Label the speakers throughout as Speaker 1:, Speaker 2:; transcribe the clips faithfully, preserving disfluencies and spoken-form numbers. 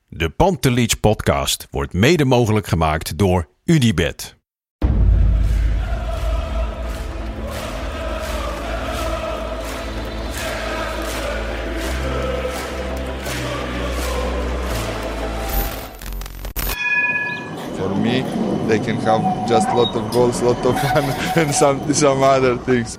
Speaker 1: De Pantelich podcast wordt mede mogelijk gemaakt door Unibet.
Speaker 2: For me, they can have just a lot of goals, a lot of fun and some, some other things.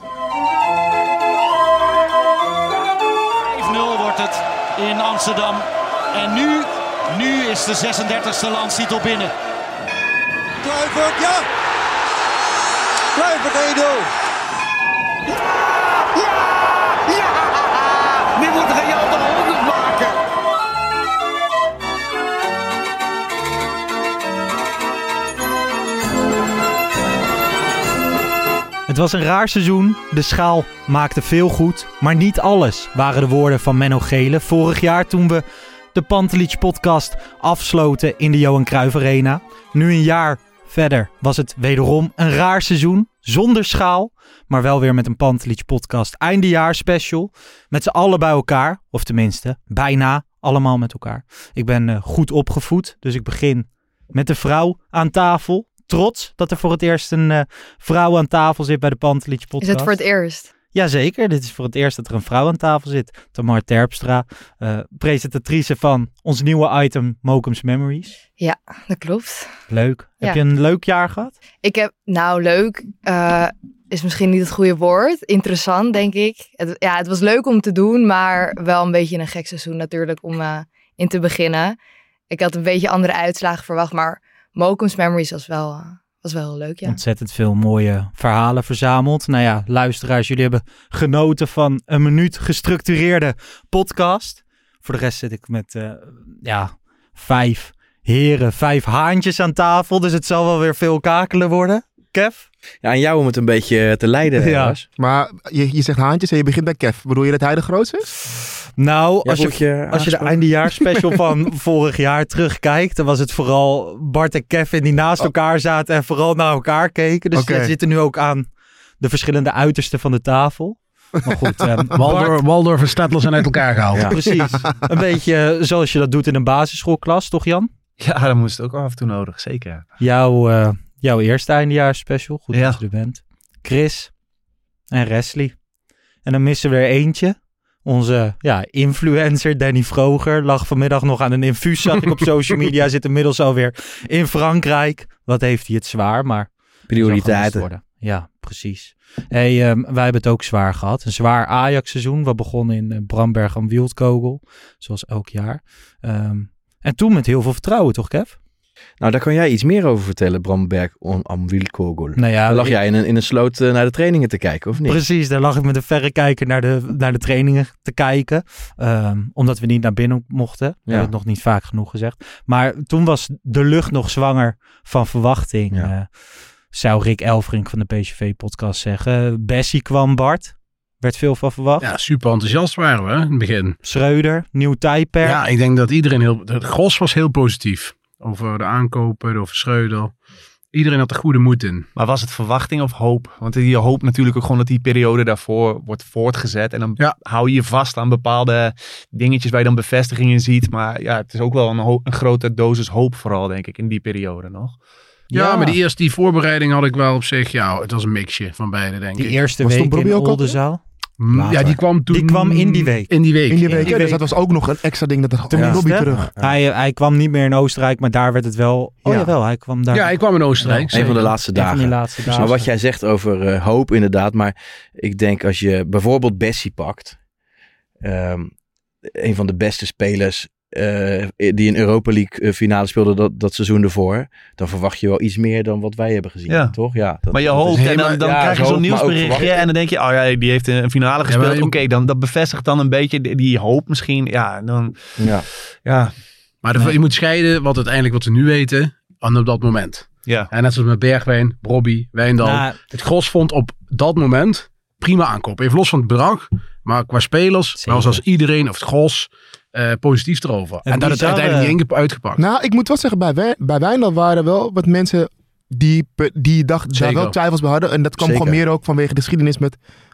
Speaker 3: vijf nul wordt het in Amsterdam. En nu, nu is de zesendertigste landstitel binnen.
Speaker 4: Kluivert, ja! Kluivert één nul!
Speaker 3: Ja! Ja! Ja! Nu moet Real de honderd maken.
Speaker 5: Het was een raar seizoen. De schaal maakte veel goed, maar niet alles, waren de woorden van Menno Gele vorig jaar toen we de Pantelich podcast afsloten in de Johan Cruijff Arena. Nu een jaar verder was het wederom een raar seizoen, zonder schaal, maar wel weer met een Pantelich podcast eindejaars special. Met z'n allen bij elkaar, of tenminste, bijna allemaal met elkaar. Ik ben uh, goed opgevoed, dus ik begin met de vrouw aan tafel. Trots dat er voor het eerst een uh, vrouw aan tafel zit bij de Pantelich podcast.
Speaker 6: Is het voor het eerst?
Speaker 5: Jazeker, dit is voor het eerst dat er een vrouw aan tafel zit. Tamar Terpstra, uh, presentatrice van ons nieuwe item Mokum's Memories.
Speaker 6: Ja, dat klopt.
Speaker 5: Leuk.
Speaker 6: Ja.
Speaker 5: Heb je een leuk jaar gehad?
Speaker 6: Ik heb, nou leuk, uh, is misschien niet het goede woord. Interessant, denk ik. Het, ja, het was leuk om te doen, maar wel een beetje een gek seizoen natuurlijk om uh, in te beginnen. Ik had een beetje andere uitslagen verwacht, maar Mokum's Memories was wel, uh, was wel heel leuk, ja.
Speaker 5: Ontzettend veel mooie verhalen verzameld. Nou ja, luisteraars, jullie hebben genoten van een minuut gestructureerde podcast. Voor de rest zit ik met uh, ja, vijf heren, vijf haantjes aan tafel. Dus het zal wel weer veel kakelen worden. Kev?
Speaker 7: Ja, aan jou om het een beetje te leiden.
Speaker 5: Ja.
Speaker 7: Lars.
Speaker 8: Maar je, je zegt haantjes en je begint bij Kev. Bedoel je dat hij de grootste is?
Speaker 5: Nou,
Speaker 7: Ja,
Speaker 5: als je,
Speaker 7: word je
Speaker 5: als je de
Speaker 7: aangesproken?
Speaker 5: eindejaarsspecial van vorig jaar terugkijkt, dan was het vooral Bart en Kevin die naast elkaar zaten en vooral naar elkaar keken. Dus
Speaker 8: Oké.
Speaker 5: we zitten nu ook aan de verschillende uitersten van de tafel. Maar goed, eh, Bart,
Speaker 9: Waldorf, Waldorf en Stadler zijn uit elkaar gehaald.
Speaker 7: Ja.
Speaker 5: precies. Een beetje zoals je dat doet in een basisschoolklas, toch Jan?
Speaker 10: Ja, dat moest ook af en toe nodig, zeker.
Speaker 5: Jouw, eh, jouw eerste eindejaarsspecial, goed
Speaker 10: Ja.
Speaker 5: dat je er bent. Chris en Wesley. En dan missen we er eentje. Onze ja, influencer Danny Vroger lag vanmiddag nog aan een infuus, zag ik op social media. Zit inmiddels alweer in Frankrijk. Wat heeft hij het zwaar, maar
Speaker 7: Prioriteiten.
Speaker 5: worden. Ja, precies. Hey, um, wij hebben het ook zwaar gehad. Een zwaar Ajax-seizoen. We begonnen in uh, Bramberg am Wildkogel, zoals elk jaar. Um, en toen met heel veel vertrouwen, toch Kev?
Speaker 7: Nou, daar kan jij iets meer over vertellen, Bramberg am Wildkogel.
Speaker 5: Nou ja,
Speaker 7: Daar lag
Speaker 5: ik-
Speaker 7: jij in een, in een sloot uh, naar de trainingen te kijken, of niet?
Speaker 5: Precies, daar lag ik met een verrekijker naar de, naar de trainingen te kijken. Um, omdat we niet naar binnen mochten. We
Speaker 7: Ja.
Speaker 5: hebben het nog niet vaak genoeg gezegd. Maar toen was de lucht nog zwanger van verwachting.
Speaker 7: Ja.
Speaker 5: Uh, zou Rick Elfrink van de P S V-podcast zeggen. Bessie kwam, Bart. Werd veel van verwacht.
Speaker 9: Ja, super enthousiast waren we hè, in het begin.
Speaker 5: Schreuder, nieuw tijdperk.
Speaker 9: Ja, ik denk dat iedereen heel... Het gros was heel positief. Over de aankopen, over Schreuder. Iedereen had er goede moed in.
Speaker 10: Maar was het verwachting of hoop? Want je hoopt natuurlijk ook gewoon dat die periode daarvoor wordt voortgezet. En dan
Speaker 9: Ja.
Speaker 10: hou je je vast aan bepaalde dingetjes waar je dan bevestigingen ziet. Maar ja, het is ook wel een, ho- een grote dosis hoop vooral, denk ik, in die periode nog.
Speaker 9: Ja,
Speaker 5: Ja.
Speaker 9: maar die eerste die voorbereiding had ik wel op zich... Ja, het was een mixje van beide, denk
Speaker 5: Die
Speaker 9: ik.
Speaker 5: eerste
Speaker 8: Was
Speaker 5: week
Speaker 8: toen Bobby
Speaker 5: in
Speaker 8: ook al?
Speaker 5: Oldenzaal.
Speaker 9: Mm,
Speaker 5: later.
Speaker 9: Ja, die kwam toen...
Speaker 5: Die kwam in die week.
Speaker 9: In die week.
Speaker 8: In die
Speaker 9: ja.
Speaker 8: week,
Speaker 5: die
Speaker 8: hè? Dus
Speaker 5: week.
Speaker 8: dat was ook nog een extra ding. Dat er
Speaker 5: Tenminste,
Speaker 8: Robbie terug.
Speaker 5: Hij, hij kwam niet meer in Oostenrijk, maar daar werd het wel... Oh
Speaker 8: Ja.
Speaker 5: jawel, hij kwam daar.
Speaker 9: Ja, ik kwam in Oostenrijk.
Speaker 7: Een van
Speaker 9: zeker.
Speaker 7: de laatste
Speaker 5: Een van
Speaker 7: dagen.
Speaker 5: die laatste dagen.
Speaker 7: Maar wat jij zegt over uh, hoop inderdaad. Maar ik denk als je bijvoorbeeld Bessie pakt. Um, een van de beste spelers uh, die in Europa League uh, finale speelde dat, dat seizoen ervoor. Dan verwacht je wel iets meer dan wat wij hebben gezien.
Speaker 10: Ja.
Speaker 7: Toch? Ja, dat,
Speaker 10: Maar je
Speaker 7: dat is-
Speaker 10: hoopt
Speaker 9: Nee,
Speaker 10: en dan,
Speaker 9: maar-
Speaker 10: dan
Speaker 7: ja,
Speaker 10: krijg je
Speaker 7: zo,
Speaker 10: zo'n
Speaker 7: maar ook
Speaker 10: nieuwsberichtje.
Speaker 7: verwachten.
Speaker 10: En dan denk je, oh ja, die heeft een finale gespeeld.
Speaker 9: maar je-
Speaker 10: Oké, dan dat bevestigt dan een beetje die, die hoop misschien. Ja, dan,
Speaker 7: ja.
Speaker 10: ja,
Speaker 9: Maar de-
Speaker 5: Nee.
Speaker 9: je moet scheiden wat uiteindelijk wat we nu weten... aan op dat moment.
Speaker 10: ja.
Speaker 9: En net zoals met Bergwijn, Robbie, Wijndal.
Speaker 5: Nou,
Speaker 9: Het gros vond op dat moment prima aankoop. Even los van het bedrag, maar qua spelers
Speaker 5: Zeker.
Speaker 9: was als iedereen, of het gros, eh, positief erover. En, dat het
Speaker 5: bizarre-
Speaker 9: uiteindelijk niet inge- uitgepakt.
Speaker 8: Nou, ik moet wel zeggen, bij, Wij- bij Wijndal waren wel wat mensen die, pe- die dacht, daar
Speaker 9: Zeker.
Speaker 8: wel twijfels bij hadden. En dat kwam
Speaker 7: Zeker.
Speaker 8: gewoon meer ook vanwege de geschiedenis met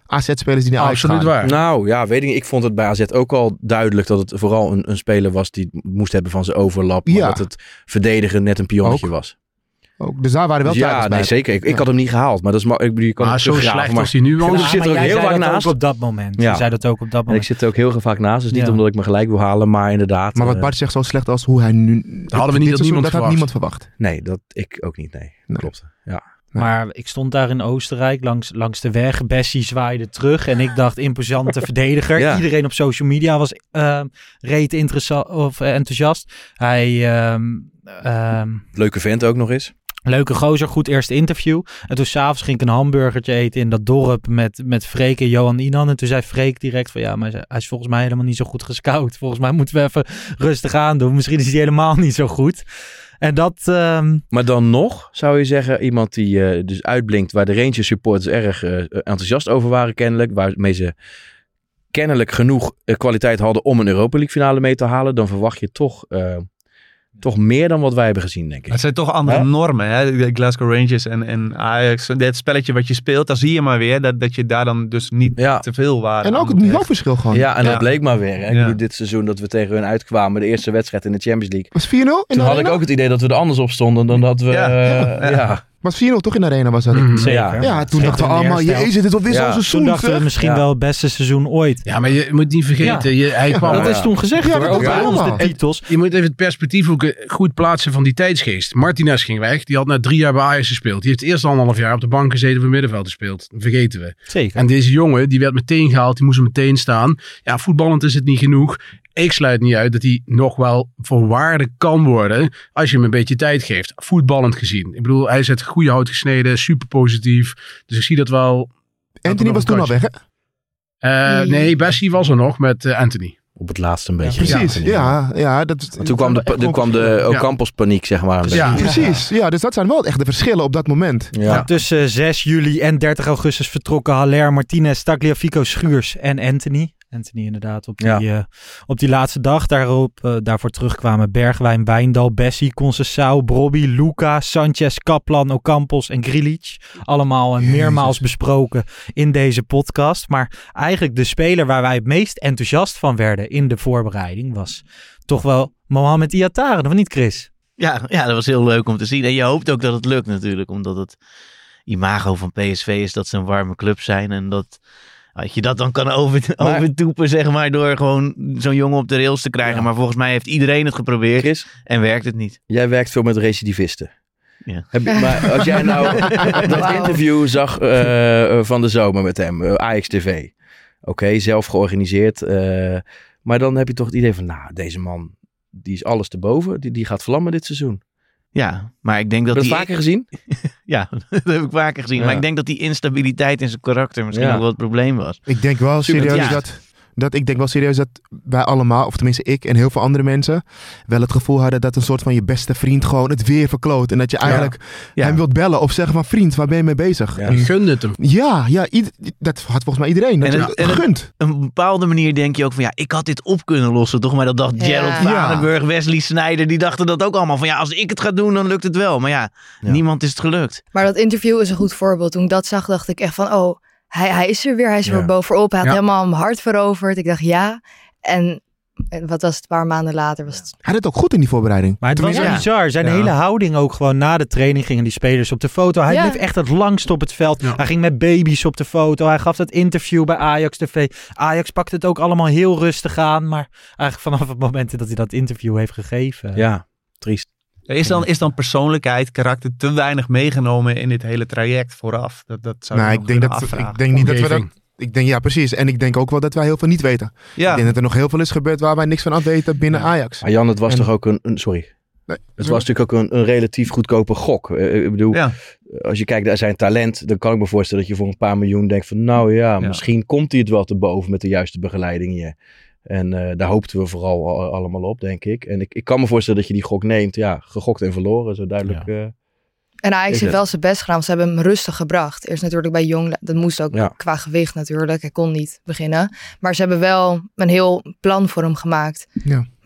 Speaker 8: A Z-spelers die naar Ajax
Speaker 9: Absoluut
Speaker 8: gaan.
Speaker 9: waar.
Speaker 7: Nou ja, weet ik niet. Ik vond het bij A Z ook al duidelijk dat het vooral een, een speler was die het moest hebben van zijn overlap. Maar
Speaker 8: Ja.
Speaker 7: dat het verdedigen net een pionnetje
Speaker 8: Ook.
Speaker 7: was.
Speaker 8: Ook, dus daar waren wel
Speaker 7: Dus ja,
Speaker 8: tijgers
Speaker 7: nee,
Speaker 8: bij.
Speaker 7: zeker. Ik, ik
Speaker 8: Ja.
Speaker 7: had hem niet gehaald. Maar dat is maar, ik bedoel, je kan
Speaker 9: Maar
Speaker 7: het
Speaker 9: zo
Speaker 7: teruggraven,
Speaker 9: slecht
Speaker 7: maar
Speaker 9: als hij nu was.
Speaker 7: Ja,
Speaker 5: Ja,
Speaker 7: ik zit er
Speaker 5: maar
Speaker 7: ook
Speaker 5: jij
Speaker 7: heel
Speaker 5: zei
Speaker 7: vaak
Speaker 5: dat
Speaker 7: naast.
Speaker 5: ook op dat moment.
Speaker 7: Ja.
Speaker 5: Je zei dat ook op dat
Speaker 7: En ik
Speaker 5: moment.
Speaker 7: zit er ook heel vaak naast. Dus niet
Speaker 5: Ja.
Speaker 7: omdat ik me gelijk wil halen, maar inderdaad.
Speaker 8: Maar wat
Speaker 7: eh,
Speaker 8: Bart zegt, zo slecht als hoe hij nu...
Speaker 9: Dat hadden we niet
Speaker 8: dit
Speaker 9: dat
Speaker 8: seizoen,
Speaker 9: niemand
Speaker 8: dat had
Speaker 9: verwacht.
Speaker 8: niemand verwacht.
Speaker 7: Nee, dat ik ook niet. Nee,
Speaker 8: Nee.
Speaker 7: klopt. Ja.
Speaker 5: Maar ik stond daar in Oostenrijk langs, langs de weg. Bessie zwaaide terug. En ik dacht, imposante verdediger.
Speaker 7: Ja.
Speaker 5: Iedereen op social media was uh, reet interessant of uh, enthousiast. Hij... Um, um,
Speaker 7: Leuke vent ook nog eens.
Speaker 5: Leuke gozer, goed eerste interview. En toen s'avonds ging ik een hamburgertje eten in dat dorp met, met Freek en Johan Inan. En toen zei Freek direct van ja, maar hij is volgens mij helemaal niet zo goed gescout. Volgens mij moeten we even rustig aan doen. Misschien is hij helemaal niet zo goed. En dat... Um...
Speaker 7: Maar dan nog, zou je zeggen, iemand die uh, dus uitblinkt, waar de Rangers supporters erg uh, enthousiast over waren kennelijk, waarmee ze kennelijk genoeg uh, kwaliteit hadden om een Europa League finale mee te halen, dan verwacht je toch... Uh, Toch meer dan wat wij hebben gezien, denk ik.
Speaker 10: Het zijn toch andere
Speaker 7: Hè?
Speaker 10: normen, hè? De Glasgow Rangers en, en Ajax. Dat spelletje wat je speelt, dan zie je maar weer dat, dat je daar dan dus niet
Speaker 7: ja.
Speaker 10: te veel waarde
Speaker 8: En ook
Speaker 10: aan
Speaker 8: het
Speaker 10: moet
Speaker 8: niveauverschil gewoon.
Speaker 7: Ja, en
Speaker 10: Ja.
Speaker 7: dat bleek maar weer. Hè? Ik
Speaker 10: Ja.
Speaker 7: bedoel, dit seizoen dat we tegen hun uitkwamen, de eerste wedstrijd in de Champions League.
Speaker 8: Was vier nul in
Speaker 7: Toen
Speaker 8: de
Speaker 7: had
Speaker 8: arena?
Speaker 7: ik ook het idee dat we er anders op stonden dan dat we...
Speaker 10: Ja.
Speaker 7: Uh, ja. ja.
Speaker 8: Was vier nul toch in de arena was dat?
Speaker 9: Mm.
Speaker 5: Zeker.
Speaker 7: Ja.
Speaker 8: Ja, toen
Speaker 5: Zeker
Speaker 8: dachten we
Speaker 5: in de
Speaker 8: allemaal,
Speaker 5: eerste helft.
Speaker 8: jezus, dit wordt weer
Speaker 7: Ja.
Speaker 8: zo'n
Speaker 5: Toen
Speaker 8: seizoen.
Speaker 5: dachten we
Speaker 8: zeg.
Speaker 5: misschien
Speaker 7: Ja.
Speaker 5: wel het beste seizoen ooit.
Speaker 9: Ja, maar je moet niet vergeten. Je, hij kwam,
Speaker 5: dat
Speaker 7: ja.
Speaker 5: is toen gezegd
Speaker 8: Ja,
Speaker 5: hoor.
Speaker 8: dat
Speaker 5: Ook
Speaker 8: is
Speaker 5: bij
Speaker 8: allemaal.
Speaker 5: ons de titels.
Speaker 9: Je moet even het perspectief ook eh, goed plaatsen van die tijdsgeest. Martinez ging weg. Die had na drie jaar bij Ajax gespeeld. Die heeft het eerste anderhalf jaar op de bank gezeten voor middenveld gespeeld. Dat vergeten we.
Speaker 5: Zeker.
Speaker 9: En deze jongen, die werd meteen gehaald. Die moest er meteen staan. Ja, voetballend is het niet genoeg. Ik sluit niet uit dat hij nog wel voor waarde kan worden als je hem een beetje tijd geeft. Voetballend gezien. Ik bedoel, hij is het goede hout gesneden. Super positief. Dus ik zie dat wel.
Speaker 8: Anthony was toen al weg, hè?
Speaker 9: Uh, nee, Bessie was er nog met uh, Anthony.
Speaker 7: Op het laatste een beetje.
Speaker 8: Precies, ja. ja dat is,
Speaker 7: En toen kwam de, toen kwam de Ocampos paniek, zeg maar. Een
Speaker 9: Ja.
Speaker 8: Precies, ja, dus dat zijn wel echt de verschillen op dat moment.
Speaker 7: Ja. Ja.
Speaker 5: Tussen zes juli en dertig augustus vertrokken Haller, Martinez, Tagliafico, Schuurs en Anthony. Anthony inderdaad op die,
Speaker 7: Ja.
Speaker 5: uh, op die laatste dag. Daarop, uh, daarvoor terugkwamen Bergwijn, Wijndal, Bessie, Conceição, Brobby, Luca, Sanchez, Kaplan, Ocampos en Grilic. Allemaal uh, meermaals besproken in deze podcast. Maar eigenlijk de speler waar wij het meest enthousiast van werden in de voorbereiding was toch wel Mohamed Iatare, of niet Chris?
Speaker 11: Ja, ja, dat was heel leuk om te zien. En je hoopt ook dat het lukt natuurlijk. Omdat het imago van P S V is dat ze een warme club zijn. En dat, dat je dat dan kan over,
Speaker 7: Maar-
Speaker 11: overtoepen, zeg maar, door gewoon zo'n jongen op de rails te krijgen.
Speaker 7: Ja.
Speaker 11: Maar volgens mij heeft iedereen het geprobeerd
Speaker 7: Chris,
Speaker 11: en werkt het niet.
Speaker 7: jij werkt veel met recidivisten.
Speaker 11: Ja.
Speaker 7: Heb je, maar als jij nou dat
Speaker 6: Wauw.
Speaker 7: interview zag uh, van de zomer met hem, uh, Ajax T V. Oké, okay, zelf georganiseerd. Uh, maar dan heb je toch het idee van, nou, deze man, die is alles te boven. Die, die gaat vlammen dit seizoen.
Speaker 11: Ja, maar ik denk dat
Speaker 7: Heb je
Speaker 11: die...
Speaker 7: dat vaker gezien?
Speaker 11: Ja, dat heb ik vaker gezien.
Speaker 7: Ja.
Speaker 11: Maar ik denk dat die instabiliteit in zijn karakter misschien
Speaker 7: Ja.
Speaker 11: ook wel het probleem was.
Speaker 8: Ik denk wel
Speaker 11: Super,
Speaker 8: serieus
Speaker 11: ja.
Speaker 8: dat, dat... Ik denk wel serieus dat wij allemaal, of tenminste ik en heel veel andere mensen, wel het gevoel hadden dat een soort van je beste vriend gewoon het weer verkloot. En dat je eigenlijk
Speaker 11: Ja.
Speaker 8: hem wilt bellen of zeggen van vriend, waar ben je mee bezig?
Speaker 7: Ja.
Speaker 8: En-
Speaker 9: Je gunde het hem.
Speaker 8: Ja, ja, ieder- dat had volgens mij iedereen. Dat
Speaker 11: En
Speaker 8: je
Speaker 11: het- en het-
Speaker 8: gunt.
Speaker 11: Op een bepaalde manier denk je ook van ja, ik had dit op kunnen lossen, toch? Maar dat dacht
Speaker 6: Ja.
Speaker 11: Gerald Varenburg, Wesley Sneijder, die dachten dat ook allemaal van ja, als ik het ga doen, dan lukt het wel. Maar ja,
Speaker 7: Ja.
Speaker 11: niemand is het gelukt.
Speaker 6: Maar dat interview is een goed voorbeeld. Toen ik dat zag, dacht ik echt van, oh, hij, hij is er weer. Hij is er
Speaker 7: Ja.
Speaker 6: weer bovenop. Hij had
Speaker 9: Ja.
Speaker 6: helemaal mijn hart veroverd. Ik dacht ja. En en wat was het, een paar maanden later was het...
Speaker 8: Hij deed het ook goed in die voorbereiding.
Speaker 5: Maar het was
Speaker 6: Ja.
Speaker 5: bizar. Zijn
Speaker 8: Ja.
Speaker 5: hele houding ook gewoon na de training gingen die spelers op de foto. Hij
Speaker 6: Ja.
Speaker 5: bleef echt het langst op het veld.
Speaker 9: Ja.
Speaker 5: Hij ging met baby's op de foto. Hij gaf dat interview bij Ajax T V. Ajax pakte het ook allemaal heel rustig aan. Maar eigenlijk vanaf het moment dat hij dat interview heeft gegeven.
Speaker 7: Ja, triest.
Speaker 10: Is dan, is dan persoonlijkheid, karakter te weinig meegenomen in dit hele traject vooraf? Dat, dat zou
Speaker 8: Nou,
Speaker 10: ik
Speaker 8: ik
Speaker 10: nog
Speaker 8: denk,
Speaker 10: willen
Speaker 8: dat,
Speaker 10: afvragen.
Speaker 8: ik denk niet dat we dat...
Speaker 9: Omgeving.
Speaker 8: Ik denk, ja, precies. En ik denk ook wel dat wij heel veel niet weten.
Speaker 10: Ja.
Speaker 8: Ik denk dat er nog heel veel is gebeurd waar wij niks van af weten binnen Ajax.
Speaker 7: Maar Jan, het was
Speaker 8: En-
Speaker 7: toch ook een... een sorry.
Speaker 8: Nee,
Speaker 7: Het
Speaker 8: zo-
Speaker 7: was natuurlijk ook een, een relatief goedkope gok. Uh, ik bedoel,
Speaker 10: Ja.
Speaker 7: als je kijkt naar zijn talent, dan kan ik me voorstellen dat je voor een paar miljoen denkt van, nou ja,
Speaker 10: Ja.
Speaker 7: misschien komt hij het wel te boven met de juiste begeleiding hier. En uh, daar hoopten we vooral al- allemaal op, denk ik. En ik, ik kan me voorstellen dat je die gok neemt. Ja, gegokt en verloren, zo duidelijk.
Speaker 5: Ja.
Speaker 7: uh,
Speaker 6: En Ajax
Speaker 7: Is
Speaker 6: heeft
Speaker 7: het.
Speaker 6: wel zijn best gedaan. want Ze hebben hem rustig gebracht. Eerst natuurlijk bij Jong. Dat moest ook
Speaker 7: Ja.
Speaker 6: qua gewicht natuurlijk. Hij kon niet beginnen. Maar ze hebben wel een heel plan voor hem gemaakt.
Speaker 8: Ja.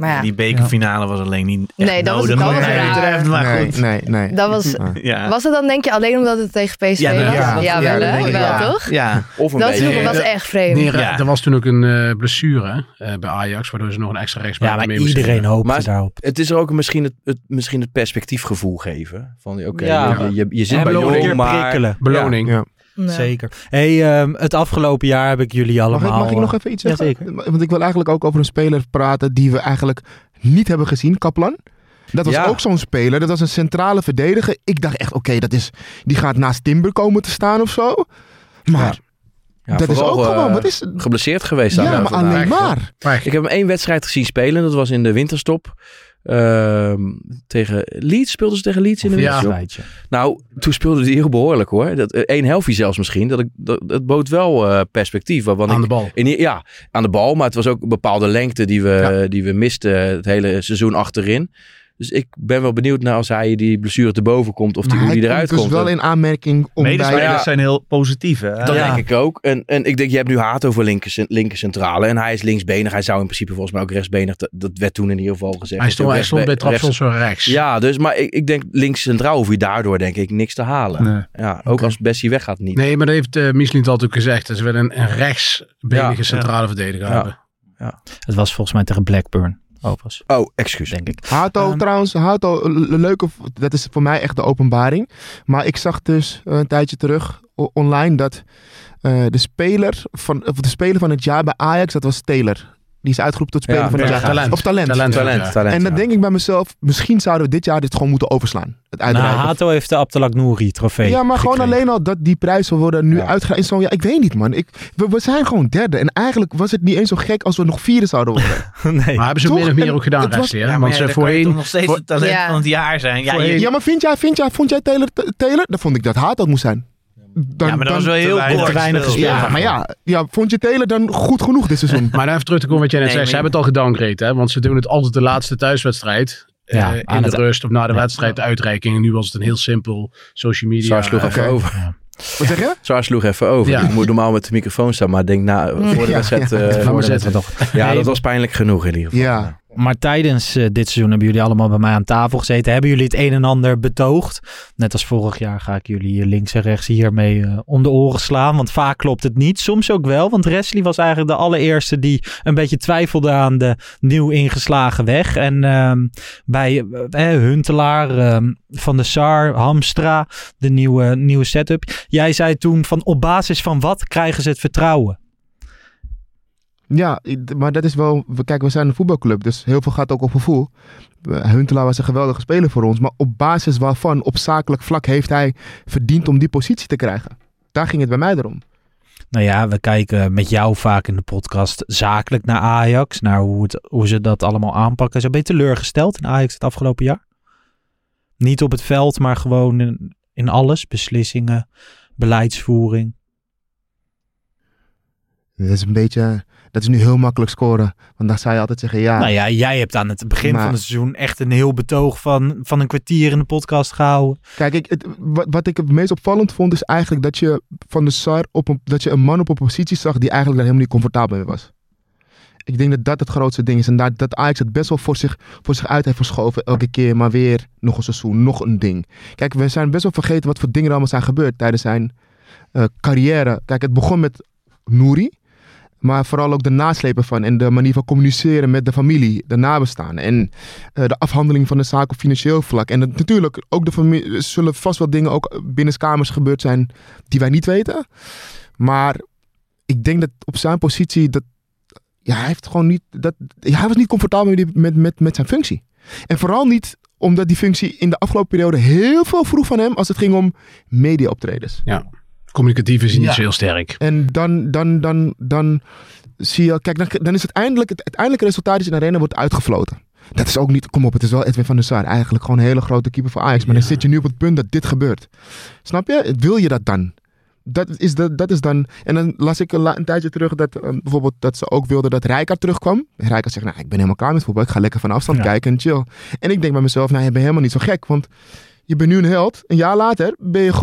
Speaker 6: Maar ja.
Speaker 11: Die bekerfinale was alleen niet echt
Speaker 6: Nee, dat was-
Speaker 11: nodig.
Speaker 6: dat was
Speaker 11: wat mij
Speaker 6: raar.
Speaker 11: betreft, maar
Speaker 8: nee,
Speaker 11: goed.
Speaker 8: nee, nee.
Speaker 6: Dat was,
Speaker 11: Ja.
Speaker 6: was het dan denk je alleen omdat het tegen P S V
Speaker 11: Ja,
Speaker 6: was?
Speaker 11: dat-
Speaker 6: Ja,
Speaker 11: ja,
Speaker 6: wel,
Speaker 8: dat
Speaker 6: hè?
Speaker 8: denk ik,
Speaker 6: wel
Speaker 11: ja.
Speaker 6: toch?
Speaker 11: Ja.
Speaker 7: Of een
Speaker 6: Dat
Speaker 7: beetje...
Speaker 6: vroeger was
Speaker 9: Nee,
Speaker 6: echt vreemd.
Speaker 9: Nee,
Speaker 11: Ja.
Speaker 9: er was toen ook een uh, blessure uh, bij Ajax, waardoor ze nog een extra rechtsback
Speaker 5: Ja, maar
Speaker 9: mee moesten
Speaker 5: iedereen
Speaker 9: nemen.
Speaker 5: hoopte
Speaker 7: Maar
Speaker 5: daarop.
Speaker 7: het is er ook misschien het, het, misschien het perspectiefgevoel geven. Van oké,
Speaker 5: Ja.
Speaker 7: je, je, je zit
Speaker 5: En
Speaker 7: bij
Speaker 5: nog een
Speaker 7: jong,
Speaker 5: keer
Speaker 7: maar...
Speaker 5: prikkelen.
Speaker 9: Beloning.
Speaker 8: Ja.
Speaker 6: Ja.
Speaker 5: Zeker. Hey, ehm, het afgelopen jaar heb ik jullie allemaal...
Speaker 8: Mag ik, mag ik nog
Speaker 5: eh,
Speaker 8: even iets
Speaker 5: ja,
Speaker 8: zeggen?
Speaker 5: zeker.
Speaker 8: Want ik wil eigenlijk ook over een speler praten die we eigenlijk niet hebben gezien, Kaplan. Dat was
Speaker 7: Ja.
Speaker 8: ook zo'n speler. Dat was een centrale verdediger. Ik dacht echt, oké, dat is die gaat naast Timber komen te staan of zo. Maar
Speaker 7: Ja,
Speaker 8: dat is
Speaker 7: vooral,
Speaker 8: ook gewoon,
Speaker 7: eh,
Speaker 8: wat is...
Speaker 7: geblesseerd geweest.
Speaker 8: Ja,
Speaker 7: aan
Speaker 8: maar
Speaker 7: de-
Speaker 8: alleen
Speaker 9: vandaag.
Speaker 8: maar.
Speaker 9: Maar
Speaker 7: Ik heb hem één wedstrijd gezien spelen. Dat was in de winterstop. Ehm, tegen Leeds. Speelden ze tegen Leeds in de
Speaker 9: Ja.
Speaker 7: winterstop?
Speaker 5: Wedstrijdje.
Speaker 7: Nou, toen speelde hij heel behoorlijk hoor. Dat, eh, één helftje zelfs misschien. Dat, ik, dat, dat bood wel eh, perspectief. Want
Speaker 9: aan
Speaker 7: ik,
Speaker 9: de bal.
Speaker 7: in, ja, aan de bal. Maar het was ook een bepaalde lengte die we,
Speaker 9: Ja.
Speaker 7: die we misten het hele seizoen achterin. Dus ik ben wel benieuwd naar als hij die blessure te boven komt. Of die,
Speaker 8: Maar
Speaker 7: hoe die
Speaker 8: hij
Speaker 7: eruit
Speaker 8: komt dus
Speaker 7: komt.
Speaker 8: wel in aanmerking om bij...
Speaker 10: Medespelers
Speaker 7: Ja.
Speaker 10: zijn heel positief. Hè?
Speaker 7: Dat
Speaker 5: Ja.
Speaker 7: denk ik ook. En, en ik denk, je hebt nu Hato voor linker, linker centrale. En hij is linksbenig. Hij zou in principe volgens mij ook rechtsbenig. Dat, dat werd toen in ieder geval gezegd.
Speaker 9: Hij
Speaker 7: Dat
Speaker 9: stond, hij stond bij
Speaker 7: rechtsbe-
Speaker 9: Trabzons voor rechts.
Speaker 7: Ja, dus, maar ik, ik denk links centraal hoef je daardoor denk ik niks te halen.
Speaker 10: Nee.
Speaker 7: Ja, ook
Speaker 9: Oké.
Speaker 7: als Bessie weggaat niet.
Speaker 9: Nee, maar dat heeft uh, Michelin altijd ook gezegd. Dat ze willen een, een rechtsbenige
Speaker 7: Ja.
Speaker 9: centrale verdediger
Speaker 7: Ja.
Speaker 9: hebben.
Speaker 5: Het was volgens mij tegen Blackburn. Overigens,
Speaker 7: Oh, excuus.
Speaker 5: denk ik.
Speaker 8: Hato
Speaker 5: Um,
Speaker 8: trouwens, Hato, een leuke, dat is voor mij echt de openbaring. Maar ik zag dus uh, een tijdje terug o- online dat uh, de, speler van, of de speler van het jaar bij Ajax, dat was Taylor. Die is uitgeroepen tot speler
Speaker 7: Ja,
Speaker 8: van het
Speaker 9: ja,
Speaker 8: jaar.
Speaker 9: talent.
Speaker 8: Of talent.
Speaker 9: Talent.
Speaker 7: Talent,
Speaker 9: Ja.
Speaker 7: talent.
Speaker 8: En dan
Speaker 7: ja.
Speaker 8: denk ik bij mezelf, misschien zouden we dit jaar dit gewoon moeten overslaan. Het
Speaker 5: Nou,
Speaker 8: uitreiken.
Speaker 5: Hato heeft de Abdelak Nouri trofee
Speaker 8: ja, maar gewoon
Speaker 5: gekregen.
Speaker 8: alleen al dat die prijzen worden nu
Speaker 7: Ja.
Speaker 8: uitgereikt. in zo'n- Ja, ik weet niet man. Ik, we, we zijn gewoon derde. En eigenlijk was het niet eens zo gek als we nog vierde zouden worden.
Speaker 5: nee.
Speaker 9: Maar hebben ze
Speaker 8: Toch?
Speaker 9: min of meer
Speaker 8: En
Speaker 9: ook gedaan,
Speaker 8: het was-
Speaker 9: Wesley, hè?
Speaker 11: Ja, maar
Speaker 9: Want
Speaker 11: ja,
Speaker 9: ze
Speaker 11: dan kan je
Speaker 9: voorheen...
Speaker 11: toch nog steeds
Speaker 9: voor-
Speaker 11: het talent
Speaker 6: Ja.
Speaker 11: van het jaar zijn. Ja,
Speaker 9: Voorheen-
Speaker 11: je,
Speaker 8: Ja, maar vind jij, vind jij, vond jij Taylor, Taylor? Dan vond ik dat Hato moest zijn. Dan,
Speaker 11: ja, maar dat was
Speaker 8: dan-
Speaker 11: wel heel
Speaker 10: weinig
Speaker 11: kort.
Speaker 5: te weinig
Speaker 11: gespeeld.
Speaker 5: gespeeld.
Speaker 8: Ja, maar ja, ja, vond je Taylor dan goed genoeg dit seizoen?
Speaker 9: Maar dan even terug te komen wat jij net
Speaker 11: Nee,
Speaker 9: zei. Ze
Speaker 11: maar-
Speaker 9: hebben het al gedowngrade, hè? Want ze doen het altijd de laatste thuiswedstrijd.
Speaker 5: Ja,
Speaker 9: eh,
Speaker 5: aan
Speaker 9: in de
Speaker 5: het-
Speaker 9: rust of na de
Speaker 5: Ja.
Speaker 9: wedstrijd, de uitreiking. En nu was het een heel simpel social media.
Speaker 7: Zwaar sloeg
Speaker 9: eh,
Speaker 7: even
Speaker 8: Oké.
Speaker 7: over.
Speaker 8: Wat zeg je?
Speaker 7: Zwaar sloeg even over.
Speaker 9: Ja.
Speaker 7: Ik moet normaal met de microfoon staan, maar ik denk na, voor de
Speaker 8: Ja,
Speaker 7: wedstrijd...
Speaker 8: ja.
Speaker 7: eh,
Speaker 9: Laat
Speaker 7: voor
Speaker 9: maar
Speaker 7: de
Speaker 9: zetten.
Speaker 7: wedstrijd- Ja,
Speaker 5: Nee,
Speaker 7: dat was pijnlijk genoeg in ieder geval.
Speaker 8: Ja.
Speaker 5: Maar tijdens uh, dit seizoen hebben jullie allemaal bij mij aan tafel gezeten. Hebben jullie het een en ander betoogd? Net als vorig jaar ga ik jullie links en rechts hiermee uh, om de oren slaan. Want vaak klopt het niet. Soms ook wel. Want Wesley was eigenlijk de allereerste die een beetje twijfelde aan de nieuw ingeslagen weg. En uh, bij uh, Huntelaar, uh, Van der Sar, Hamstra, de nieuwe, nieuwe setup. Jij zei toen van op basis van wat krijgen ze het vertrouwen?
Speaker 8: Ja, maar dat is wel... Kijk, we zijn een voetbalclub, dus heel veel gaat ook op gevoel. Huntelaar was een geweldige speler voor ons. Maar op basis waarvan, op zakelijk vlak, heeft hij verdiend om die positie te krijgen? Daar ging het bij mij erom.
Speaker 5: Nou ja, we kijken met jou vaak in de podcast zakelijk naar Ajax. Naar hoe, het, hoe ze dat allemaal aanpakken. Zo ben je teleurgesteld in Ajax het afgelopen jaar? Niet op het veld, maar gewoon in, in alles. Beslissingen, beleidsvoering.
Speaker 8: Dat is een beetje... Dat is nu heel makkelijk scoren. Want dan zou je altijd zeggen ja.
Speaker 5: Nou ja, jij hebt aan het begin
Speaker 8: Maar-
Speaker 5: van het seizoen echt een heel betoog van, van een kwartier in de podcast gehouden.
Speaker 8: Kijk, ik, het, wat, wat ik het meest opvallend vond is eigenlijk dat je van de Sar op een, dat je een man op een positie zag die eigenlijk daar helemaal niet comfortabel mee was. Ik denk dat dat het grootste ding is. En dat, dat Ajax het best wel voor zich, voor zich uit heeft verschoven. Elke keer maar weer nog een seizoen, nog een ding. Kijk, we zijn best wel vergeten wat voor dingen er allemaal zijn gebeurd tijdens zijn uh, carrière. Kijk, het begon met Nouri. Maar vooral ook de naslepen van en de manier van communiceren met de familie, de nabestaanden. En uh, de afhandeling van de zaak op financieel vlak. En het, natuurlijk, ook de familie, er zullen vast wel dingen ook binnenskamers gebeurd zijn die wij niet weten. Maar ik denk dat op zijn positie, dat, ja, hij heeft gewoon niet, dat, ja, hij was niet comfortabel met, die, met, met, met zijn functie. En vooral niet omdat die functie in de afgelopen periode heel veel vroeg van hem als het ging om media-optredens.
Speaker 9: Ja. Communicatief is hij niet
Speaker 8: Ja.
Speaker 9: zo heel sterk.
Speaker 8: En dan, dan, dan, dan zie je, kijk, dan, dan is het eindelijk, het uiteindelijke resultaat is in de arena wordt uitgefloten. Dat is ook niet, kom op, het is wel Edwin van der Sar. Eigenlijk gewoon een hele grote keeper voor Ajax. Maar
Speaker 9: Ja.
Speaker 8: dan zit je nu op het punt dat dit gebeurt. Snap je? Wil je dat dan? Dat is, dat, dat is dan... En dan las ik een, een tijdje terug dat um, bijvoorbeeld dat ze ook wilden dat Rijkaard terugkwam. Rijkaard zegt, nou, ik ben helemaal klaar met voetbal. Ik ga lekker van afstand
Speaker 5: Ja.
Speaker 8: kijken en chill. En ik denk bij mezelf, nou, je bent helemaal niet zo gek. Want je bent nu een held. Een jaar later ben je gewoon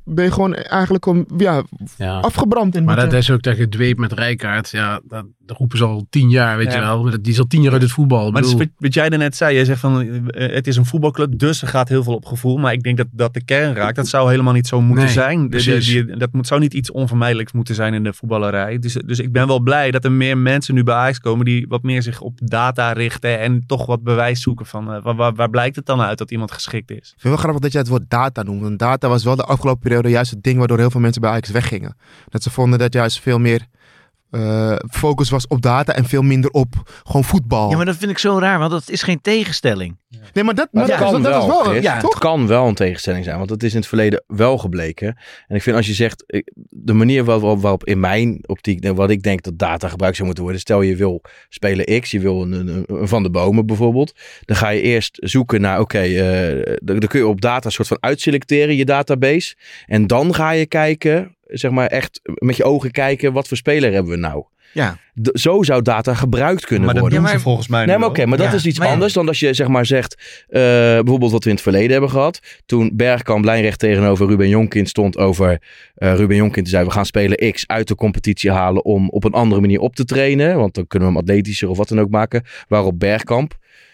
Speaker 8: ben je gewoon eigenlijk om, ja,
Speaker 9: Ja.
Speaker 8: afgebrand. In
Speaker 9: Maar dat
Speaker 8: je...
Speaker 9: is ook dat je dweept met Rijkaard. Ja, dat, dat roepen ze al tien jaar, weet
Speaker 10: Ja.
Speaker 9: je wel. Die is al tien jaar uit het voetbal. Ik
Speaker 10: Maar dat is
Speaker 9: bedoel,
Speaker 10: wat, wat jij daarnet zei. Jij zegt van uh, het is een voetbalclub, dus er gaat heel veel op gevoel. Maar ik denk dat dat de kern raakt. Dat zou helemaal niet zo moeten
Speaker 9: Nee,
Speaker 10: zijn. De- de-
Speaker 9: precies.
Speaker 10: die- dat moet, zou niet iets onvermijdelijks moeten zijn in de voetballerij. Dus, dus ik ben wel blij dat er meer mensen nu bij Ajax komen die wat meer zich op data richten en toch wat bewijs zoeken van uh, waar, waar, waar blijkt het dan uit dat iemand geschikt is.
Speaker 8: Ik vind het wel grappig dat jij het woord data noemt. Want data was wel de afgelopen periode juist het ding waardoor heel veel mensen bij Ajax weggingen. Dat ze vonden dat juist veel meer uh, focus was op data en veel minder op gewoon voetbal.
Speaker 11: Ja, maar dat vind ik zo raar, want dat is geen tegenstelling.
Speaker 8: Nee, maar dat,
Speaker 7: Maar
Speaker 8: maar
Speaker 7: het
Speaker 8: dat,
Speaker 7: kan
Speaker 8: dat,
Speaker 7: wel,
Speaker 8: dat is wel,
Speaker 7: Chris.
Speaker 8: ja,
Speaker 7: Het
Speaker 8: toch?
Speaker 7: kan wel een tegenstelling zijn, want het is in het verleden wel gebleken. En ik vind als je zegt, ik- de manier waarop, waarop in mijn optiek, wat ik denk dat data gebruikt zou moeten worden. Stel je wil spelen X, je wil een, een, een Van de Bomen bijvoorbeeld. Dan ga je eerst zoeken naar, oké, okay, uh, dan kun je op data een soort van uitselecteren, je database. En dan ga je kijken, zeg maar echt met je ogen kijken, wat voor speler hebben we nou?
Speaker 11: Ja.
Speaker 7: D- zo zou data gebruikt kunnen
Speaker 10: Maar dat
Speaker 7: worden.
Speaker 10: doen
Speaker 11: Ja,
Speaker 10: ze
Speaker 11: maar-
Speaker 10: volgens mij
Speaker 7: Nee,
Speaker 10: nu
Speaker 7: maar oké,
Speaker 10: wel.
Speaker 7: maar dat
Speaker 11: Ja,
Speaker 7: is iets
Speaker 11: maar ja.
Speaker 7: anders dan als je zeg maar zegt, uh, bijvoorbeeld wat we in het verleden hebben gehad. Toen Bergkamp lijnrecht tegenover Ruben Jonkind stond over uh, Ruben Jonkind te zeggen, we gaan spelen X uit de competitie halen om op een andere manier op te trainen. Want dan kunnen we hem atletischer of wat dan ook maken. Waarop Bergkamp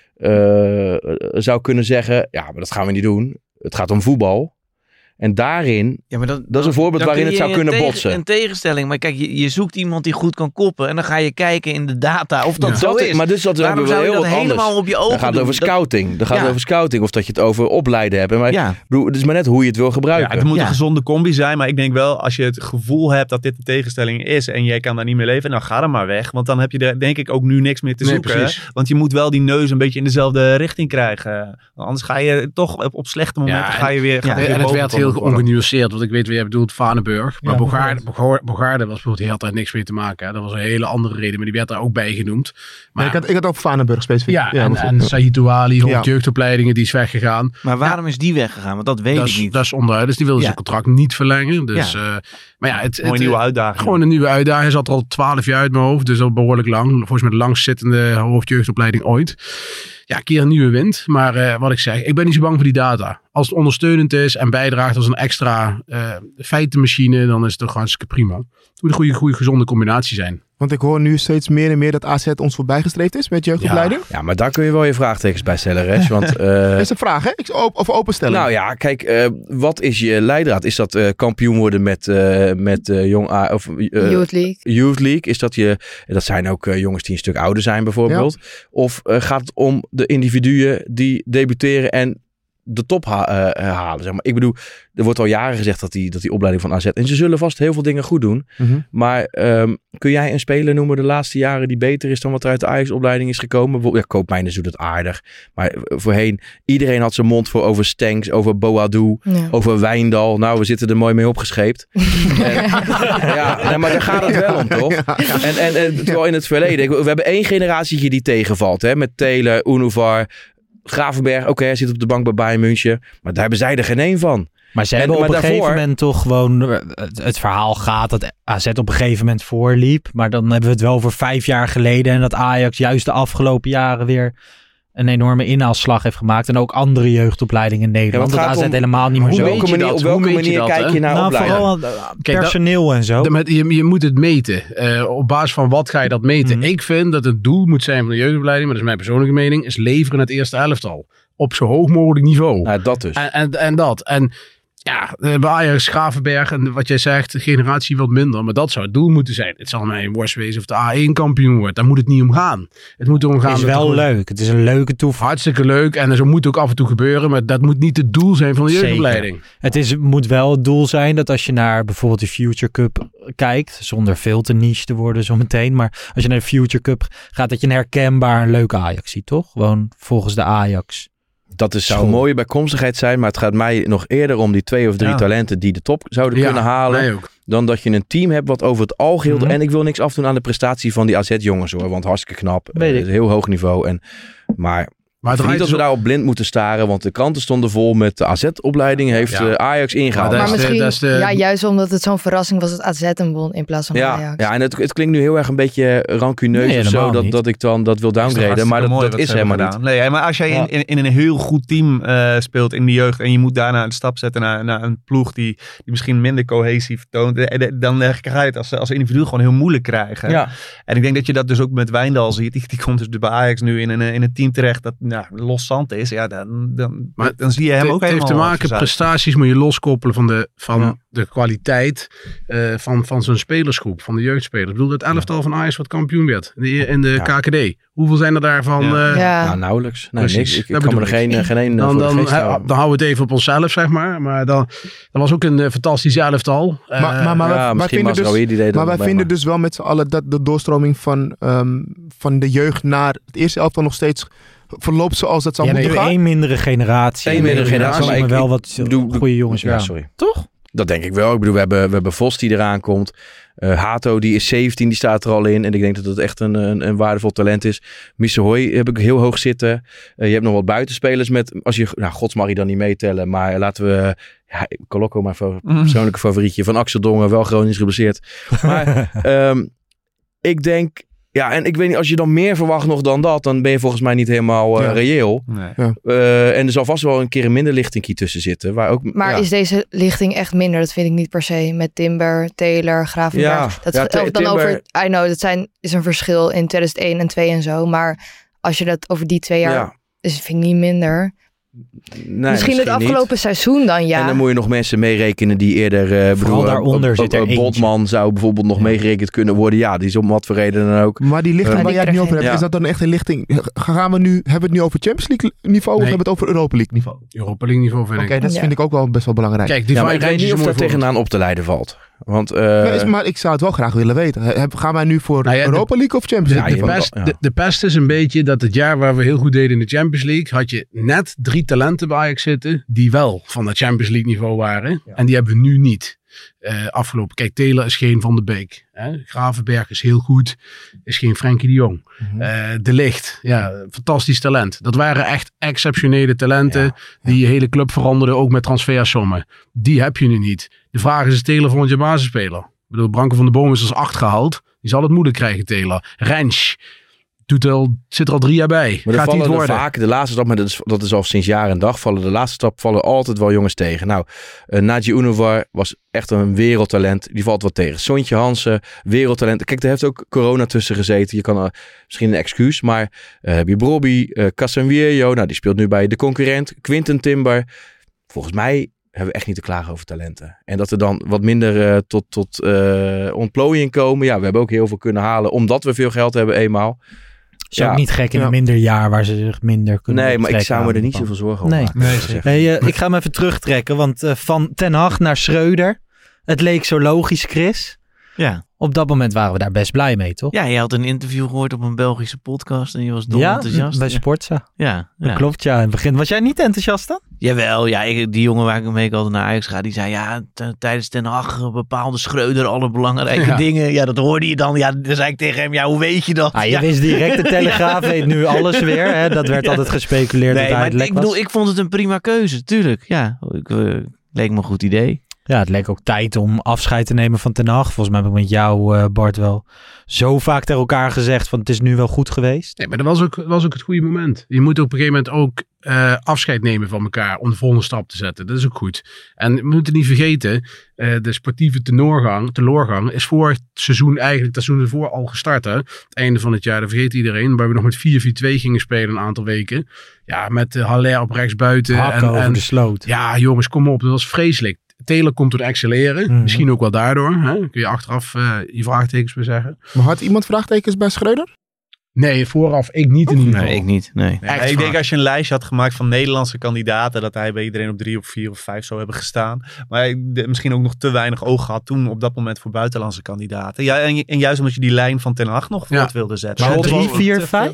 Speaker 7: uh, zou kunnen zeggen, ja, maar dat gaan we niet doen. Het gaat om voetbal. En daarin,
Speaker 11: Ja, maar dan,
Speaker 7: dat is een voorbeeld
Speaker 11: dan
Speaker 7: waarin
Speaker 11: kun
Speaker 7: het
Speaker 11: je
Speaker 7: zou kunnen
Speaker 11: een tegen-
Speaker 7: botsen.
Speaker 11: Een tegenstelling, maar kijk, je, je zoekt iemand die goed kan koppen en dan ga je kijken in de data of dat
Speaker 7: Ja.
Speaker 11: zo
Speaker 7: Dat is-
Speaker 11: is.
Speaker 7: maar dus dat
Speaker 11: Waarom
Speaker 7: hebben we
Speaker 11: zou je
Speaker 7: heel
Speaker 11: dat
Speaker 7: wat anders.
Speaker 11: helemaal op je ogen
Speaker 7: Dan gaat het
Speaker 11: doen?
Speaker 7: over
Speaker 11: Dat-
Speaker 7: scouting. Dan gaat het
Speaker 11: Ja.
Speaker 7: over scouting. Of dat je het over opleiden hebt. Maar
Speaker 11: Ja.
Speaker 7: ik bedoel, het is maar net hoe je het wil gebruiken.
Speaker 10: Ja, het moet
Speaker 11: Ja.
Speaker 10: een gezonde combi zijn, maar ik denk wel, als je het gevoel hebt dat dit een tegenstelling is en jij kan daar niet meer leven, dan ga er maar weg. Want dan heb je er denk ik ook nu niks meer te
Speaker 9: Nee,
Speaker 10: zoeken.
Speaker 9: precies.
Speaker 10: Want je moet wel die neus een beetje in dezelfde richting krijgen. Anders ga je toch op, op slechte momenten
Speaker 9: Ja, en-
Speaker 10: ga je weer, gaat
Speaker 11: ja,
Speaker 10: het weer
Speaker 9: en het
Speaker 10: boven
Speaker 9: werd heel
Speaker 10: komen.
Speaker 9: ongenuanceerd. Want ik weet wie jij bedoelt, Vanenburg. Maar
Speaker 10: Ja,
Speaker 9: Bogaarde, Bogaarde, Bogaarde was bijvoorbeeld, die had daar niks mee te maken. Hè. Dat was een hele andere reden, maar die werd daar ook bij genoemd. Maar
Speaker 8: Maar ik had, ik had ook Vanenburg specifiek.
Speaker 9: ja, en, en
Speaker 8: bijvoorbeeld.
Speaker 9: Saïd Ouali,
Speaker 8: Ja.
Speaker 9: jeugdopleidingen, die is weggegaan.
Speaker 11: Maar waarom is die weggegaan? Want dat weet
Speaker 9: Dat
Speaker 11: ik
Speaker 9: is,
Speaker 11: niet.
Speaker 9: dat is onduidelijk. Dus die wilde
Speaker 11: Ja.
Speaker 9: zijn contract niet verlengen. Dus,
Speaker 11: Ja.
Speaker 9: eh, maar ja, het,
Speaker 10: Gewoon
Speaker 9: het,
Speaker 10: een nieuwe uitdaging.
Speaker 9: Gewoon een nieuwe uitdaging. Hij zat er al twaalf jaar uit mijn hoofd. Dus al behoorlijk lang. Volgens mij de langstzittende hoofdjeugdopleiding ooit. Ja, een keer een nieuwe wind. Maar uh, wat ik zeg, ik ben niet zo bang voor die data. Als het ondersteunend is en bijdraagt als een extra uh, feitenmachine, dan is het toch hartstikke prima. Het moet een goede, goede, gezonde combinatie zijn.
Speaker 8: Want ik hoor nu steeds meer en meer dat A Z ons voorbijgestreefd is met jeugdopleiding.
Speaker 7: Ja, maar daar kun je wel je vraagtekens bij stellen, Resh. Want, uh,
Speaker 8: dat is een vraag, hè? Ik, op, of openstellen.
Speaker 7: Nou ja, kijk, uh, wat is je leidraad? Is dat uh, kampioen worden met, uh, met uh, jong A of uh,
Speaker 6: Youth League.
Speaker 7: Youth League? Is dat je? Dat zijn ook uh, jongens die een stuk ouder zijn, bijvoorbeeld. Ja. Of uh, gaat het om de individuen die debuteren en de top ha- uh, halen, zeg maar. Ik bedoel, er wordt al jaren gezegd dat die, dat die opleiding van A Z... En ze zullen vast heel veel dingen goed doen.
Speaker 8: Mm-hmm.
Speaker 7: Maar um, kun jij een speler noemen de laatste jaren die beter is dan wat er uit de Ajax-opleiding is gekomen? Ja, Koopmeiners doet het aardig. Maar voorheen, iedereen had zijn mond voor over Stenks, over Boadou, ja. over Wijndal. Nou, we zitten er mooi mee opgescheept. en, ja, nee, maar daar gaat het wel om, toch? Ja. En, en, en terwijl in het verleden... We hebben één generatie die tegenvalt, hè? Met Taylor, Unouvar... Gravenberg, oké, okay, hij zit op de bank bij Bayern München. Maar daar hebben zij er geen één van.
Speaker 5: Maar ze
Speaker 7: en,
Speaker 5: hebben
Speaker 7: maar
Speaker 5: op een
Speaker 7: daarvoor...
Speaker 5: gegeven moment toch gewoon... Het, het verhaal gaat dat A Z op een gegeven moment voorliep. Maar dan hebben we het wel over vijf jaar geleden. En dat Ajax juist de afgelopen jaren weer een enorme inhaalslag heeft gemaakt. En ook andere jeugdopleidingen in Nederland. Ja, dat A Z om, helemaal niet meer zo.
Speaker 7: Welke manier, op welke manier dat, kijk je naar
Speaker 5: nou,
Speaker 7: opleiding?
Speaker 5: Vooral Kijk, personeel dat, en zo.
Speaker 9: De, je, je moet het meten. Uh, op basis van wat ga je dat meten? Mm-hmm. Ik vind dat het doel moet zijn van de jeugdopleiding, maar dat is mijn persoonlijke mening, is leveren het eerste elftal. Op zo hoog mogelijk niveau.
Speaker 7: Nou, dat dus.
Speaker 9: En, en, en dat. En ja, bij Ajax, Gravenberg en wat jij zegt, de generatie wat minder. Maar dat zou het doel moeten zijn. Het zal mij een worst wezen of de A één kampioen wordt. Daar moet het niet om gaan. Het moet erom gaan.
Speaker 5: Het is wel
Speaker 9: het
Speaker 5: leuk. Het is een leuke toevoeging.
Speaker 9: Hartstikke leuk. En zo moet ook af en toe gebeuren. Maar dat moet niet het doel zijn van de jeugdopleiding.
Speaker 5: Het is, moet wel het doel zijn dat als je naar bijvoorbeeld de Future Cup kijkt. Zonder veel te niche te worden zometeen. Maar als je naar de Future Cup gaat, dat je een herkenbaar een leuke Ajax ziet, toch? Gewoon volgens de Ajax.
Speaker 7: Dat is, zou een mooie bijkomstigheid zijn, maar het gaat mij nog eerder om die twee of drie ja. talenten die de top zouden ja, kunnen halen. Dan dat je een team hebt wat over het algeheel... Mm-hmm. En ik wil niks afdoen aan de prestatie van die A Z-jongens hoor, want hartstikke knap. Uh, heel hoog niveau. En, maar Maar het niet dat we daar op blind moeten staren, want de kranten stonden vol met de A Z-opleiding, heeft ja. uh, Ajax ingehaald.
Speaker 6: Maar, maar misschien, de, de... ja, juist omdat het zo'n verrassing was, het A Z een won in plaats van
Speaker 7: ja,
Speaker 6: Ajax.
Speaker 7: Ja, en het, het klinkt nu heel erg een beetje rancuneus nee, of zo, dat, dat ik dan dat wil downgraden, maar dat, mooi dat is helemaal niet.
Speaker 10: Nee, maar als jij ja. in, in, in een heel goed team uh, speelt in de jeugd en je moet daarna de stap zetten naar, naar een ploeg die, die misschien minder cohesie vertoont, dan uh, ga je het als, als individu gewoon heel moeilijk krijgen. Ja. En ik denk dat je dat dus ook met Wijndal ziet. Die, die komt dus bij Ajax nu in een, in een team terecht dat nou, los zand is. Ja, dan, dan,
Speaker 9: maar
Speaker 10: dan zie je hem
Speaker 9: het,
Speaker 10: ook
Speaker 9: het
Speaker 10: helemaal...
Speaker 9: Het heeft te maken, prestaties moet je loskoppelen van de, van ja. de kwaliteit uh, van, van zo'n spelersgroep, van de jeugdspelers. Ik bedoel, het elftal ja. van Ajax wat kampioen werd in de, in de ja. K K D. Hoeveel zijn er daarvan? Ja. Uh,
Speaker 7: ja. Nou, nauwelijks. Nee, niks. Ik, ik kan me er geen, geen één
Speaker 9: dan,
Speaker 7: voor
Speaker 9: dan,
Speaker 7: de geest
Speaker 9: dan, dan houden we het even op onszelf, zeg maar. Maar dan, dat was ook een uh, fantastisch elftal. Uh,
Speaker 8: maar maar, maar ja, wij, wij vinden, dus, die deed maar wij vinden maar. dus wel met z'n allen dat de doorstroming van, um, van de jeugd naar het eerste elftal nog steeds verloopt zoals dat zou
Speaker 5: ja,
Speaker 8: moeten
Speaker 5: nee,
Speaker 8: gaan.
Speaker 5: één mindere generatie.
Speaker 7: Eén mindere generatie.
Speaker 5: Maar, maar wel wat goede jongens.
Speaker 7: Ja, sorry.
Speaker 5: Toch?
Speaker 7: Dat denk ik wel. Ik bedoel, we hebben, we hebben Vos die eraan komt. Uh, Hato, die is zeventien, die staat er al in. En ik denk dat het echt een, een, een waardevol talent is. Missehoy heb ik heel hoog zitten. Uh, je hebt nog wat buitenspelers met... Als je, nou, gods mag je dan niet meetellen. Maar laten we... Ja, Colocco, mijn fa- persoonlijke favorietje. Van Axel Dongen, wel chronisch geblesseerd. Maar um, ik denk... Ja, en ik weet niet, als je dan meer verwacht nog dan dat, dan ben je volgens mij niet helemaal uh, ja. reëel. Nee. Ja. Uh, en er zal vast wel een keer een minder lichtingkie tussen zitten. Waar ook,
Speaker 6: maar ja. is deze lichting echt minder? Dat vind ik niet per se. Met Timber, Taylor, Gravenberg. Ja. Dat ja, t- dan Timber... over, I know, dat zijn, is een verschil in tweeduizend één en twee en zo. Maar als je dat over die twee jaar, ja. is, vind ik niet minder. Nee, misschien, misschien het afgelopen niet. seizoen dan, ja.
Speaker 7: En dan moet je nog mensen meerekenen die eerder... Uh,
Speaker 5: Vooral bedoel, daaronder uh, zit er
Speaker 7: uh, Botman zou bijvoorbeeld nog ja. meegerekend kunnen worden. Ja, die is om wat voor reden dan ook.
Speaker 8: Maar die lichting uh, waar jij het nu over hebt,
Speaker 7: ja.
Speaker 8: is dat dan echt een lichting... Gaan we nu, hebben we het nu over Champions League niveau nee. of hebben we het over Europa League niveau?
Speaker 9: Europa League niveau vind
Speaker 8: ik. Oké, okay, dat
Speaker 6: ja.
Speaker 8: vind ik ook wel best wel belangrijk.
Speaker 7: Kijk, die ja, ik weet niet of dat tegenaan op te leiden valt. Want, uh,
Speaker 8: nee, is, maar ik zou het wel graag willen weten. Gaan wij nu voor nou ja, Europa League of Champions League?
Speaker 9: De, de, pest, ja. de, de pest is een beetje dat het jaar waar we heel goed deden in de Champions League, had je net drie talenten bij Ajax zitten die wel van het Champions League niveau waren. Ja. En die hebben we nu niet. Uh, afgelopen. Kijk, Taylor is geen Van de Beek. Hè? Gravenberg is heel goed. Is geen Frenkie de Jong. Mm-hmm. Uh, de Ligt. Ja, fantastisch talent. Dat waren echt exceptionele talenten. Ja, ja. Die je hele club veranderden. Ook met transfersommen. Die heb je nu niet. De vraag is, is Taylor volgend jaar basisspeler? Ik bedoel, Branko van de Boom is als acht gehaald. Die zal het moeilijk krijgen, Taylor. Rens. Doet al, zit er al drie jaar bij.
Speaker 7: Maar gaat niet worden. Vaak de laatste stap, maar dat is, dat is al sinds jaar en dag, vallen de laatste stap vallen altijd wel jongens tegen. Nou, uh, Naji Unova was echt een wereldtalent. Die valt wat tegen. Sontje Hansen, wereldtalent. Kijk, daar heeft ook corona tussen gezeten. Je kan uh, misschien een excuus, maar uh, heb je Brobby, uh, Casemiro, nou die speelt nu bij de concurrent. Quinten Timber. Volgens mij hebben we echt niet te klagen over talenten. En dat er dan wat minder uh, tot, tot uh, ontplooiing komen. Ja, we hebben ook heel veel kunnen halen, omdat we veel geld hebben eenmaal.
Speaker 5: Is ja. ook niet gek in ja. een minder jaar waar ze zich minder kunnen
Speaker 7: Nee, maar ik zou me er niet zoveel zorgen over
Speaker 5: nee.
Speaker 7: maken.
Speaker 5: Nee, nee, uh, ik ga hem even terugtrekken, want uh, van Ten Hag naar Schreuder. Het leek zo logisch, Chris.
Speaker 11: Ja.
Speaker 5: Op dat moment waren we daar best blij mee, toch?
Speaker 11: Ja, je had een interview gehoord op een Belgische podcast en je was dol ja, enthousiast.
Speaker 5: bij Sportza.
Speaker 11: Ja,
Speaker 5: dat
Speaker 11: ja.
Speaker 5: klopt, ja. In het begin was jij niet enthousiast dan?
Speaker 11: Jawel, ja. Ik, die jongen waar ik mee altijd naar Ajax ga, die zei ja, t- tijdens Ten Hag bepaalde Schreuder alle belangrijke ja. dingen. Ja, dat hoorde je dan. Ja, dan zei ik tegen hem, ja, hoe weet je dat?
Speaker 5: Ah, je
Speaker 11: ja.
Speaker 5: wist direct, de Telegraaf weet nu alles weer. Hè? Dat werd ja. altijd gespeculeerd.
Speaker 11: Nee,
Speaker 5: dat
Speaker 11: maar
Speaker 5: ik
Speaker 11: bedoel, ik vond het een prima keuze, tuurlijk. Ja, ik, uh, leek me een goed idee.
Speaker 5: Ja, het leek ook tijd om afscheid te nemen van Ten Hag. Volgens mij heb ik met jou, uh, Bart, wel zo vaak tegen elkaar gezegd van het is nu wel goed geweest.
Speaker 9: Nee, maar dat was ook, was ook het goede moment. Je moet op een gegeven moment ook uh, afscheid nemen van elkaar om de volgende stap te zetten. Dat is ook goed. En we moeten niet vergeten, uh, de sportieve tenorgang, teloorgang is voor het seizoen eigenlijk, dat seizoen ervoor al gestart. Hè? Het einde van het jaar, dat vergeet iedereen. Waar we nog met vier vier twee gingen spelen een aantal weken. Ja, met uh, Haller op rechtsbuiten.
Speaker 5: Hakken
Speaker 9: en,
Speaker 5: over
Speaker 9: en,
Speaker 5: de sloot.
Speaker 9: Ja, jongens, kom op. Dat was vreselijk. Taylor komt door excelleren. Mm-hmm. Misschien ook wel daardoor. Hè? Kun je achteraf uh, je vraagtekens bij zeggen.
Speaker 8: Maar had iemand vraagtekens bij Schreuder?
Speaker 9: Nee, vooraf ik niet in ieder geval.
Speaker 11: Nee, ik niet. Nee.
Speaker 10: Nee, ik denk als je een lijstje had gemaakt van Nederlandse kandidaten, dat hij bij iedereen op drie of vier of vijf zou hebben gestaan. Maar ik misschien ook nog te weinig oog had toen op dat moment voor buitenlandse kandidaten. Ja, en, en juist omdat je die lijn van Ten Hag nog voort ja. wilde zetten.
Speaker 5: Maar drie, vier, vijf?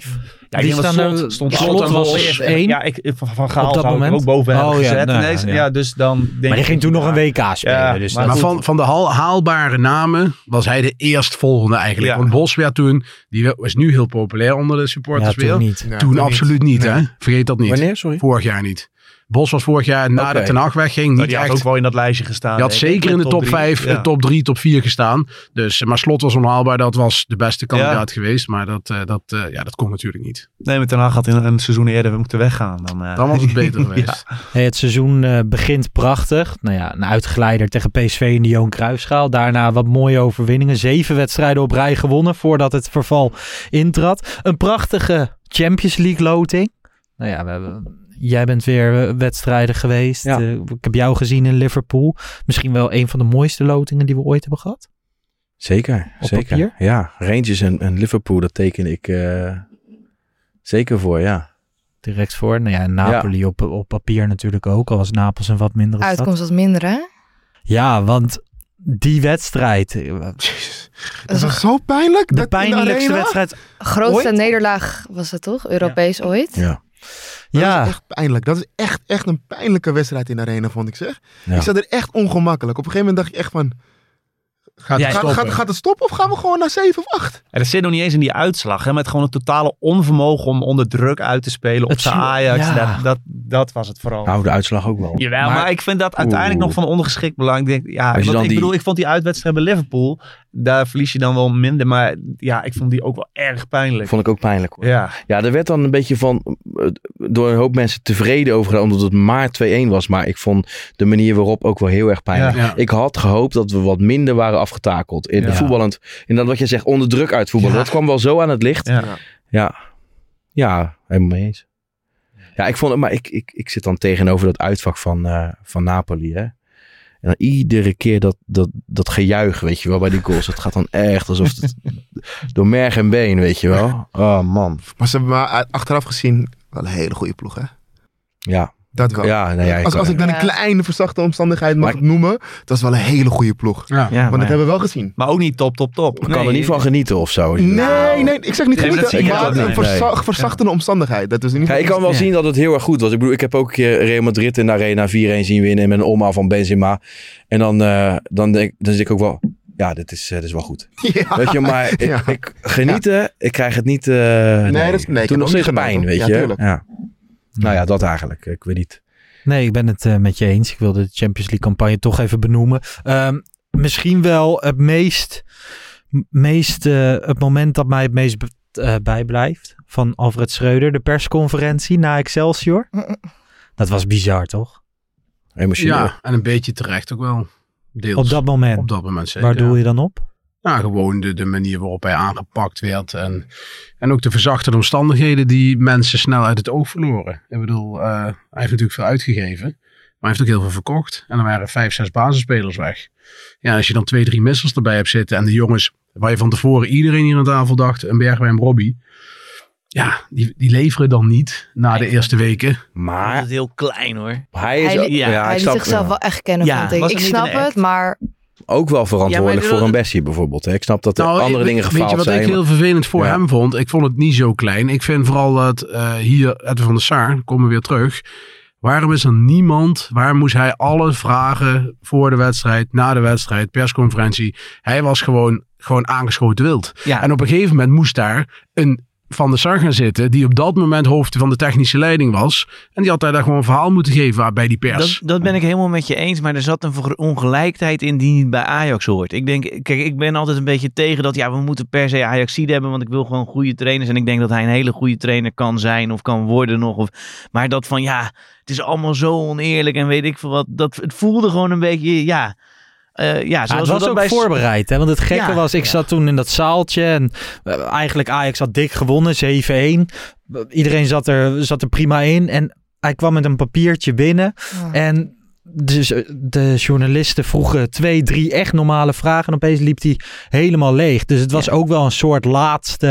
Speaker 10: Ja, ik
Speaker 5: Die
Speaker 10: denk dat
Speaker 5: staan
Speaker 10: slot,
Speaker 5: er-
Speaker 10: stond
Speaker 5: Slot
Speaker 10: slot en
Speaker 5: was
Speaker 10: Wolfs.
Speaker 5: één.
Speaker 10: Ja, ik, van, van Gaal
Speaker 5: Op dat
Speaker 10: zou ik
Speaker 5: moment?
Speaker 10: ook boven hebben
Speaker 5: Oh, ja,
Speaker 10: gezet.
Speaker 5: nou,
Speaker 10: Nee,
Speaker 5: ja,
Speaker 10: ja,
Speaker 5: ja.
Speaker 10: dus dan denk
Speaker 5: Maar die ging
Speaker 10: ik,
Speaker 5: toen nog
Speaker 10: ja.
Speaker 5: een W K spelen.
Speaker 10: Ja,
Speaker 5: dus
Speaker 10: maar
Speaker 5: dat-
Speaker 9: Maar van, van de haal- haalbare namen was hij de eerstvolgende eigenlijk.
Speaker 10: Ja.
Speaker 9: Want Bos werd toen, die was nu heel populair onder de supporters
Speaker 5: Ja, toen
Speaker 9: weer.
Speaker 5: niet.
Speaker 8: Ja,
Speaker 9: Toen
Speaker 8: toen
Speaker 9: absoluut niet,
Speaker 8: Nee.
Speaker 9: hè? Vergeet dat niet.
Speaker 7: Wanneer, sorry?
Speaker 9: Vorig jaar niet. Bos was vorig jaar nadat
Speaker 7: Oké.
Speaker 9: Ten Hag wegging
Speaker 10: Maar
Speaker 9: niet
Speaker 10: die had
Speaker 9: echt.
Speaker 10: ook wel in dat lijstje gestaan.
Speaker 9: Die had
Speaker 10: denk ik,
Speaker 9: zeker in
Speaker 10: met
Speaker 9: de top
Speaker 10: drie.
Speaker 9: vijf,
Speaker 10: Ja.
Speaker 9: top drie, top vier gestaan. Dus, maar Slot was onhaalbaar. Dat was de beste kandidaat geweest. Maar dat, uh, dat, uh, ja, dat kon natuurlijk niet.
Speaker 10: Nee, met Ten Hag had in een seizoen eerder moeten weggaan. Dan, uh,
Speaker 9: Dan was het beter geweest.
Speaker 10: Ja.
Speaker 5: Hey, het seizoen uh, begint prachtig. Nou ja, een uitgeleider tegen P S V in de Johan Cruijffschaal. Daarna wat mooie overwinningen. Zeven wedstrijden op rij gewonnen voordat het verval intrad. Een prachtige Champions League loting. Nou ja, we hebben... Jij bent weer uh, wedstrijden geweest.
Speaker 7: Ja.
Speaker 5: Uh, ik heb jou gezien in Liverpool. Misschien wel een van de mooiste lotingen die we ooit hebben gehad.
Speaker 7: Zeker,
Speaker 5: Op
Speaker 7: zeker.
Speaker 5: papier?
Speaker 7: Ja, Rangers en, en Liverpool, dat teken ik uh, zeker voor, ja.
Speaker 5: Direct voor. Nou ja, Napoli ja. Op, op papier natuurlijk ook. Al was Napels een wat mindere stad.
Speaker 6: Uitkomst wat minder, hè?
Speaker 5: Ja, want die wedstrijd...
Speaker 8: Jezus. Dat was zo pijnlijk.
Speaker 5: De
Speaker 8: dat
Speaker 5: pijnlijkste
Speaker 8: in de
Speaker 5: wedstrijd
Speaker 6: Grootste
Speaker 5: ooit?
Speaker 6: nederlaag was het toch? Europees ja. ooit?
Speaker 7: Ja.
Speaker 8: Dat
Speaker 5: ja.
Speaker 8: is echt pijnlijk. Dat is echt, echt een pijnlijke wedstrijd in de arena, vond ik zeg.
Speaker 7: Ja.
Speaker 8: Ik zat er echt ongemakkelijk. Op een gegeven moment dacht ik echt van...
Speaker 9: Gaat
Speaker 5: Ja,
Speaker 9: het
Speaker 8: Gaat,
Speaker 9: stoppen?
Speaker 8: gaat, gaat het stoppen of gaan we gewoon naar zeven of acht?
Speaker 10: En dat zit nog niet eens in die uitslag. Hè, met gewoon een totale onvermogen om onder druk uit te spelen op
Speaker 5: Het
Speaker 10: zijn
Speaker 5: zie-
Speaker 10: Ajax.
Speaker 5: ja.
Speaker 10: Dat, dat, dat was het vooral.
Speaker 7: Nou, de uitslag ook wel.
Speaker 10: Jawel, maar,
Speaker 7: Maar-
Speaker 10: ik vind dat uiteindelijk
Speaker 7: Oeh.
Speaker 10: nog van ondergeschikt belang. Ik, denk, ja,
Speaker 7: Als je
Speaker 10: want
Speaker 7: dan
Speaker 10: ik
Speaker 7: die-
Speaker 10: bedoel, ik vond die uitwedstrijd bij Liverpool, daar verlies je dan wel minder. Maar ja, ik vond die ook wel erg pijnlijk.
Speaker 7: Vond ik ook pijnlijk hoor.
Speaker 10: Ja,
Speaker 7: Ja, er werd dan een beetje van uh, door een hoop mensen tevreden over gedaan, omdat het maar twee-een was. Maar ik vond de manier waarop ook wel heel erg pijnlijk.
Speaker 9: Ja.
Speaker 7: Ik had gehoopt dat we wat minder waren afgetakeld. In
Speaker 10: Ja.
Speaker 7: de voetballend, in dat wat je zegt, onder druk uit voetballen.
Speaker 10: Ja.
Speaker 7: Dat kwam wel zo aan het licht.
Speaker 10: ja.
Speaker 7: Ja, ja helemaal mee eens. Ja, ik vond het, maar ik, ik, ik zit dan tegenover dat uitvak van, uh, van Napoli, hè. En dan iedere keer dat, dat, dat gejuich, weet je wel, bij die goals. Het gaat dan echt alsof het door merg en been, weet je wel. Oh man.
Speaker 8: Maar ze hebben maar achteraf gezien wel een hele goede ploeg, hè?
Speaker 7: Ja,
Speaker 8: Dat wel.
Speaker 7: ja, nou ja ik
Speaker 8: als, als ik dan een
Speaker 6: Ja.
Speaker 8: kleine verzachte omstandigheid mag
Speaker 7: Maar-
Speaker 8: noemen, dat was wel een hele goede ploeg.
Speaker 9: Ja.
Speaker 11: Ja,
Speaker 8: Maar
Speaker 11: maar
Speaker 8: dat hebben we wel gezien.
Speaker 10: Maar ook niet top, top, top.
Speaker 7: Ik kan er niet van genieten of zo.
Speaker 8: Nee, nee, ik zeg niet
Speaker 10: Nee, maar dat
Speaker 8: genieten,
Speaker 10: zie je
Speaker 8: maar
Speaker 10: ook
Speaker 8: een
Speaker 10: niet.
Speaker 8: verza-
Speaker 7: Nee.
Speaker 8: verzachtende omstandigheid. Dat is in ieder
Speaker 7: Ja,
Speaker 8: geval
Speaker 7: ik kan wel
Speaker 5: Ja.
Speaker 7: zien dat het heel erg goed was. Ik bedoel, ik heb ook een keer Real Madrid in de Arena vier-een zien winnen met een omhaal van Benzema. En dan, uh, dan, denk, dan zit ik ook wel, ja, dit is, uh, dit is wel goed.
Speaker 8: Ja.
Speaker 7: Weet je, maar ik,
Speaker 8: Ja.
Speaker 7: ik genieten, ik krijg het niet, uh, nee,
Speaker 8: dat is- nee, ik
Speaker 7: Toen
Speaker 8: heb
Speaker 7: nog
Speaker 8: ook niet
Speaker 7: steeds pijn,
Speaker 8: genoten.
Speaker 7: weet
Speaker 8: Ja,
Speaker 7: je.
Speaker 8: tuurlijk.
Speaker 7: Ja. Nou ja, dat eigenlijk. Ik weet niet.
Speaker 5: Nee, ik ben het uh, met je eens. Ik wilde de Champions League campagne toch even benoemen. Um, misschien wel het meest, m- meest uh, het moment dat mij het meest be- uh, bijblijft van Alfred Schreuder, de persconferentie na Excelsior. Dat was bizar, toch?
Speaker 7: Emotioneel.
Speaker 9: Ja, en een beetje terecht ook wel. Deels.
Speaker 5: Op dat moment.
Speaker 9: Op dat moment zeker.
Speaker 5: Waar doe
Speaker 9: ja.
Speaker 5: je dan op?
Speaker 9: Nou, gewoon de, de manier waarop hij aangepakt werd. En, en ook de verzachte omstandigheden die mensen snel uit het oog verloren. Ik bedoel, uh, hij heeft natuurlijk veel uitgegeven. Maar hij heeft ook heel veel verkocht. En er waren vijf, zes basisspelers weg. Ja, als je dan twee, drie missers erbij hebt zitten. En de jongens, waar je van tevoren iedereen hier aan tafel dacht. Een Bergwijn en Robbie. Ja, die, die leveren dan niet na de eerste weken.
Speaker 11: dat
Speaker 7: Maar
Speaker 11: is heel klein hoor.
Speaker 7: hij is
Speaker 6: Hij,
Speaker 7: ook,
Speaker 11: ja,
Speaker 7: ja,
Speaker 6: hij
Speaker 7: ik
Speaker 6: liet
Speaker 7: snap,
Speaker 6: zichzelf
Speaker 7: ja,
Speaker 6: wel echt kennen,
Speaker 11: Ja,
Speaker 6: vond ik.
Speaker 11: was
Speaker 6: Ik
Speaker 11: het niet
Speaker 6: snap
Speaker 11: een act?
Speaker 6: het, maar
Speaker 7: ook wel verantwoordelijk
Speaker 11: Ja, maar
Speaker 7: voor
Speaker 11: dat-
Speaker 7: een Bessie bijvoorbeeld. Hè. Ik snap dat er
Speaker 9: Nou,
Speaker 7: andere
Speaker 9: ik-
Speaker 7: dingen
Speaker 9: weet
Speaker 7: gefaald
Speaker 9: je wat
Speaker 7: zijn.
Speaker 9: ik heel vervelend voor
Speaker 7: Ja.
Speaker 9: hem vond? Ik vond het niet zo klein. Ik vind vooral dat uh, hier, Edwin van der Sar, komen we weer terug. Waarom is er niemand, waar moest hij alle vragen voor de wedstrijd, na de wedstrijd, persconferentie. Hij was gewoon, gewoon aangeschoten wild.
Speaker 11: Ja.
Speaker 9: En op een gegeven moment moest daar een Van der Sar gaan zitten, die op dat moment hoofd van de technische leiding was. En die had daar gewoon een verhaal moeten geven bij die pers.
Speaker 11: Dat, dat ben ik helemaal met je eens, maar er zat een ver- ongelijkheid in die niet bij Ajax hoort. Ik denk, kijk, ik ben altijd een beetje tegen dat, ja, we moeten per se Ajaxide hebben, want ik wil gewoon goede trainers. En ik denk dat hij een hele goede trainer kan zijn of kan worden nog. Of, maar dat van, ja, het is allemaal zo oneerlijk en weet ik veel wat. Dat, het voelde gewoon een beetje, ja... Uh, ja,
Speaker 5: Ja,
Speaker 11: zoals
Speaker 5: het
Speaker 11: we
Speaker 5: was
Speaker 11: dat
Speaker 5: ook
Speaker 11: bij...
Speaker 5: voorbereid. Hè? Want het gekke
Speaker 11: Ja,
Speaker 5: was, ik
Speaker 11: ja.
Speaker 5: zat toen in dat zaaltje. En uh, eigenlijk Ajax had dik gewonnen, zeven-een. Iedereen zat er, zat er prima in. En hij kwam met een papiertje binnen.
Speaker 6: oh.
Speaker 5: En dus de journalisten vroegen twee, drie echt normale vragen. En opeens liep hij helemaal leeg. Dus het was
Speaker 11: Ja.
Speaker 5: ook wel een soort laatste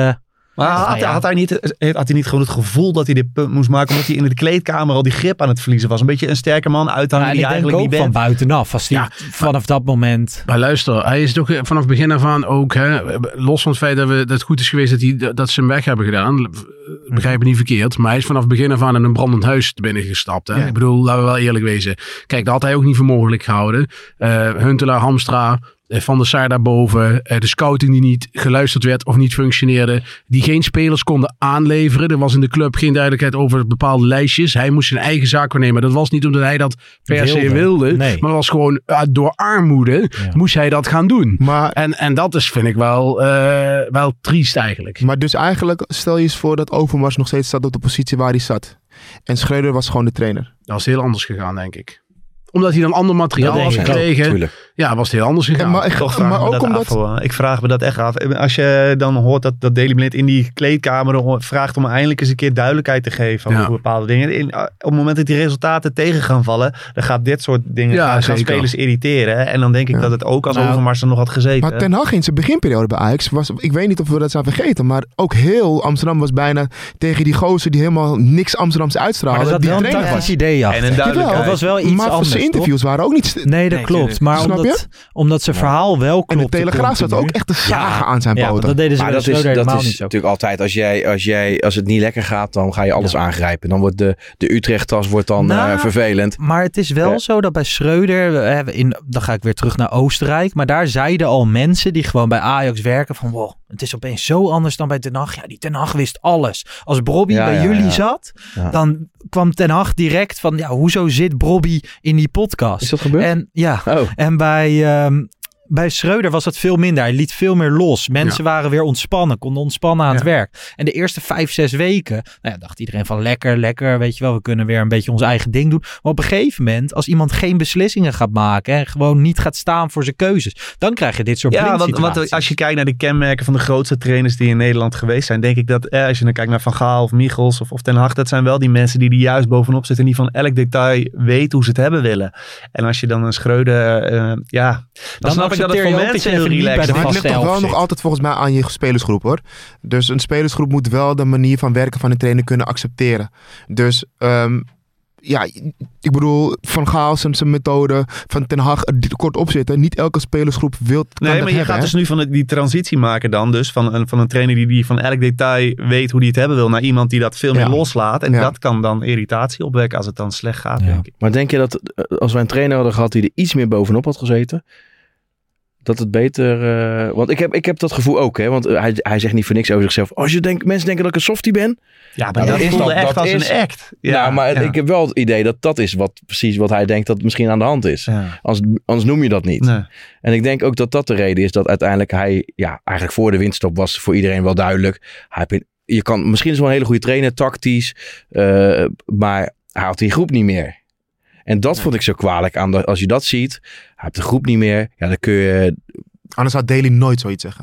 Speaker 10: Maar had,
Speaker 5: Nou ja.
Speaker 10: had, hij niet, had hij niet gewoon het gevoel dat hij dit punt moest maken, omdat hij in de kleedkamer al die grip aan het verliezen was? Een beetje een sterke man uithangen
Speaker 5: Ja, en
Speaker 10: die
Speaker 5: ik denk
Speaker 10: eigenlijk
Speaker 5: ook
Speaker 10: niet
Speaker 5: van
Speaker 10: bent.
Speaker 5: buitenaf. Als hij
Speaker 9: Ja,
Speaker 5: vanaf dat moment...
Speaker 9: Maar luister, hij is toch vanaf begin af aan ook, hè, los van het feit dat, we, dat het goed is geweest dat, hij, dat ze hem weg hebben gedaan, begrijp me niet verkeerd, maar hij is vanaf begin af aan in een brandend huis binnengestapt. Hè?
Speaker 8: Ja.
Speaker 9: Ik bedoel, laten we wel eerlijk wezen. Kijk, dat had hij ook niet voor mogelijk gehouden. Uh, Huntelaar, Hamstra, Van der Sar daarboven, de scouting die niet geluisterd werd of niet functioneerde, die geen spelers konden aanleveren. Er was in de club geen duidelijkheid over bepaalde lijstjes. Hij moest zijn eigen zaak waarnemen. Dat was niet omdat hij dat per
Speaker 5: Wilde.
Speaker 9: se wilde,
Speaker 5: Nee.
Speaker 9: maar dat was gewoon uh, door armoede
Speaker 5: Ja.
Speaker 9: moest hij dat gaan doen.
Speaker 8: Maar,
Speaker 9: En, en dat is, vind ik wel, uh, wel triest eigenlijk.
Speaker 8: maar dus eigenlijk, stel je eens voor dat Overmars nog steeds zat op de positie waar hij zat. En Schreuder was gewoon de trainer.
Speaker 9: Dat was heel anders gegaan, denk ik. Omdat hij dan ander materiaal
Speaker 5: Dat
Speaker 9: was
Speaker 5: denk ik ook,
Speaker 9: gekregen.
Speaker 7: Tuurlijk.
Speaker 9: Ja, was het heel anders gegaan.
Speaker 8: En maar,
Speaker 10: Toch vraag
Speaker 8: maar
Speaker 10: me
Speaker 8: ook
Speaker 10: dat
Speaker 8: omdat...
Speaker 10: af, hoor. Ik vraag me dat echt af. Als je dan hoort dat, dat Daley Blind in die kleedkamer ho- vraagt om eindelijk eens een keer duidelijkheid te geven
Speaker 9: Ja.
Speaker 10: over bepaalde dingen. In, op het moment dat die resultaten tegen gaan vallen, dan gaat dit soort dingen
Speaker 9: Ja,
Speaker 10: gaan, gaan
Speaker 9: zeker.
Speaker 10: spelers irriteren. En dan denk ik
Speaker 8: Ja.
Speaker 10: dat het ook als
Speaker 5: Nou,
Speaker 10: Overmars er nog had gezeten.
Speaker 8: Maar Ten Hag in zijn beginperiode bij Ajax was, ik weet niet of we dat zijn vergeten, maar ook heel Amsterdam was bijna tegen die gozer die helemaal niks Amsterdamse
Speaker 5: Maar
Speaker 8: uitstraalde.
Speaker 5: er zat
Speaker 8: die
Speaker 5: wel een
Speaker 8: trainer
Speaker 5: tactisch
Speaker 8: was.
Speaker 5: idee achter.
Speaker 10: En een
Speaker 8: Jawel,
Speaker 10: duidelijkheid.
Speaker 5: Dat was wel iets
Speaker 8: maar
Speaker 5: anders,
Speaker 8: zijn
Speaker 5: toch?
Speaker 8: interviews waren ook niet... st-
Speaker 5: Nee, dat
Speaker 11: Nee,
Speaker 5: klopt.
Speaker 11: tuurlijk.
Speaker 5: Maar
Speaker 8: Snap
Speaker 5: omdat, omdat zijn verhaal wel
Speaker 8: En
Speaker 5: klopt.
Speaker 8: de Telegraaf zat ook echt te zagen aan zijn
Speaker 5: Ja, want
Speaker 8: poten.
Speaker 5: dat deden ze
Speaker 7: Maar
Speaker 5: bij
Speaker 7: dat is,
Speaker 5: Schreuder
Speaker 7: dat
Speaker 5: helemaal
Speaker 7: is
Speaker 5: niet zo.
Speaker 7: natuurlijk altijd, als, jij, als, jij, als het niet lekker gaat, dan ga je alles aangrijpen. Dan wordt de, de Utrecht-tas wordt dan
Speaker 5: Nou,
Speaker 7: uh, vervelend.
Speaker 5: Maar het is wel
Speaker 7: Ja.
Speaker 5: zo dat bij Schreuder, we hebben in, dan ga ik weer terug naar Oostenrijk, maar daar zeiden al mensen die gewoon bij Ajax werken van wow, het is opeens zo anders dan bij Ten Hag. Ja, die Ten Hag wist alles. Als Brobby
Speaker 7: Ja,
Speaker 5: bij
Speaker 7: ja,
Speaker 5: jullie
Speaker 7: ja.
Speaker 5: zat,
Speaker 7: Ja.
Speaker 5: dan kwam Ten Hag direct van ja, hoezo zit Brobby in die podcast?
Speaker 7: Is dat gebeurd?
Speaker 5: En ja,
Speaker 7: Oh.
Speaker 5: en bij, ehm, bij Schreuder was dat veel minder. Hij liet veel meer los. Mensen waren weer ontspannen, konden ontspannen aan het
Speaker 9: Ja.
Speaker 5: werk. En de eerste vijf, zes weken, nou ja, dacht iedereen van lekker, lekker, weet je wel, we kunnen weer een beetje ons eigen ding doen. Maar op een gegeven moment, als iemand geen beslissingen gaat maken en gewoon niet gaat staan voor zijn keuzes, dan krijg je dit soort
Speaker 10: Ja, want,
Speaker 5: blindsituaties.
Speaker 10: want als je kijkt naar de kenmerken van de grootste trainers die in Nederland geweest zijn, denk ik dat eh, als je dan kijkt naar Van Gaal of Michels of, of Ten Hag, dat zijn wel die mensen die er juist bovenop zitten en die van elk detail weten hoe ze het hebben willen. En als je dan een Schreuder, eh, ja, dan,
Speaker 5: Dan
Speaker 10: snap ik dat het
Speaker 5: accepteer
Speaker 10: voor
Speaker 5: je ook dat
Speaker 10: mensen
Speaker 5: je
Speaker 10: heel
Speaker 5: even niet bij
Speaker 10: relaxed
Speaker 5: de
Speaker 8: Maar
Speaker 10: is.
Speaker 8: het
Speaker 5: vaste
Speaker 8: ligt toch
Speaker 5: elf
Speaker 8: wel nog
Speaker 5: zit.
Speaker 8: altijd volgens mij aan je spelersgroep hoor. Dus een spelersgroep moet wel de manier van werken van de trainer kunnen accepteren. Dus um, ja, ik bedoel, Van Gaal zijn, zijn methode, van Ten Hag die kort opzitten. Niet elke spelersgroep wil kan
Speaker 10: Nee,
Speaker 8: dat
Speaker 10: maar je
Speaker 8: hebben,
Speaker 10: gaat
Speaker 8: hè?
Speaker 10: dus nu van de- die transitie maken dan dus van een, van een trainer die, die van elk detail weet hoe die het hebben wil naar iemand die dat veel meer
Speaker 8: Ja.
Speaker 10: loslaat. En
Speaker 8: Ja.
Speaker 10: dat kan dan irritatie opwekken als het dan slecht gaat,
Speaker 5: Ja.
Speaker 10: denk ik.
Speaker 7: Maar denk je dat uh, als wij een trainer hadden gehad die er iets meer bovenop had gezeten, dat het beter... Uh, want ik heb, ik heb dat gevoel ook, hè. Want uh, hij, hij zegt niet voor niks over zichzelf. Als je denkt, mensen denken dat ik een softie ben.
Speaker 10: Ja, maar
Speaker 7: Nou,
Speaker 10: dat
Speaker 7: dat is
Speaker 10: voelde
Speaker 7: dat-
Speaker 10: echt
Speaker 7: dat
Speaker 10: als
Speaker 7: is-
Speaker 10: een act.
Speaker 7: Ja, nou, maar
Speaker 10: ja.
Speaker 7: ik heb wel het idee dat dat is wat, precies wat hij denkt dat misschien aan de hand is.
Speaker 10: Ja.
Speaker 7: Anders, anders noem je dat niet.
Speaker 10: Nee.
Speaker 7: En ik denk ook dat dat de reden is dat uiteindelijk hij, ja, eigenlijk voor de winststop was voor iedereen wel duidelijk. Hij heeft, je kan, misschien is hij wel een hele goede trainer, tactisch, uh, maar hij had die groep niet meer. En dat vond ik zo kwalijk aan de, als je dat ziet. Hij heeft de groep niet meer. Ja, dan kun je...
Speaker 8: Anders had Daley nooit zoiets zeggen.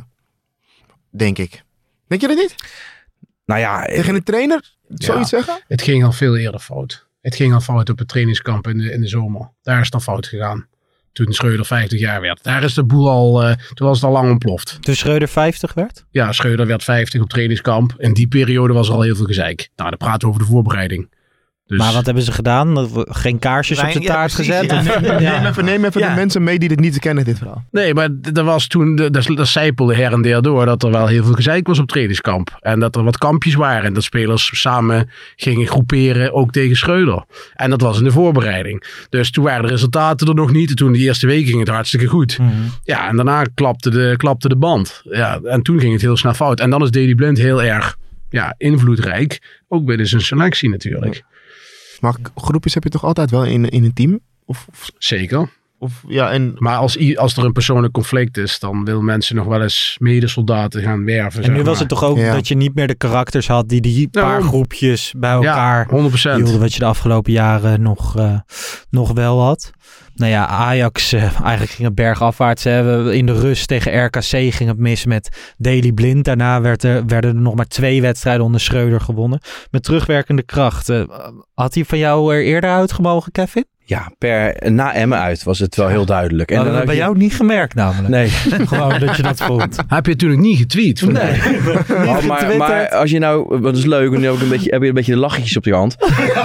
Speaker 8: Denk ik. Denk je dat niet?
Speaker 7: Nou ja...
Speaker 8: Tegen een trainer zoiets
Speaker 9: Ja.
Speaker 8: zeggen?
Speaker 9: Het ging al veel eerder fout. Het ging al fout op het trainingskamp in de, in de zomer. Daar is het al fout gegaan. Toen Schreuder vijftig jaar werd. Daar is de boel al, uh, toen was het al lang ontploft.
Speaker 5: Toen Schreuder vijftig werd?
Speaker 9: Ja, Schreuder werd vijftig op trainingskamp. In die periode was er al heel veel gezeik. Nou, dan praten we over de voorbereiding. Dus...
Speaker 5: Maar wat hebben ze gedaan? Geen kaarsjes op de
Speaker 11: Ja,
Speaker 5: taart
Speaker 11: precies,
Speaker 5: gezet?
Speaker 11: ja.
Speaker 5: Of-
Speaker 8: Neem
Speaker 5: ja.
Speaker 8: even, neem even
Speaker 5: Ja.
Speaker 8: de mensen mee die dit niet kennen, dit verhaal.
Speaker 9: Nee, maar er was toen, dat sijpelde her en der door, dat er wel heel veel gezeik was op trainingskamp. En dat er wat kampjes waren. En dat spelers samen gingen groeperen, ook tegen Schreuder. En dat was in de voorbereiding. Dus toen waren de resultaten er nog niet. En toen de eerste weken ging het hartstikke goed.
Speaker 5: Mm-hmm.
Speaker 9: Ja, en daarna klapte de, klapte de band. Ja, en toen ging het heel snel fout. En dan is Daley Blind heel erg ja, invloedrijk. Ook binnen zijn selectie natuurlijk.
Speaker 8: Maar groepjes heb je toch altijd wel in, in een team? Of, of,
Speaker 9: Zeker.
Speaker 8: of ja, en
Speaker 9: Maar als, i- als er een persoonlijk conflict is, dan willen mensen nog wel eens medesoldaten gaan werven.
Speaker 5: En nu
Speaker 9: zeg
Speaker 5: was
Speaker 9: maar.
Speaker 5: het toch ook
Speaker 8: Ja.
Speaker 5: dat je niet meer de karakters had die die paar
Speaker 9: Daarom.
Speaker 5: groepjes bij elkaar
Speaker 9: Ja, honderd procent.
Speaker 5: hielden, wat je de afgelopen jaren nog, uh, nog wel had. Nou ja, Ajax, uh, eigenlijk ging het bergafwaarts. Hè. We- In de rust tegen R K C ging het mis met Daley Blind. Daarna werd er, werden er nog maar twee wedstrijden onder Schreuder gewonnen. Met terugwerkende kracht. Uh, had hij van jou er eerder uitgemogen, Kevin?
Speaker 7: Ja, per, na Emmen uit was het wel heel duidelijk. En
Speaker 5: Dat
Speaker 7: dan
Speaker 5: hebben we
Speaker 7: had
Speaker 5: bij
Speaker 7: je-
Speaker 5: jou niet gemerkt namelijk.
Speaker 7: Nee.
Speaker 5: Gewoon dat je dat vond.
Speaker 9: Heb je natuurlijk niet getweet?
Speaker 5: Nee.
Speaker 7: Oh, maar, maar als je nou, wat is leuk, en nu ook een beetje, heb je een beetje de lachetjes op je hand.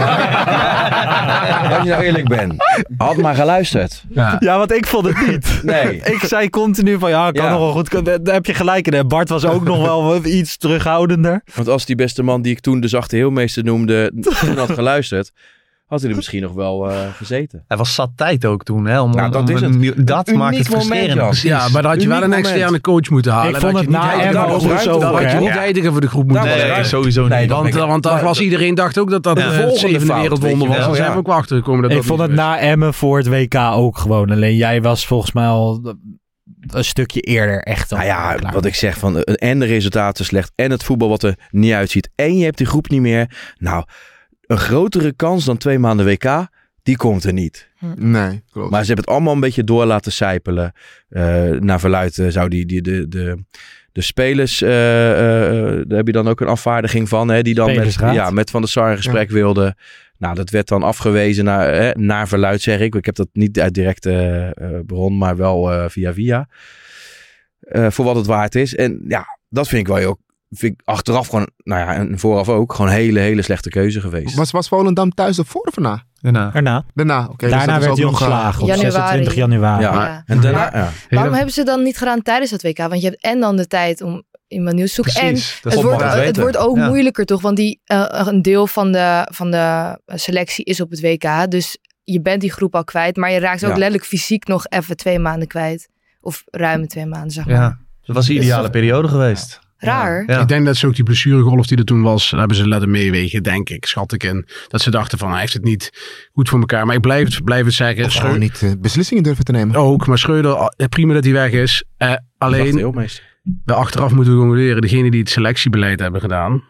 Speaker 7: Als je nou eerlijk bent, had maar geluisterd.
Speaker 9: Ja.
Speaker 5: Ja, want ik vond het niet.
Speaker 7: Nee.
Speaker 5: Ik zei continu van ja, kan
Speaker 7: Ja.
Speaker 5: nog wel goed. Daar heb je gelijk in. Bart was ook nog wel iets terughoudender.
Speaker 7: Want als die beste man die ik toen de zachte heelmeester noemde, toen had geluisterd, had hij er misschien nog wel uh, gezeten.
Speaker 10: Hij was zat tijd ook toen. Hè, om,
Speaker 7: Nou, dat
Speaker 10: om
Speaker 7: is
Speaker 10: een
Speaker 7: het.
Speaker 10: nieuw- dat
Speaker 7: Een
Speaker 10: maakt het
Speaker 7: uniek moment,
Speaker 10: frustrerend.
Speaker 7: Jan.
Speaker 10: Precies.
Speaker 9: Ja, maar dan had je wel
Speaker 7: Uniek
Speaker 9: een
Speaker 7: moment.
Speaker 9: externe coach moeten halen.
Speaker 5: Ik
Speaker 9: Dat
Speaker 5: vond
Speaker 9: had
Speaker 5: het
Speaker 9: je niet
Speaker 5: na
Speaker 9: heidegen-
Speaker 5: Emmen
Speaker 9: dat
Speaker 5: ook
Speaker 9: was-
Speaker 5: zo
Speaker 9: dat had je
Speaker 5: ook,
Speaker 9: niet
Speaker 5: hè?
Speaker 9: heidegen voor de groep moeten
Speaker 7: Dat was
Speaker 9: zeggen.
Speaker 10: Nee, sowieso niet.
Speaker 7: Nee, dat
Speaker 9: Want,
Speaker 7: ben ik-
Speaker 9: want daar
Speaker 7: maar-
Speaker 9: was iedereen dacht ook dat dat
Speaker 7: De
Speaker 9: het
Speaker 7: volgende
Speaker 9: zevende
Speaker 7: fout,
Speaker 9: wereldwonder
Speaker 7: weet je
Speaker 9: was.
Speaker 7: wel,
Speaker 9: Daar zijn
Speaker 7: ja.
Speaker 9: we ook wel achter gekomen. Dat
Speaker 5: Ik
Speaker 9: dat
Speaker 5: vond
Speaker 9: niet
Speaker 5: het
Speaker 9: is.
Speaker 5: na Emmen voor het W K ook gewoon. Alleen jij was volgens mij al een stukje eerder echt al
Speaker 7: Nou ja,
Speaker 5: klaar.
Speaker 7: wat ik zeg van eh, en de resultaten slecht en het voetbal wat er niet uitziet en je hebt die groep niet meer. Nou, een grotere kans dan twee maanden W K, die komt er niet.
Speaker 8: Nee, klopt.
Speaker 7: Maar ze hebben het allemaal een beetje door laten sijpelen. Uh, naar verluidt uh, zou die, die de, de, de spelers, uh, uh, daar heb je dan ook een afvaardiging van, hè, die dan met,
Speaker 5: Spelersraad.
Speaker 7: ja, met Van der Sar een gesprek
Speaker 8: Ja.
Speaker 7: wilde. Nou, dat werd dan afgewezen naar, eh, naar verluid, zeg ik. Ik heb dat niet uit directe uh, bron, maar wel uh, via via. Uh, voor wat het waard is. En ja, dat vind ik wel heel, vind ik achteraf gewoon, nou ja, en vooraf ook, gewoon een hele, hele slechte keuze geweest.
Speaker 8: Was, was Volendam thuis ervoor of na?
Speaker 10: Daarna.
Speaker 5: Daarna,
Speaker 8: Daarna, oké. dus
Speaker 5: Daarna
Speaker 8: dat is
Speaker 5: werd
Speaker 8: ook
Speaker 5: hij
Speaker 8: nog, uh,
Speaker 5: ontslagen op
Speaker 6: Januari.
Speaker 5: zesentwintig januari.
Speaker 7: Ja,
Speaker 6: Ja.
Speaker 7: en daarna,
Speaker 6: Maar-
Speaker 7: ja.
Speaker 6: Waarom hebben ze het dan niet gedaan tijdens het W K? Want je hebt en dan de tijd om iemand nieuws te zoeken.
Speaker 10: Precies,
Speaker 6: En
Speaker 10: dat
Speaker 6: het
Speaker 10: is
Speaker 6: wordt,
Speaker 10: wat we
Speaker 6: het
Speaker 10: weten.
Speaker 6: wordt ook
Speaker 10: Ja.
Speaker 6: moeilijker toch? Want die, uh, een deel van de, van de selectie is op het W K. Dus je bent die groep al kwijt. Maar je raakt ook
Speaker 7: Ja.
Speaker 6: letterlijk fysiek nog even twee maanden kwijt. Of ruime twee maanden, zeg maar.
Speaker 10: Ja, dat was de ideale periode geweest.
Speaker 6: Raar.
Speaker 10: Ja.
Speaker 9: Ik denk dat ze ook die blessuregolf die er toen was, daar hebben ze laten meewegen, denk ik, schat ik in. Dat ze dachten van, hij heeft het niet goed voor elkaar. Maar ik blijf het, blijf het zeggen.
Speaker 8: Of gewoon niet uh, beslissingen durven te nemen.
Speaker 9: Ook, maar Schreuder, uh, prima dat hij weg is. Uh,
Speaker 7: Zachte
Speaker 9: alleen,
Speaker 7: heelmeester.
Speaker 9: wel achteraf moeten we concluderen, degene die het selectiebeleid hebben gedaan.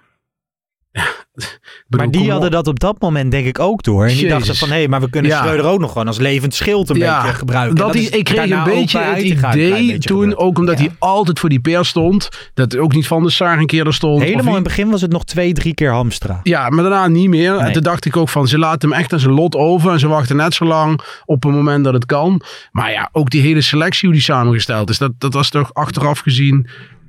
Speaker 9: Ja,
Speaker 5: Maar die hadden dat op dat moment denk ik ook door. En die
Speaker 9: Jezus.
Speaker 5: dachten van, hé, hey, maar we kunnen
Speaker 9: Ja.
Speaker 5: Schreuder ook nog gewoon als levend schild een
Speaker 9: Ja,
Speaker 5: beetje gebruiken.
Speaker 9: Dat
Speaker 5: En
Speaker 9: die,
Speaker 5: is
Speaker 9: ik kreeg
Speaker 5: daarna
Speaker 9: een
Speaker 5: ook
Speaker 9: beetje
Speaker 5: bij
Speaker 9: het
Speaker 5: Heitinga een klein
Speaker 9: idee
Speaker 5: beetje
Speaker 9: toen,
Speaker 5: gebeurd.
Speaker 9: ook omdat
Speaker 5: Ja.
Speaker 9: hij altijd voor die pers stond, dat ook niet Van der Sar een keer er stond. of
Speaker 5: Helemaal
Speaker 9: wie-
Speaker 5: in het begin was het nog twee, drie keer Hamstra.
Speaker 9: Ja, maar daarna niet meer. En
Speaker 5: Nee.
Speaker 9: toen dacht ik ook van, ze laten hem echt aan zijn lot over. En ze wachten net zo lang op een moment dat het kan. Maar ja, ook die hele selectie hoe die samengesteld is. Dat, dat was toch achteraf gezien,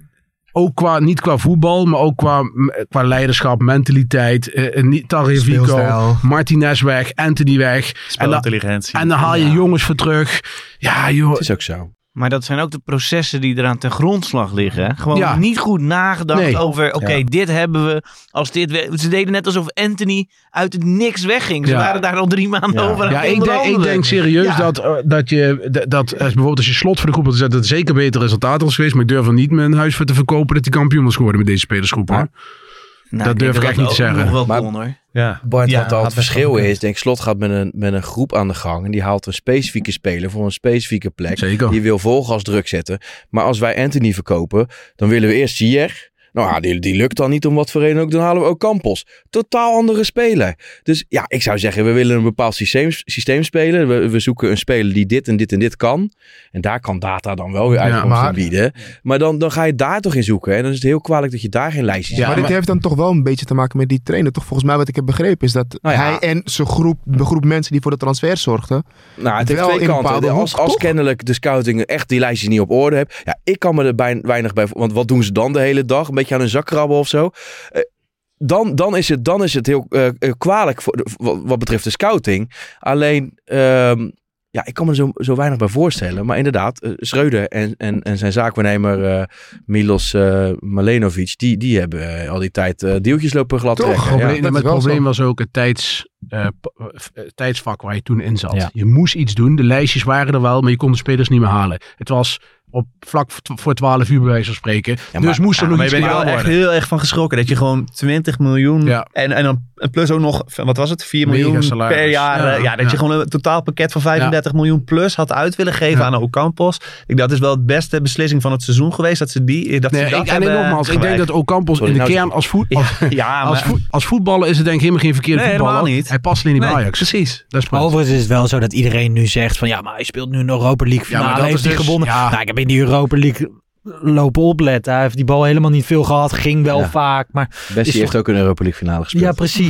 Speaker 9: ook qua, niet qua voetbal, maar ook qua, qua leiderschap, mentaliteit. Uh, niet Tagliafico,
Speaker 8: Speelstijl.
Speaker 9: Martinez weg, Anthony weg. En, dan-
Speaker 10: Spelintelligentie.
Speaker 9: en dan haal je
Speaker 5: Ja.
Speaker 9: jongens voor terug. Ja, joh.
Speaker 7: Het is ook zo.
Speaker 11: Maar dat zijn ook de processen die eraan ten grondslag liggen. Hè? Gewoon
Speaker 9: Ja.
Speaker 11: niet goed nagedacht
Speaker 9: Nee.
Speaker 11: over, oké,
Speaker 7: Ja.
Speaker 11: dit hebben we. Als dit we- Ze deden net alsof Anthony uit het niks wegging. Ze
Speaker 9: Ja.
Speaker 11: waren daar al drie maanden
Speaker 7: Ja.
Speaker 11: over aan
Speaker 9: Ja,
Speaker 11: het
Speaker 9: ik denk, ik
Speaker 11: onderhandelen.
Speaker 9: denk serieus
Speaker 5: Ja.
Speaker 9: dat, uh, dat je, dat, dat als bijvoorbeeld als je Slot voor de groep had gezet, dat het zeker beter resultaat was geweest. Maar ik durf er niet mijn huis voor te verkopen dat hij kampioen was geworden met deze spelersgroep. Hoor.
Speaker 11: Nou,
Speaker 9: dat durf
Speaker 11: denk
Speaker 9: ik echt niet te
Speaker 11: ook
Speaker 9: zeggen.
Speaker 11: nog wel
Speaker 7: Maar-
Speaker 11: kon, hoor.
Speaker 10: Ja.
Speaker 7: Bart,
Speaker 5: Ja,
Speaker 7: wat al
Speaker 5: had
Speaker 7: het
Speaker 5: best
Speaker 7: verschil
Speaker 5: wel
Speaker 7: is, denk ik, Slot gaat met een, met een groep aan de gang en die haalt een specifieke speler voor een specifieke plek.
Speaker 9: Zeker.
Speaker 7: Die wil volgas druk zetten. Maar als wij Anthony verkopen, dan willen we eerst Ziyech. Nou ja, die, die lukt dan niet om wat voor reden ook. Dan halen we ook Campos. Totaal andere speler. Dus ja, ik zou zeggen, we willen een bepaald systeem, systeem spelen. We, we zoeken een speler die dit en dit en dit kan. En daar kan data dan wel weer uitkomst
Speaker 8: maar-
Speaker 7: in bieden. Maar dan, dan ga je daar toch in zoeken. En dan is het heel kwalijk dat je daar geen lijstjes
Speaker 9: Ja,
Speaker 8: maar dit
Speaker 9: maar-
Speaker 8: heeft dan toch wel een beetje te maken met die trainer. Toch volgens mij wat ik heb begrepen is dat
Speaker 7: Nou ja.
Speaker 8: hij en zijn groep, de groep mensen die voor de transfer zorgden.
Speaker 7: Nou, het heeft
Speaker 8: Wel
Speaker 7: twee
Speaker 8: in een
Speaker 7: kanten.
Speaker 8: bepaalde
Speaker 7: Als,
Speaker 8: hoek,
Speaker 7: als
Speaker 8: toch?
Speaker 7: kennelijk de scouting echt die lijstjes niet op orde heeft. Ja, ik kan me er bij, weinig bij... Want wat doen ze dan de hele dag? Een beetje aan hun zak krabben of zo? Eh, dan, dan, is het, dan is het heel eh, eh, kwalijk voor de- wat, wat betreft de scouting. Alleen... ehm, ja, ik kan me er zo, zo weinig bij voorstellen. Maar inderdaad, eh, Schreuder en, en, en zijn zaakwaarnemer eh, Milos eh, Malenovic... Die, die hebben eh, al die tijd eh deeltjes lopen glad
Speaker 8: Toch?
Speaker 7: trekken.
Speaker 9: Het
Speaker 7: Ja.
Speaker 9: probleem,
Speaker 8: dat
Speaker 9: maar
Speaker 8: is
Speaker 9: het
Speaker 8: wel
Speaker 9: probleem
Speaker 8: zo.
Speaker 9: was ook het tijds, eh, p- eh, tijdsvak waar je toen in zat.
Speaker 5: Ja.
Speaker 9: Je moest iets doen. De lijstjes waren er wel, maar je kon de spelers niet meer halen. Het was op vlak v- voor twaalf uur bij wijze van spreken.
Speaker 7: maar-
Speaker 9: dus moest er
Speaker 10: Ja,
Speaker 9: nog
Speaker 10: maar
Speaker 9: iets
Speaker 10: je bent er
Speaker 9: gedaan
Speaker 10: wel echt
Speaker 9: worden.
Speaker 10: heel erg van geschrokken. Dat je gewoon twintig miljoen
Speaker 9: Ja.
Speaker 10: en, en dan en plus ook nog, wat was het, vier
Speaker 9: Mega
Speaker 10: miljoen
Speaker 9: salaris.
Speaker 10: per jaar.
Speaker 9: Ja,
Speaker 10: Ja, ja, dat
Speaker 9: ja.
Speaker 10: je gewoon een totaalpakket van vijfendertig miljoen plus had uit willen geven
Speaker 9: Ja.
Speaker 10: aan Ocampos. Ik, dat is wel de beste beslissing van het seizoen geweest. Dat ze die, dat
Speaker 9: Nee,
Speaker 10: ze dat
Speaker 9: ik, en
Speaker 10: hebben
Speaker 9: nogmaals, ik denk
Speaker 10: gewerkt.
Speaker 9: dat Ocampos
Speaker 7: Sorry,
Speaker 9: in de
Speaker 7: nou
Speaker 9: kern als, voet, als,
Speaker 10: Ja,
Speaker 9: als,
Speaker 10: maar...
Speaker 9: voet, als voetballer is het denk ik helemaal geen verkeerde
Speaker 10: Nee,
Speaker 9: voetballer.
Speaker 10: helemaal niet.
Speaker 9: Hij past alleen niet bij
Speaker 10: Nee,
Speaker 9: Ajax.
Speaker 10: precies.
Speaker 9: Dat is
Speaker 5: Maar overigens is het wel zo dat iedereen nu zegt van ja, maar hij speelt nu een Europa League
Speaker 9: Ja, maar
Speaker 5: finale,
Speaker 9: dat
Speaker 5: heeft
Speaker 9: is
Speaker 5: hij
Speaker 9: dus-
Speaker 5: gewonnen.
Speaker 9: ja.
Speaker 5: Nou, ik heb in die Europa League lopen opletten. Hij heeft die bal helemaal niet veel gehad, ging wel
Speaker 7: Ja.
Speaker 5: vaak. Maar
Speaker 7: Bessie
Speaker 5: is
Speaker 7: heeft
Speaker 5: toch-
Speaker 7: ook een Europa League finale gespeeld.
Speaker 5: ja, precies.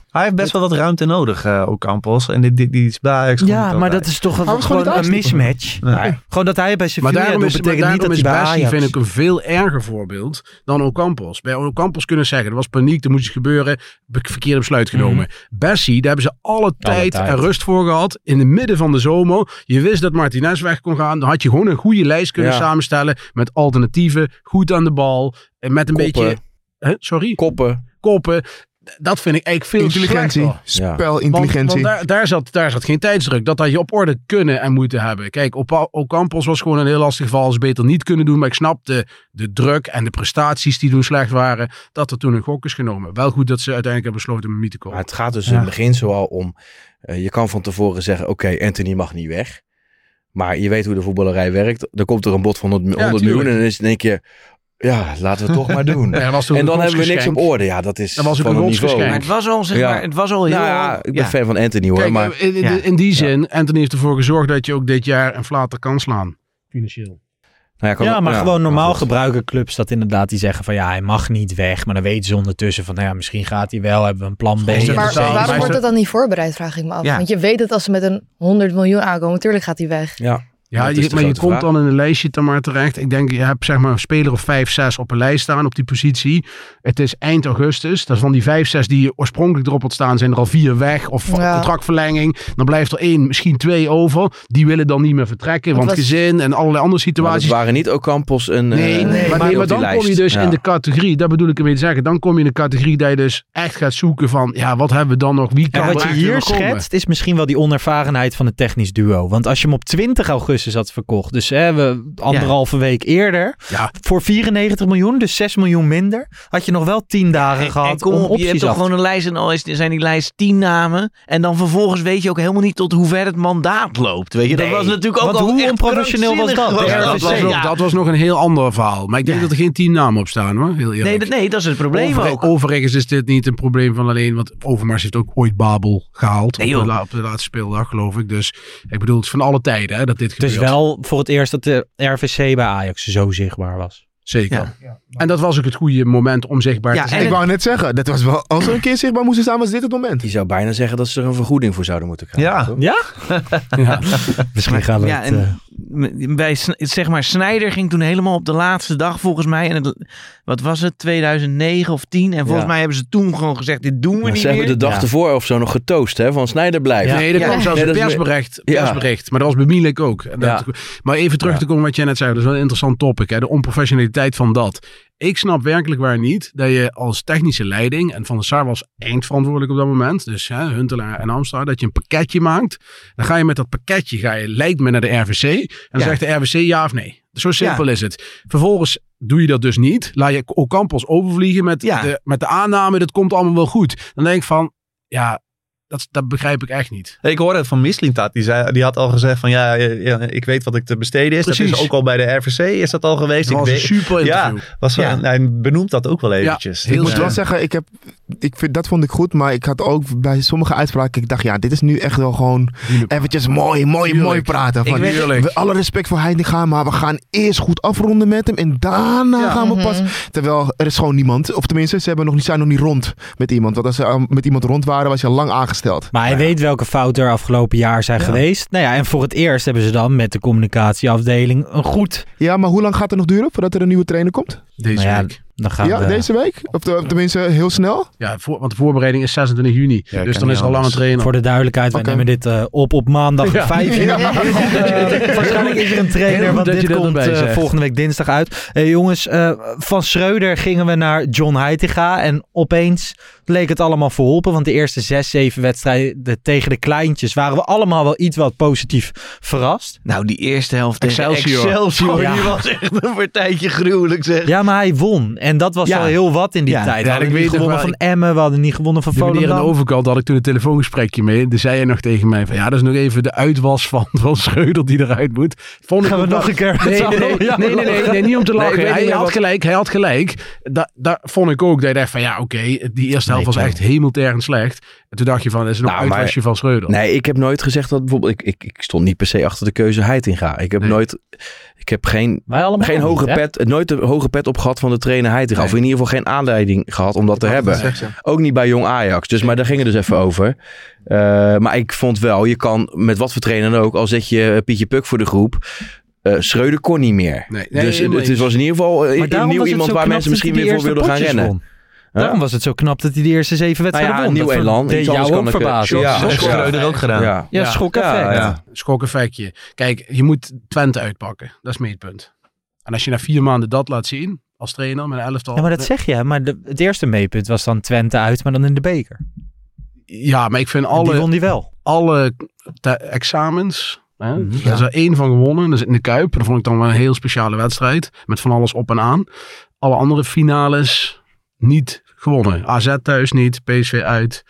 Speaker 10: Hij heeft best wel wat ruimte nodig, uh, ook Campos. En die, die, die is bij Ajax.
Speaker 5: Ja, maar dat is toch een, gewoon een mismatch. Nee. Gewoon dat hij bij Sevilla
Speaker 9: maar daarom is,
Speaker 5: doet, betekent
Speaker 9: maar
Speaker 5: niet dat hij bij
Speaker 9: Bessie
Speaker 5: Ajax...
Speaker 9: vind ik een veel erger voorbeeld dan Ocampos. Bij Ocampos kunnen zeggen, er was paniek, er moest iets gebeuren, verkeerde besluit genomen. Mm-hmm. Bessie, daar hebben ze alle tijd, alle tijd en rust voor gehad. In het midden van de zomer. Je wist dat Martinez weg kon gaan. Dan had je gewoon een goede lijst kunnen ja. samenstellen met alternatieven, goed aan de bal, en met een Koppen. beetje... Hè? Sorry?
Speaker 7: Koppen.
Speaker 9: Koppen. Dat vind ik eigenlijk veel
Speaker 8: Intelligentie, spelintelligentie.
Speaker 9: Want, want daar, daar, zat, daar zat geen tijdsdruk. Dat had je op orde kunnen en moeten hebben. Kijk, Ocampos was gewoon een heel lastig geval. Ze beter niet kunnen doen. Maar ik snap de, de druk en de prestaties die toen slecht waren. Dat er toen een gok is genomen. Wel goed dat ze uiteindelijk hebben besloten om niet te komen.
Speaker 7: Maar het gaat dus ja. in het begin zoal om... Uh, je kan van tevoren zeggen, oké, okay, Anthony mag niet weg. Maar je weet hoe de voetballerij werkt. Er komt er een bod van honderd, ja, honderd miljoen en dan is het in één keer... Ja, laten we het toch maar doen. Ja, en dan hebben we niks op orde. Ja, dat is dat was van een niveau.
Speaker 11: Maar het was al, zeg maar, ja. het was al heel...
Speaker 7: Nou ja, ik ben ja. fan van Anthony hoor.
Speaker 9: Kijk,
Speaker 7: maar,
Speaker 9: in, in,
Speaker 7: ja.
Speaker 9: in die zin, ja. Anthony heeft ervoor gezorgd dat je ook dit jaar een flater kan slaan. Financieel.
Speaker 5: Nou ja, ja, maar ja, gewoon normaal maar gebruiken clubs dat inderdaad die zeggen van ja, hij mag niet weg. Maar dan weten ze ondertussen van nou ja, misschien gaat hij wel, hebben we een plan B.
Speaker 6: Maar, maar waarom wordt het dan niet voorbereid, vraag ik me af. Ja. Want je weet dat als ze met een honderd miljoen aankomen, natuurlijk gaat hij weg.
Speaker 7: Ja.
Speaker 9: Ja, je, maar je komt dan in een lijstje dan maar terecht. Ik denk, je hebt zeg maar een speler of vijf, zes op een lijst staan op die positie. Het is eind augustus. Dat van die vijf, zes die je oorspronkelijk erop had staan, zijn er al vier weg. Of ja. contractverlenging. Dan blijft er één, misschien twee over. Die willen dan niet meer vertrekken. Want was... gezin en allerlei andere situaties.
Speaker 7: Maar het waren niet Ocampos en...
Speaker 9: Nee, nee, maar, nee, maar dan kom je dus ja. in de categorie. Dat bedoel ik ermee te zeggen. Dan kom je in de categorie dat je dus echt gaat zoeken van... Ja, wat hebben we dan nog? Wie kan
Speaker 5: ja, wat je hier schetst is misschien wel die onervarenheid van het technisch duo. Want als je hem op twintig augustus had verkocht... Dus hè, we anderhalve ja. week eerder. Ja. Voor vierennegentig miljoen, dus zes miljoen minder. Had je nog wel tien dagen ja, gehad en kom om op, opties
Speaker 11: je hebt toch gewoon een lijst en al is, zijn die lijst tien namen. En dan vervolgens weet je ook helemaal niet tot hoe ver het mandaat loopt. Weet je, nee, dat was natuurlijk ook al
Speaker 5: hoe onprofessioneel was dat?
Speaker 9: Ja, ja, dat, was nog, ja. dat was nog een heel ander verhaal. Maar ik denk ja. dat er geen tien namen op staan hoor. Heel eerlijk.
Speaker 11: Nee, dat, nee, dat is het probleem
Speaker 9: Over,
Speaker 11: ook.
Speaker 9: Overigens is dit niet een probleem van alleen, want Overmars heeft ook ooit Babel gehaald. Nee, op, de la, op de laatste speeldag geloof ik. Dus ik bedoel, het is van alle tijden hè, dat dit gebeurt.
Speaker 5: Het is wel voor het eerst dat de R V C bij Ajax zo zichtbaar was.
Speaker 9: Zeker. Ja. Ja. En dat was ook het goede moment om zichtbaar ja, te zijn.
Speaker 8: Ik wou net zeggen, dat was wel, als we een keer zichtbaar moesten staan, was dit het moment.
Speaker 7: Je zou bijna zeggen dat ze er een vergoeding voor zouden moeten krijgen.
Speaker 5: Ja? Toch? Ja? ja. Misschien gaan we
Speaker 11: ja,
Speaker 5: het...
Speaker 11: Uh... Bij, zeg maar, Sneijder ging toen helemaal op de laatste dag volgens mij. En het, wat was het? tweeduizend negen of tien. En volgens ja. mij hebben ze toen gewoon gezegd, dit doen we
Speaker 7: maar
Speaker 11: niet
Speaker 7: ze
Speaker 11: meer.
Speaker 7: Ze hebben de dag ja. ervoor of zo nog getoost, hè? Van Sneijder blijft.
Speaker 9: Ja. Nee, er kwam ja. zelfs een persbericht, persbericht. Ja. Maar dat was bemiddelijk ook. Dat, ja. Maar even terug te komen wat jij net zei. Dat is wel een interessant topic. Hè? De onprofessionaliteit van dat. Ik snap werkelijk waar niet dat je als technische leiding, en Van der Sar was eindverantwoordelijk op dat moment, dus hè, Huntelaar en Amstar, dat je een pakketje maakt. Dan ga je met dat pakketje, ga je, lijkt me naar de R V C. En dan ja. zegt de R V C ja of nee. Zo simpel ja. is het. Vervolgens doe je dat dus niet. Laat je Ocampos overvliegen met, ja. de, met de aanname, dat komt allemaal wel goed. Dan denk ik van, ja... Dat, dat begrijp ik echt niet.
Speaker 10: Ik hoorde het van Mislintat. Die, zei, die had al gezegd van ja, ja, ik weet wat ik te besteden is. Precies. Dat is ook al bij de R V C is dat al geweest.
Speaker 9: Dat
Speaker 10: ik
Speaker 9: was
Speaker 10: weet,
Speaker 9: een super interview.
Speaker 10: Ja, was wel, ja. Nou, hij benoemt dat ook wel eventjes.
Speaker 8: Ja, ik moet
Speaker 10: ja.
Speaker 8: wel zeggen, ik heb, ik vind, dat vond ik goed. Maar ik had ook bij sommige uitspraken, ik dacht ja, dit is nu echt wel gewoon eventjes mooi, mooi, Tuurlijk. mooi praten. Van, we, alle respect voor Heitinga, maar we gaan eerst goed afronden met hem. En daarna ja. gaan we pas. Terwijl er is gewoon niemand. Of tenminste, ze hebben nog niet, zijn nog niet rond met iemand. Want als ze met iemand rond waren, was je al lang aangesteld.
Speaker 5: Maar hij ja. weet welke fouten er afgelopen jaar zijn ja. geweest. Nou ja, en voor het eerst hebben ze dan met de communicatieafdeling een goed...
Speaker 8: Ja, maar hoe lang gaat het nog duren voordat er een nieuwe trainer komt?
Speaker 9: Deze nou ja, week.
Speaker 5: Dan gaan
Speaker 8: ja,
Speaker 5: we...
Speaker 8: deze week? Of, de, of tenminste heel snel?
Speaker 9: Ja, voor, want de voorbereiding is zesentwintig juni. Ja, dus dan is er al lang een trainer.
Speaker 5: Voor de duidelijkheid, okay. wij nemen dit uh, op op maandag ja. vijf uur. Ja. Ja. Waarschijnlijk is er een trainer, want dit komt uh, volgende week dinsdag uit. Uh, jongens, uh, van Schreuder gingen we naar John Heitinga. En opeens leek het allemaal verholpen. Want de eerste zes, zeven wedstrijden tegen de kleintjes waren we allemaal wel iets wat positief verrast.
Speaker 11: Nou, die eerste helft tegen
Speaker 5: Excelsior.
Speaker 11: Excelsior oh, ja. Die was echt een partijtje gruwelijk zeg.
Speaker 5: Ja, maar hij won. En dat was ja. wel heel wat in die ja. tijd. We hadden ja, niet gewonnen van Emmen, we hadden niet gewonnen van Volendam.
Speaker 9: Meneer aan de overkant had ik toen een telefoongesprekje mee. Toen zei hij nog tegen mij van ja, dat is nog even de uitwas van, van Schreuder die eruit moet. Vond
Speaker 5: Gaan
Speaker 9: ik
Speaker 5: we nog een keer
Speaker 9: nee, nee, nee, nee, nee, nee, nee, nee, niet om te lachen. Nee, hij, hij had wat... gelijk, hij had gelijk. Da, daar vond ik ook dat je dacht van ja, oké, okay, die eerste helft nee, was echt hemeltergend slecht. En toen dacht je van, is er nog nou, uitwasje maar, van Schreuder?
Speaker 7: Nee, ik heb nooit gezegd dat bijvoorbeeld, ik, ik, ik stond niet per se achter de keuze Heitinga. Ik heb nee. nooit... Ik heb geen, geen hoge niet, pet, nooit de hoge pet op gehad van de trainer trainer Heitinga.
Speaker 10: Nee.
Speaker 7: Of in ieder geval geen aanleiding gehad om dat te hebben.
Speaker 8: Zeg, ja.
Speaker 7: Ook niet bij Jong Ajax. Dus, maar daar ging het dus even over. Uh, maar ik vond wel, je kan met wat voor trainer dan ook, al zet je Pietje Puk voor de groep. Uh, Schreuder kon niet meer.
Speaker 9: Nee, nee,
Speaker 7: dus
Speaker 9: nee,
Speaker 7: het, het was in ieder geval uh, een nieuw iemand waar mensen misschien weer voor wilden gaan rennen.
Speaker 5: Won. Daarom was het zo knap dat hij de eerste zeven wedstrijden
Speaker 7: nou ja,
Speaker 5: won.
Speaker 7: Nieuw
Speaker 5: dat
Speaker 7: elan.
Speaker 5: deed jou ook verbazen.
Speaker 7: Ja,
Speaker 10: dat heeft Schreuder ook gedaan.
Speaker 7: Ja,
Speaker 5: ja,
Speaker 7: ja.
Speaker 5: schok-effect.
Speaker 7: Ja, ja.
Speaker 9: Schok-effectje. Kijk, je moet Twente uitpakken. Dat is mee het punt. En als je na vier maanden dat laat zien, als trainer met een elftal.
Speaker 5: Ja, maar dat zeg je. Maar de, het eerste meepunt was dan Twente uit, maar dan in de beker.
Speaker 9: Ja, maar ik vind
Speaker 5: En
Speaker 9: alle,
Speaker 5: die won die wel.
Speaker 9: alle te- examens. Hè?
Speaker 5: Mhm.
Speaker 9: Daar is er één van gewonnen. Dat is in de Kuip. Dat vond ik dan wel een heel speciale wedstrijd. Met van alles op en aan. Alle andere finales niet gewonnen. A Z thuis niet. P S V uit.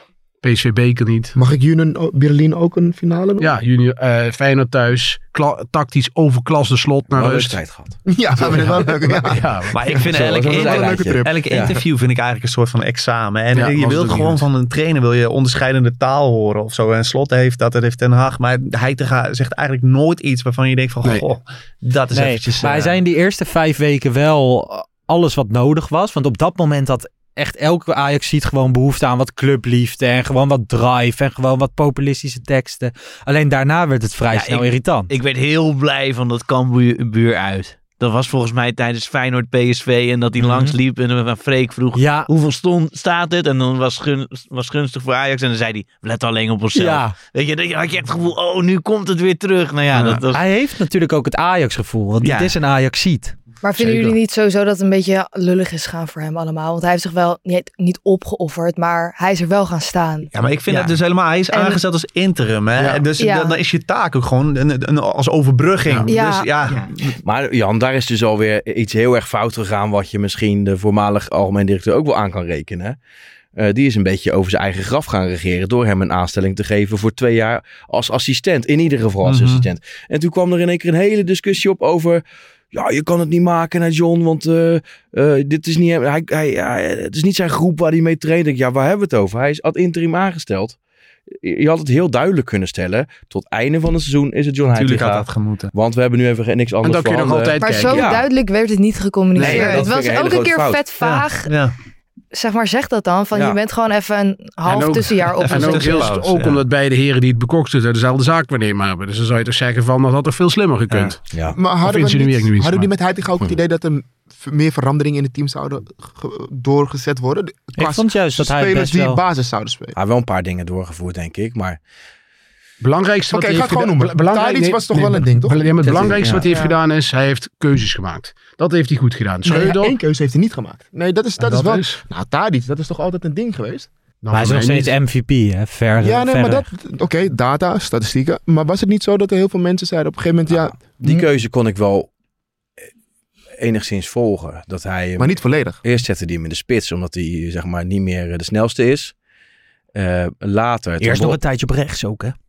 Speaker 9: P S V beker niet.
Speaker 8: Mag ik Union Berlin ook een finale doen?
Speaker 9: Ja, junior, uh, Feyenoord thuis. Kla- tactisch overklasse slot naar
Speaker 7: Wel
Speaker 9: rust.
Speaker 7: wedstrijd gehad.
Speaker 8: Ja, dat is wel leuk. Ja.
Speaker 9: Ja,
Speaker 10: Maar ik vind
Speaker 7: Zo,
Speaker 10: elk,
Speaker 7: dat was een
Speaker 10: elk,
Speaker 7: leuke trip.
Speaker 10: elk interview vind ik eigenlijk een soort van examen. En
Speaker 9: Ja,
Speaker 10: je
Speaker 9: was
Speaker 10: wilt
Speaker 9: het ook
Speaker 10: gewoon
Speaker 9: niet.
Speaker 10: van een trainer wil je onderscheidende taal horen of zo. En Slot heeft dat, dat heeft Ten Hag. Maar Heitinga zegt eigenlijk nooit iets waarvan je denkt van,
Speaker 9: Nee.
Speaker 10: goh, dat is
Speaker 5: Nee,
Speaker 10: eventjes...
Speaker 5: maar hij
Speaker 10: uh,
Speaker 5: zei in die eerste vijf weken wel alles wat nodig was. Want op dat moment had echt elke Ajax-ziet gewoon behoefte aan wat clubliefde. En gewoon wat drive. En gewoon wat populistische teksten. Alleen daarna werd het vrij
Speaker 11: Ja,
Speaker 5: snel
Speaker 11: ik-
Speaker 5: irritant.
Speaker 11: Ik werd heel blij van dat Cambuur uit. Dat was volgens mij tijdens Feyenoord P S V en dat hij
Speaker 5: Mhm.
Speaker 11: langs liep en dan Freek vroeg
Speaker 5: Ja,
Speaker 11: hoeveel stond, staat het? En dan was gun, was gunstig voor Ajax en dan zei hij, let alleen op onszelf.
Speaker 5: ja.
Speaker 11: Weet je, dan had je echt het gevoel, oh nu komt het weer terug. Nou ja,
Speaker 9: Ja.
Speaker 11: dat was...
Speaker 5: Hij heeft natuurlijk ook het Ajax-gevoel. Want
Speaker 11: Ja.
Speaker 5: dit is een Ajax-ziet.
Speaker 6: Maar vinden
Speaker 9: Zeker.
Speaker 6: jullie niet sowieso dat het een beetje lullig is gaan voor hem allemaal? Want hij heeft zich wel niet, niet opgeofferd, maar hij is er wel gaan staan.
Speaker 10: Ja, maar ik vind
Speaker 5: Ja.
Speaker 10: het dus helemaal... Hij is
Speaker 6: En-
Speaker 10: aangesteld als interim, hè.
Speaker 9: Ja.
Speaker 10: Dus
Speaker 6: Ja.
Speaker 10: dan, dan is je taak ook gewoon een, een, als overbrugging.
Speaker 6: Ja.
Speaker 10: Dus ja,
Speaker 7: Maar Jan, daar is dus alweer iets heel erg fout gegaan, wat je misschien de voormalig algemeen directeur ook wel aan kan rekenen. Uh, die is een beetje over zijn eigen graf gaan regeren door hem een aanstelling te geven voor twee jaar als assistent. In ieder geval als
Speaker 10: Mhm.
Speaker 7: assistent. En toen kwam er in één keer een hele discussie op over... Ja, je kan het niet maken naar John, want uh, uh, dit is niet, hem- hij, hij, hij, het is niet zijn groep waar hij mee traint. Ik denk, ja, waar hebben we het over? Hij is ad interim aangesteld. Je je had het heel duidelijk kunnen stellen. Tot het einde van het seizoen is het John
Speaker 10: natuurlijk had
Speaker 7: Heitinga.
Speaker 10: dat gemoeten.
Speaker 7: Want we hebben nu even geen- niks
Speaker 9: En
Speaker 7: anders
Speaker 9: dan kun je nog
Speaker 7: voorhanden.
Speaker 9: altijd
Speaker 6: Maar
Speaker 9: kijken.
Speaker 6: zo
Speaker 7: Ja.
Speaker 6: duidelijk werd het niet gecommuniceerd.
Speaker 7: Nee, dat
Speaker 6: het
Speaker 7: vind
Speaker 6: was
Speaker 7: ik een hele
Speaker 6: ook een
Speaker 7: grote
Speaker 6: keer
Speaker 7: fout.
Speaker 6: vet vaag.
Speaker 10: Ja.
Speaker 6: Zeg maar, zeg dat dan. Van
Speaker 7: Ja.
Speaker 6: je bent gewoon even een half
Speaker 9: En ook-
Speaker 6: tussenjaar op.
Speaker 9: En
Speaker 10: Even
Speaker 9: ook,
Speaker 10: tussen
Speaker 9: heel,
Speaker 10: pauze,
Speaker 9: ook
Speaker 10: ja.
Speaker 9: omdat beide heren die het bekoksten dezelfde zaakwaarnemer hebben. Dus dan zou je toch zeggen van, dat had toch veel slimmer gekund.
Speaker 7: Ja.
Speaker 8: Maar hadden we
Speaker 9: insinueer
Speaker 8: niet,
Speaker 9: ik nu iets,
Speaker 8: hadden die
Speaker 9: maar-
Speaker 8: met Heitinga ook het idee dat er v- meer veranderingen in het team zouden ge- doorgezet worden? De-
Speaker 5: Ik
Speaker 8: qua
Speaker 5: vond juist dat hij
Speaker 8: spelers
Speaker 5: best
Speaker 8: die
Speaker 5: wel...
Speaker 8: basis zouden spelen.
Speaker 7: Hij heeft wel een paar dingen doorgevoerd, denk ik. Maar
Speaker 9: Belangrijkste wat
Speaker 8: Oké,
Speaker 9: hij
Speaker 8: ik ga
Speaker 9: heeft
Speaker 8: het gewoon
Speaker 9: gedaan-
Speaker 8: noemen.
Speaker 9: belangrijk-
Speaker 8: Tadic
Speaker 9: nee,
Speaker 8: was toch
Speaker 9: nee,
Speaker 8: wel een ding, toch?
Speaker 9: Ja, maar het
Speaker 7: Dat-
Speaker 9: belangrijkste wat hij heeft
Speaker 6: ja.
Speaker 9: gedaan is, hij heeft keuzes gemaakt. Dat heeft hij goed gedaan.
Speaker 8: Nee,
Speaker 9: Schreuder,
Speaker 8: één keuze heeft hij niet gemaakt. Nee, dat is, dat
Speaker 9: En
Speaker 8: is
Speaker 9: dat
Speaker 8: wel...
Speaker 9: is?
Speaker 8: Nou, Tadic, dat is toch altijd een ding geweest?
Speaker 9: Nou,
Speaker 5: Maar hij is
Speaker 9: voor
Speaker 5: nog
Speaker 9: mij
Speaker 5: steeds
Speaker 9: niet.
Speaker 5: M V P, hè? Ver,
Speaker 8: Ja, nee, maar
Speaker 5: verre.
Speaker 8: dat... Oké, data, statistieken. Maar was het niet zo dat er heel veel mensen zeiden op een gegeven moment... Ja,
Speaker 7: die
Speaker 8: hm,
Speaker 7: keuze kon ik wel enigszins volgen. Dat hij hem-
Speaker 8: maar niet volledig.
Speaker 7: Eerst zette hij hem in de spits, omdat hij zeg maar niet meer eh, de snelste is. Uh, later... toen
Speaker 5: Eerst nog
Speaker 7: wo-
Speaker 5: een tijdje op rechts ook, hè?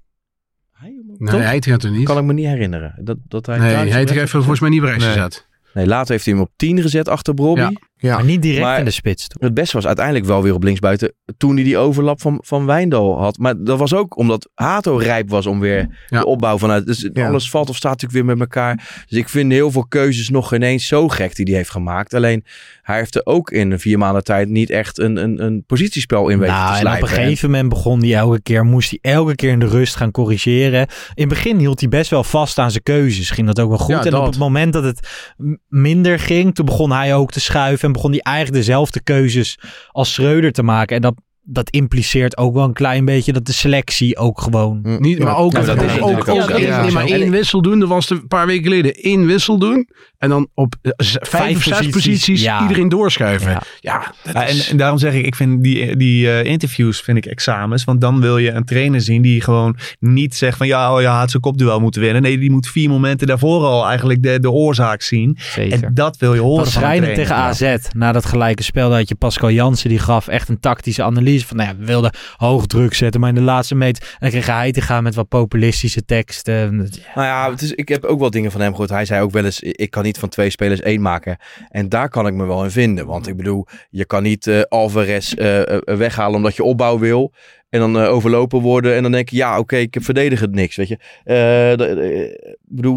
Speaker 9: Nee, hij gaat er niet.
Speaker 7: Kan ik me niet herinneren. Dat, dat hij
Speaker 9: Nee,
Speaker 7: Tadic
Speaker 9: hij
Speaker 7: op
Speaker 9: heeft
Speaker 7: rechts-
Speaker 9: volgens mij niet op rechts
Speaker 10: Nee.
Speaker 9: gezet.
Speaker 7: Nee, later heeft hij hem op tien gezet achter Brobby.
Speaker 9: Ja.
Speaker 8: Ja.
Speaker 5: Maar niet direct
Speaker 7: Maar-
Speaker 5: in de spits. Toch?
Speaker 7: Het beste was uiteindelijk wel weer op linksbuiten toen hij die overlap van, van Wijndal had. Maar dat was ook omdat Hato rijp was om weer
Speaker 9: Ja.
Speaker 7: de opbouw vanuit. Dus
Speaker 8: Ja.
Speaker 7: alles valt of staat natuurlijk weer met elkaar. Dus ik vind heel veel keuzes nog ineens zo gek die hij heeft gemaakt. Alleen hij heeft er ook in vier maanden tijd niet echt een, een, een positiespel in weten
Speaker 5: Nou,
Speaker 7: te
Speaker 5: en
Speaker 7: slijpen.
Speaker 5: op een gegeven moment begon hij elke keer, moest hij elke keer in de rust gaan corrigeren. In het begin hield hij best wel vast aan zijn keuzes. Ging dat ook wel goed.
Speaker 9: Ja,
Speaker 5: en
Speaker 9: dat.
Speaker 5: op het moment dat het m- minder ging, toen begon hij ook te schuiven. En begon hij eigenlijk dezelfde keuzes als Schreuder te maken. En dat, dat impliceert ook wel een klein beetje dat de selectie ook gewoon...
Speaker 7: Hm.
Speaker 9: Niet, maar ook,
Speaker 7: Ja, dat is
Speaker 9: ook,
Speaker 7: natuurlijk
Speaker 9: ook,
Speaker 7: ook
Speaker 9: ook
Speaker 7: zo.
Speaker 9: één-
Speaker 8: Ja.
Speaker 9: nee, maar één wissel doen. Dat was het een paar weken geleden. Eén wissel doen. En dan op eh, z- vijf, of zes
Speaker 5: posities,
Speaker 9: posities
Speaker 5: ja.
Speaker 9: iedereen doorschuiven.
Speaker 5: Ja.
Speaker 9: Ja, dat
Speaker 10: Ja, en,
Speaker 9: is...
Speaker 10: en daarom zeg ik, ik vind die, die eh, interviews vind ik examens. Want dan wil je een trainer zien die gewoon niet zegt van ja, oh, ja, had zijn kopduel moeten winnen. Nee, die moet vier momenten daarvoor al eigenlijk de, de oorzaak zien.
Speaker 5: Zeker.
Speaker 10: En dat wil je horen
Speaker 5: Was
Speaker 10: van een
Speaker 5: schrijnend
Speaker 10: trainer.
Speaker 5: tegen A Z. Na dat gelijke spel had je Pascal Jansen. Die gaf echt een tactische analyse. Van nou ja, we wilden hoog druk zetten. Maar in de laatste meet. En dan kreeg hij te gaan met wat populistische teksten.
Speaker 7: Nou ja, het is, ik heb ook wel dingen van hem gehoord. Hij zei ook wel eens, ik kan niet van twee spelers één maken. En daar kan ik me wel in vinden. Want ik bedoel, je kan niet uh, Alvarez uh, uh, weghalen omdat je opbouw wil. En dan uh, overlopen worden. En dan denk je, ja oké, okay, ik heb verdedigend niks, weet je. Uh, de, de, ik bedoel,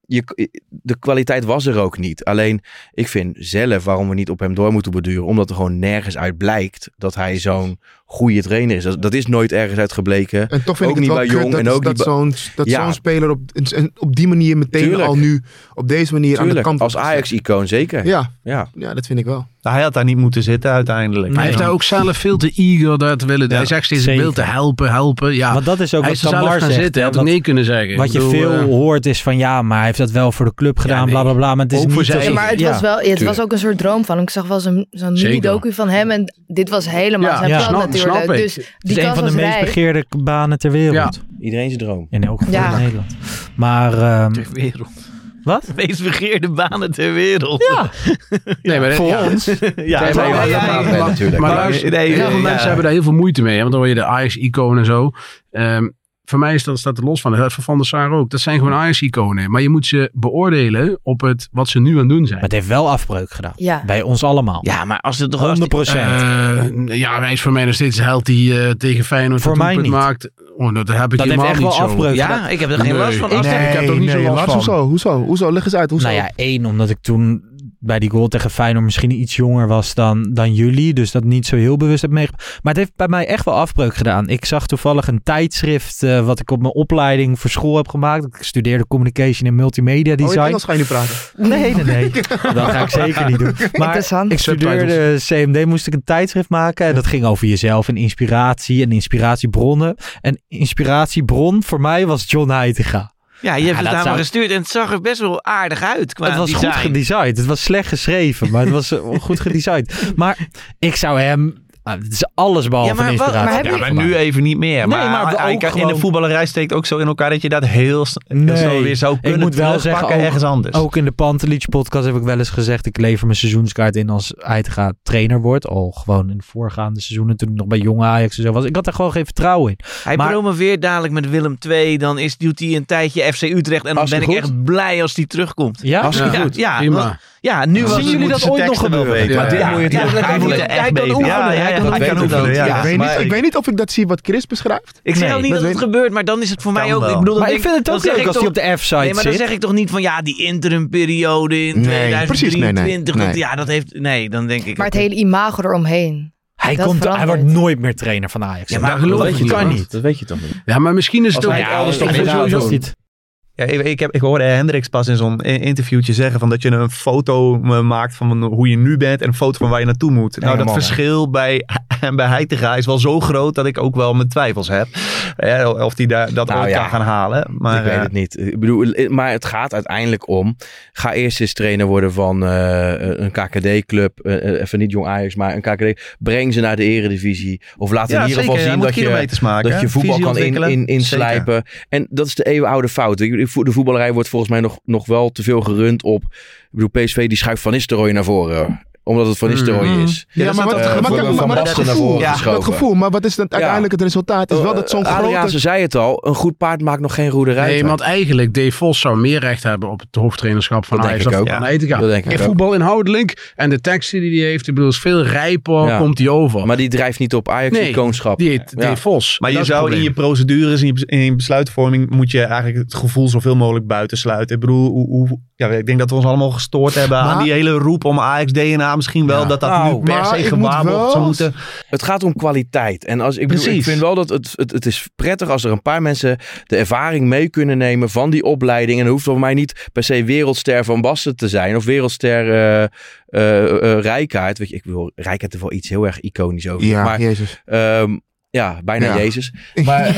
Speaker 7: je, de kwaliteit was er ook niet. Alleen, ik vind zelf waarom we niet op hem door moeten beduren. Omdat er gewoon nergens uit blijkt dat hij zo'n goede trainer is. Dat, dat is nooit ergens uit gebleken.
Speaker 8: En toch vind
Speaker 7: ook
Speaker 8: ik het
Speaker 7: niet
Speaker 8: wel
Speaker 7: bij
Speaker 8: kut
Speaker 7: Jong.
Speaker 8: dat,
Speaker 7: En ook
Speaker 8: dat,
Speaker 7: niet bij...
Speaker 8: zo'n, dat
Speaker 7: ja.
Speaker 8: zo'n speler op, op die manier meteen
Speaker 7: Tuurlijk.
Speaker 8: al nu op deze manier
Speaker 7: Tuurlijk,
Speaker 8: aan de kant...
Speaker 7: als Ajax-icoon zeker.
Speaker 8: Ja.
Speaker 7: Ja.
Speaker 8: ja, dat vind ik wel.
Speaker 10: Hij had daar niet moeten zitten uiteindelijk.
Speaker 9: Hij heeft daar ook zelf veel te eager dat willen.
Speaker 5: Ja,
Speaker 9: hij zegt steeds, ik
Speaker 5: zeker.
Speaker 9: wil te helpen, helpen. Ja,
Speaker 5: Want dat is ook
Speaker 9: hij
Speaker 5: wat
Speaker 9: is er zelf
Speaker 5: Tamar
Speaker 9: gaan
Speaker 5: zegt.
Speaker 9: zitten. Hij
Speaker 5: hè,
Speaker 9: had
Speaker 5: wat-
Speaker 9: nee kunnen zeggen.
Speaker 5: Wat je
Speaker 9: Ik bedoel,
Speaker 5: veel
Speaker 9: eh,
Speaker 5: hoort is van ja, maar hij heeft dat wel voor de club gedaan,
Speaker 9: nee.
Speaker 5: bla bla bla. Maar het is
Speaker 9: Ook
Speaker 5: niet
Speaker 9: voor
Speaker 5: zo-
Speaker 9: zijn-
Speaker 6: Ja, maar het,
Speaker 5: ja.
Speaker 6: was, wel, het was
Speaker 9: tuurlijk.
Speaker 6: ook een soort droom van hem. Ik zag wel zo'n, zo'n
Speaker 9: Zeker.
Speaker 6: mini-docu van hem en dit was helemaal
Speaker 9: Ja,
Speaker 6: zijn
Speaker 5: ja,
Speaker 6: plan
Speaker 9: snap-
Speaker 6: natuurlijk.
Speaker 9: snap ik.
Speaker 6: Dus
Speaker 5: Het
Speaker 6: die
Speaker 5: is een
Speaker 6: kans
Speaker 5: van de
Speaker 6: was
Speaker 5: meest
Speaker 6: rijk.
Speaker 5: begeerde banen ter wereld.
Speaker 9: Ja.
Speaker 7: Iedereen zijn droom.
Speaker 5: In elk geval
Speaker 6: Ja.
Speaker 5: in Nederland. Maar ehm,
Speaker 11: Ter wereld.
Speaker 5: wat?
Speaker 11: De meest begeerde banen ter wereld.
Speaker 5: Ja,
Speaker 9: Nee, maar
Speaker 5: voor
Speaker 9: ja.
Speaker 5: ons.
Speaker 11: ja,
Speaker 7: Nee,
Speaker 11: ja,
Speaker 7: maar
Speaker 11: ja,
Speaker 7: dat
Speaker 11: ja,
Speaker 7: maakt
Speaker 11: ja.
Speaker 7: mij natuurlijk.
Speaker 9: Maar
Speaker 7: Maar
Speaker 9: luister,
Speaker 11: nee,
Speaker 9: heel
Speaker 11: nee,
Speaker 9: veel
Speaker 11: ja.
Speaker 9: mensen hebben daar heel veel moeite mee. Hè? Want dan hoor je de Ajax-icoon en zo. Ehm, voor mij is dat, staat er los van. Dat is voor Van der Sar ook. Dat zijn gewoon Ajax-iconen. Maar je moet ze beoordelen op het, wat ze nu aan het doen zijn.
Speaker 5: Maar het heeft wel afbreuk gedaan.
Speaker 6: Ja.
Speaker 5: Bij ons allemaal.
Speaker 11: Ja, maar als het toch... als
Speaker 5: honderd
Speaker 11: die-
Speaker 5: procent.
Speaker 9: Eh, ja, hij is voor mij nog steeds de held die uh, tegen Feyenoord
Speaker 5: Voor
Speaker 9: een
Speaker 5: mij
Speaker 9: doelpunt
Speaker 5: niet.
Speaker 9: maakt. Oh, dat heb ik
Speaker 5: Dat heeft
Speaker 9: helemaal
Speaker 5: echt
Speaker 9: niet
Speaker 5: wel
Speaker 9: zo.
Speaker 5: afbreuk
Speaker 11: Ja,
Speaker 5: gedaan.
Speaker 11: ik heb er geen
Speaker 9: Nee.
Speaker 11: last van.
Speaker 9: Ik
Speaker 11: Als
Speaker 9: denk-
Speaker 11: dat-
Speaker 9: ik heb er ook niet zo
Speaker 8: nee,
Speaker 9: last
Speaker 8: Lars,
Speaker 9: van.
Speaker 8: Hoezo? Hoezo? Hoezo? Leg eens uit. Hoezo?
Speaker 5: Nou ja, één, omdat ik toen bij die goal tegen Feyenoord misschien iets jonger was dan, dan jullie. Dus dat niet zo heel bewust heb meegemaakt. Maar het heeft bij mij echt wel afbreuk gedaan. Ik zag toevallig een tijdschrift uh, wat ik op mijn opleiding voor school heb gemaakt. Ik studeerde Communication en Multimedia
Speaker 8: Oh, in
Speaker 5: Design.
Speaker 8: Engels ga je nu praten?
Speaker 5: Nee, nee, nee. Dat ga ik zeker niet doen. Maar
Speaker 6: Interessant.
Speaker 5: ik studeerde C M D, moest ik een tijdschrift maken. En dat ging over jezelf en inspiratie en inspiratiebronnen. En inspiratiebron voor mij was John Heitinga.
Speaker 11: Ja, je hebt
Speaker 5: Ja,
Speaker 11: het
Speaker 5: dat
Speaker 11: aan me
Speaker 5: zou-
Speaker 11: gestuurd en het zag er best wel aardig uit qua
Speaker 5: Het was
Speaker 11: design.
Speaker 5: goed gedesigned. Het was slecht geschreven, maar het was uh, goed gedesigned. Maar ik zou hem... Nou, het is alles behalve
Speaker 11: Ja, maar
Speaker 5: een
Speaker 11: wat-
Speaker 5: inspiratie.
Speaker 11: maar heb
Speaker 10: Ja, maar nu even niet meer.
Speaker 5: Nee,
Speaker 10: Maar,
Speaker 5: maar ook
Speaker 10: eigenlijk in
Speaker 5: gewoon-
Speaker 10: de voetballerij steekt ook zo in elkaar dat je dat heel s-
Speaker 5: Nee,
Speaker 10: zo weer zou
Speaker 5: ik
Speaker 10: kunnen
Speaker 5: moet wel
Speaker 10: terugpakken
Speaker 5: zeggen, ook-
Speaker 10: ergens anders.
Speaker 5: Ook in de Pantelich podcast heb ik wel eens gezegd... ik lever mijn seizoenskaart in als Heitinga trainer wordt. Al gewoon in de voorgaande seizoenen toen ik nog bij Jong Ajax en zo was. Ik had er gewoon geen vertrouwen in.
Speaker 11: Hij
Speaker 5: Maar-
Speaker 11: promoveert dadelijk met Willem twee. Dan is, doet hij een tijdje F C Utrecht. En dan ben ik
Speaker 7: Hartstikke
Speaker 11: echt blij als hij terugkomt.
Speaker 5: Ja?
Speaker 7: Hartstikke
Speaker 11: Ja,
Speaker 7: goed.
Speaker 11: ja,
Speaker 9: Prima.
Speaker 11: want- ja, nu was
Speaker 5: Zien
Speaker 11: het-
Speaker 5: jullie
Speaker 11: moeten
Speaker 5: dat
Speaker 11: ze
Speaker 5: ooit nog
Speaker 11: teksten wel
Speaker 5: gebeuren?
Speaker 11: weten.
Speaker 10: Maar dit
Speaker 11: Ja,
Speaker 10: moet je
Speaker 11: ja,
Speaker 10: toch
Speaker 11: ja,
Speaker 10: hij
Speaker 11: ja,
Speaker 10: moet
Speaker 11: ja,
Speaker 10: het
Speaker 11: hij
Speaker 10: echt
Speaker 11: kan
Speaker 10: beter.
Speaker 11: oefenen,
Speaker 10: Ja,
Speaker 11: hij
Speaker 10: ja,
Speaker 11: kan
Speaker 10: dat
Speaker 11: oefenen.
Speaker 10: weet ik wel. Ja,
Speaker 8: ik, weet
Speaker 10: maar-
Speaker 8: niet, ik weet niet of ik dat zie wat Chris beschrijft.
Speaker 11: Ik zeg
Speaker 5: Nee,
Speaker 11: ook niet
Speaker 8: dat
Speaker 11: dat het
Speaker 8: weet-
Speaker 11: gebeurt, maar dan is het voor mij
Speaker 10: Kan
Speaker 11: ook...
Speaker 10: wel.
Speaker 11: Ik bedoel, dan
Speaker 5: Maar ik
Speaker 11: denk-
Speaker 5: vind het
Speaker 11: dan
Speaker 5: ook
Speaker 11: zeg
Speaker 5: leuk
Speaker 11: ik
Speaker 5: als hij
Speaker 11: toch-
Speaker 5: op de F-site
Speaker 11: Nee, maar dan
Speaker 5: zit.
Speaker 11: zeg ik toch niet van ja, die interimperiode in
Speaker 8: Nee,
Speaker 11: tweeduizend drieëntwintig.
Speaker 8: precies, nee, nee, nee.
Speaker 11: Ja, dat heeft... Nee, dan denk ik...
Speaker 6: Maar het
Speaker 11: oké.
Speaker 6: hele imago eromheen.
Speaker 5: Hij,
Speaker 6: dat
Speaker 5: komt, hij
Speaker 6: verandert.
Speaker 5: wordt nooit meer trainer van Ajax.
Speaker 11: Ja, maar
Speaker 9: Dat geloof
Speaker 7: Dat
Speaker 9: ik
Speaker 7: weet je
Speaker 9: niet.
Speaker 7: toch
Speaker 5: kan
Speaker 7: niet?
Speaker 5: niet.
Speaker 7: Dat weet je toch niet?
Speaker 9: Ja, maar misschien is het
Speaker 7: Als
Speaker 9: ook...
Speaker 7: hij-
Speaker 5: Ja,
Speaker 7: alles
Speaker 5: ik
Speaker 7: toch
Speaker 5: vind
Speaker 7: sowieso
Speaker 5: dat
Speaker 7: doen.
Speaker 5: niet.
Speaker 10: Ja, ik, ik, heb, ik hoorde Hendricks pas in zo'n i- interviewtje zeggen van dat je een foto eh, maakt van hoe je nu bent en een foto van waar je naartoe moet. Nou, dat
Speaker 7: man, hè?
Speaker 10: verschil bij, bij Heitinga is wel zo groot dat ik ook wel mijn twijfels heb. Eh, of hij daar, dat
Speaker 7: Nou
Speaker 10: ooit
Speaker 7: ja,
Speaker 10: kan gaan halen. Maar,
Speaker 7: ik weet
Speaker 10: eh,
Speaker 7: het niet. Ik bedoel, maar het gaat uiteindelijk om... Ga eerst eens trainer worden van uh, een K K D-club. Uh, even niet Jong Ajax, maar een K K D. Breng ze naar de eredivisie. Of laat
Speaker 10: ja,
Speaker 7: in ieder
Speaker 10: zeker.
Speaker 7: geval
Speaker 10: Hij
Speaker 7: zien
Speaker 10: moet
Speaker 7: dat je,
Speaker 10: kilometers maken,
Speaker 7: dat je
Speaker 10: hè?
Speaker 7: voetbal
Speaker 10: Visie
Speaker 7: kan in,
Speaker 10: ontwikkelen.
Speaker 7: in, inslijpen. En dat is de eeuwenoude fout. De voetballerij wordt volgens mij nog, nog wel te veel gerund op... Ik bedoel, P S V die schuift Van Nistelrooy naar voren. Omdat het Van Nistelrooy
Speaker 10: Mm.
Speaker 7: is.
Speaker 8: Ja,
Speaker 10: dat
Speaker 8: maar,
Speaker 10: is
Speaker 8: wat,
Speaker 10: dat,
Speaker 8: maar,
Speaker 10: eh,
Speaker 8: kijk,
Speaker 7: Van
Speaker 8: maar, maar dat
Speaker 7: Basten naar
Speaker 8: gevoel,
Speaker 7: voren
Speaker 8: ja,
Speaker 7: geschoven.
Speaker 8: dat gevoel, maar wat is dan uiteindelijk het resultaat? Is wel dat zo'n
Speaker 7: Adriaanse
Speaker 8: grote...
Speaker 7: zei het al. Een goed paard maakt nog geen goede ruiter.
Speaker 9: Nee, want eigenlijk Dave Vos zou meer recht hebben op het hoofdtrainerschap van
Speaker 7: Dat
Speaker 9: Ajax
Speaker 7: denk ik
Speaker 9: dan
Speaker 7: ook.
Speaker 9: van Heitinga.
Speaker 7: Dat denk ik
Speaker 9: In
Speaker 7: ook.
Speaker 9: voetbal inhoudelijk en de teksten die hij heeft, ik bedoel, is veel rijper,
Speaker 7: Ja.
Speaker 9: komt hij over.
Speaker 7: Maar die drijft niet op Ajax-icoonschap.
Speaker 9: Die heet
Speaker 7: Ja.
Speaker 9: Dave Vos.
Speaker 10: Maar
Speaker 9: Dat
Speaker 10: je
Speaker 9: is het
Speaker 10: zou in je
Speaker 9: probleem.
Speaker 10: procedures, in je, in je besluitvorming, moet je eigenlijk het gevoel zoveel mogelijk buitensluiten. Ik bedoel, hoe, hoe, ja, ik denk dat we ons allemaal gestoord hebben
Speaker 8: Maar-
Speaker 10: aan die hele roep om Ajax D N A misschien wel,
Speaker 7: Ja.
Speaker 10: dat dat
Speaker 7: Nou,
Speaker 10: nu per
Speaker 8: maar
Speaker 10: se
Speaker 8: ik moet
Speaker 10: gewaarborgd
Speaker 8: wel-
Speaker 10: zou moeten.
Speaker 7: Het gaat om kwaliteit. En als, ik, bedoel, ik
Speaker 10: Precies.
Speaker 7: vind wel dat het, het, het is prettig als er een paar mensen de ervaring mee kunnen nemen van die opleiding. En dat hoeft voor mij niet per se wereldster Van Basten te zijn. Of wereldster uh, uh, uh, Rijkaard. Weet je, ik bedoel, Rijkaard heeft wel iets heel erg iconisch over.
Speaker 8: Ja,
Speaker 7: maar,
Speaker 8: Jezus.
Speaker 7: um, ja, bijna
Speaker 8: Ja.
Speaker 7: Jezus. Maar,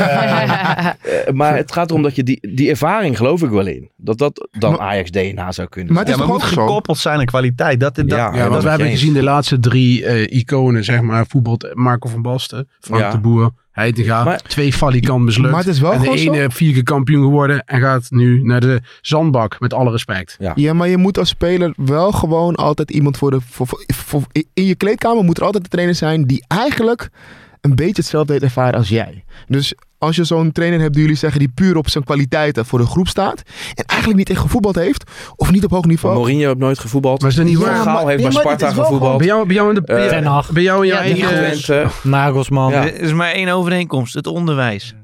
Speaker 7: uh, uh, maar het gaat erom dat je die, die ervaring geloof ik wel in. Dat dat dan
Speaker 8: Maar-
Speaker 7: Ajax D N A zou kunnen
Speaker 8: Maar het
Speaker 10: Ja,
Speaker 8: is
Speaker 10: maar
Speaker 8: toch
Speaker 10: het moet
Speaker 8: ook zo?
Speaker 10: gekoppeld zijn aan kwaliteit. Dat, dat,
Speaker 7: Ja,
Speaker 9: Ja,
Speaker 7: dat
Speaker 9: want
Speaker 7: ben
Speaker 9: we
Speaker 7: ik
Speaker 9: hebben
Speaker 7: eens.
Speaker 9: gezien de laatste drie uh, iconen, zeg maar, voetbal, Marco van Basten, Frank
Speaker 7: Ja.
Speaker 9: de Boer, Heitinga,
Speaker 7: Maar-
Speaker 9: twee falikant mislukt.
Speaker 8: Maar het is wel
Speaker 9: en de
Speaker 8: gewoon zo.
Speaker 9: ene vier keer kampioen geworden en gaat nu naar de zandbak, met alle respect.
Speaker 7: Ja.
Speaker 8: Ja, maar je moet als speler wel gewoon altijd iemand voor de... Voor, voor, voor- in je kleedkamer moet er altijd een trainer zijn die eigenlijk een beetje hetzelfde heeft ervaren als jij. Dus als je zo'n trainer hebt die jullie zeggen die puur op zijn kwaliteiten voor de groep staat en eigenlijk niet echt gevoetbald heeft of niet op hoog niveau.
Speaker 7: Mourinho heeft nooit gevoetbald.
Speaker 9: Maar is dat niet
Speaker 8: Ja,
Speaker 9: waar?
Speaker 7: Gaal
Speaker 8: maar-
Speaker 7: heeft
Speaker 8: ja,
Speaker 7: bij
Speaker 8: maar
Speaker 7: Sparta
Speaker 8: het is wel
Speaker 7: gevoetbald.
Speaker 9: Bij jou, bij jou in de
Speaker 7: Eh,
Speaker 5: Ten Hag.
Speaker 9: bij jou in je
Speaker 6: Ja,
Speaker 9: eigen...
Speaker 7: Twente.
Speaker 5: Nagelsman.
Speaker 7: Ja.
Speaker 11: Er is maar één overeenkomst, het onderwijs.